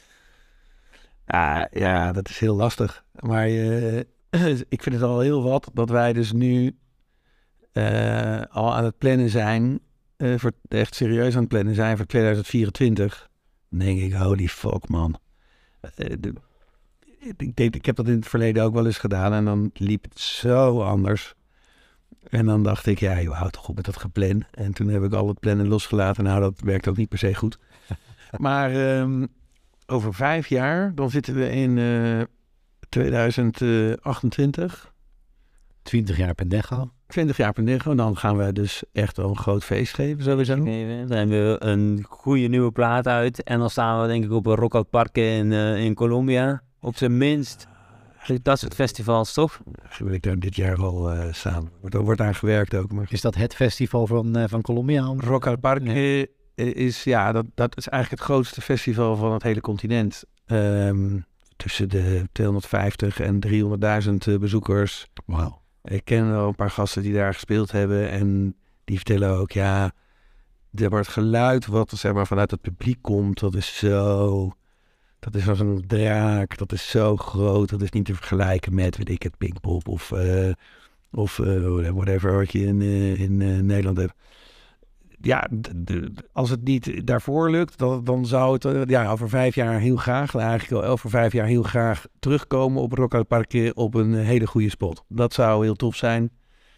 Ja, ja, dat is heel lastig. Maar uh, ik vind het al heel wat dat wij dus nu uh, al aan het plannen zijn, uh, voor, echt serieus aan het plannen zijn voor tweeduizend vierentwintig. Dan denk ik, holy fuck man. Uh, de, ik, denk, ik heb dat in het verleden ook wel eens gedaan en dan liep het zo anders. En dan dacht ik, ja, joh, houd toch op met dat gepland. En toen heb ik al het plannen losgelaten. Nou, dat werkt ook niet per se goed. Maar um, over vijf jaar, dan zitten we in uh, tweeduizend achtentwintig. twintig jaar Pendejo. twintig jaar Pendejo. Dan gaan we dus echt wel een groot feest geven, sowieso. Dan hebben we een goede nieuwe plaat uit. En dan staan we denk ik op een Rock Park in, uh, in Colombia. Op zijn minst. Dat soort festivals, toch? Wil ik daar dit jaar al uh, staan. Er wordt aan gewerkt ook. Maar... Is dat het festival van, uh, van Colombia? Rock al Parque nee. is, ja, dat, dat is eigenlijk het grootste festival van het hele continent. Um, tussen de tweehonderdvijftig en driehonderdduizend uh, bezoekers. Wauw. Ik ken wel een paar gasten die daar gespeeld hebben. En die vertellen ook, ja, er wordt geluid wat zeg maar, vanuit het publiek komt. Dat is zo... Dat is als een draak, dat is zo groot, dat is niet te vergelijken met, weet ik het, Pinkpop of, uh, of uh, whatever wat je in, uh, in uh, Nederland hebt. Ja, de, de, als het niet daarvoor lukt, dan, dan zou het uh, ja, over vijf jaar heel graag, eigenlijk wel over vijf jaar heel graag terugkomen op Rock al Parque op een hele goede spot. Dat zou heel tof zijn.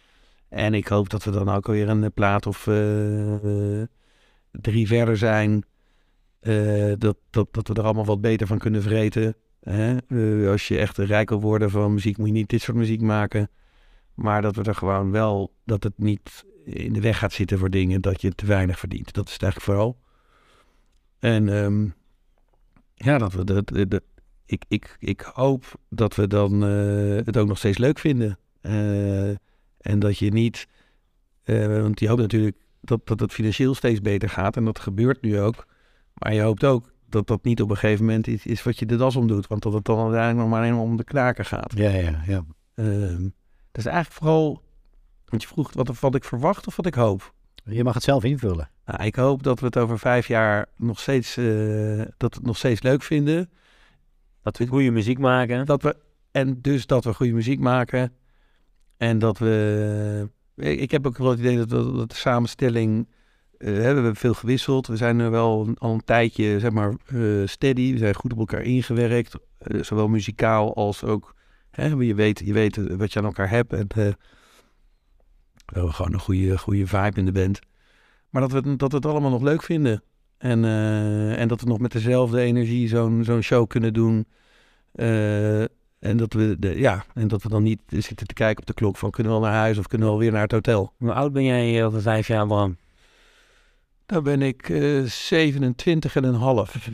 En ik hoop dat we dan ook alweer een plaat of uh, uh, drie verder zijn. Uh, dat, dat, dat we er allemaal wat beter van kunnen vreten. Hè? Uh, als je echt rijk wil worden van muziek, moet je niet dit soort muziek maken. Maar dat we er gewoon wel, dat het niet in de weg gaat zitten voor dingen, dat je te weinig verdient. Dat is het eigenlijk vooral. En um, ja, dat we dat, dat, ik, ik, ik hoop dat we dan uh, het ook nog steeds leuk vinden. Uh, en dat je niet, uh, want je hoopt natuurlijk dat, dat het financieel steeds beter gaat. En dat gebeurt nu ook. Maar je hoopt ook dat dat niet op een gegeven moment iets is wat je de das om doet. Want dat het dan uiteindelijk nog maar helemaal om de knaken gaat. Ja, ja, ja. Uh, dat is eigenlijk vooral, want je vroeg wat, wat ik verwacht of wat ik hoop. Je mag het zelf invullen. Nou, ik hoop dat we het over vijf jaar nog steeds, uh, dat we het nog steeds leuk vinden. Dat we goede muziek maken. Dat we, en dus dat we goede muziek maken. En dat we, ik, ik heb ook wel het idee dat, we, dat de samenstelling, uh, we hebben veel gewisseld. We zijn er wel al een tijdje, zeg maar, uh, steady. We zijn goed op elkaar ingewerkt. Uh, zowel muzikaal als ook, hè, je weet, je weet wat je aan elkaar hebt. En uh, we hebben gewoon een goede, goede vibe in de band. Maar dat we, dat we het allemaal nog leuk vinden. En, uh, en dat we nog met dezelfde energie zo'n, zo'n show kunnen doen. Uh, en, dat we de, ja, en dat we dan niet zitten te kijken op de klok van kunnen we al naar huis of kunnen we alweer naar het hotel. Hoe oud ben jij over vijf jaar, Bram? Dan ben ik uh, zevenentwintig en een half.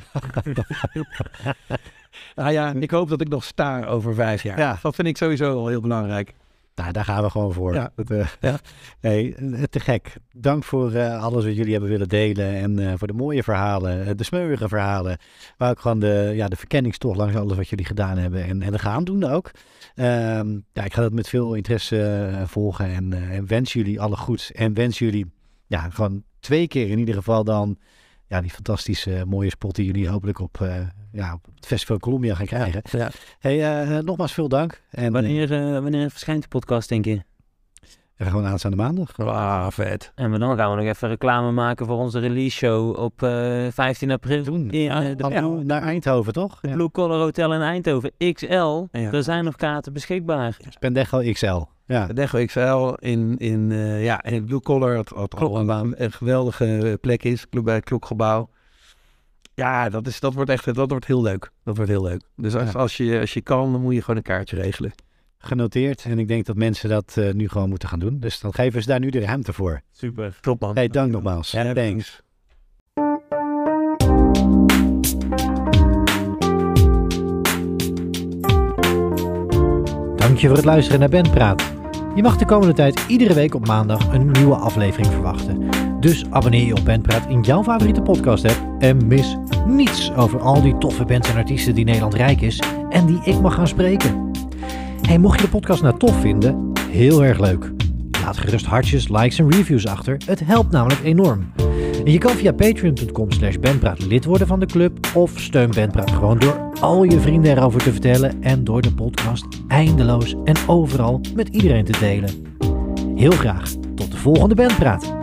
Nou ja, ik hoop dat ik nog sta over vijf jaar. Ja. Dat vind ik sowieso al heel belangrijk. Nou, daar gaan we gewoon voor. Ja. Dat, uh, Ja. Nee, te gek. Dank voor uh, alles wat jullie hebben willen delen. En uh, voor de mooie verhalen, uh, de smeuïge verhalen. Maar ook gewoon de, ja, de verkenningstocht langs alles wat jullie gedaan hebben. En, en de gaan doen ook. Um, ja, ik ga dat met veel interesse uh, volgen. En, uh, en wens jullie alle goeds. En wens jullie ja, gewoon twee keer in ieder geval dan ja, die fantastische uh, mooie spot die jullie hopelijk op, uh, ja, op het Festival Columbia gaan krijgen. Ja. Hey, uh, nogmaals veel dank. En, Wanneer, uh, wanneer verschijnt de podcast, denk je? En gewoon aanstaande maandag. Ah, vet. En dan gaan we nog even reclame maken voor onze release show op uh, vijftien april. Doen. In, uh, de Dan Blue, naar Eindhoven, toch? de Ja. Blue Collar Hotel in Eindhoven. X L. Ja. Er zijn nog kaarten beschikbaar. Pendejo X L. Ja. De Decho X L in, in, uh, ja, in Blue Collar, wat, wat al een, een geweldige plek is, bij het Klokgebouw. Ja, dat, is, dat wordt echt dat wordt heel leuk. Dat wordt heel leuk. Dus als, Ja. als, je, als je kan, dan moet je gewoon een kaartje regelen. Genoteerd. En ik denk dat mensen dat uh, nu gewoon moeten gaan doen. Dus dan geven ze daar nu de ruimte voor. Super. Top man. Hey, dank nogmaals. Ja, Thanks. Dank je voor het luisteren naar Bandpraat. Je mag de komende tijd iedere week op maandag een nieuwe aflevering verwachten. Dus abonneer je op Bandpraat in jouw favoriete podcast app en mis niets over al die toffe bands en artiesten die Nederland rijk is en die ik mag gaan spreken. Hey, mocht je de podcast nou tof vinden, heel erg leuk. Laat gerust hartjes, likes en reviews achter. Het helpt namelijk enorm. En je kan via patreon.com slash bandpraat lid worden van de club of steun Bandpraat gewoon door al je vrienden erover te vertellen en door de podcast eindeloos en overal met iedereen te delen. Heel graag tot de volgende Bandpraat.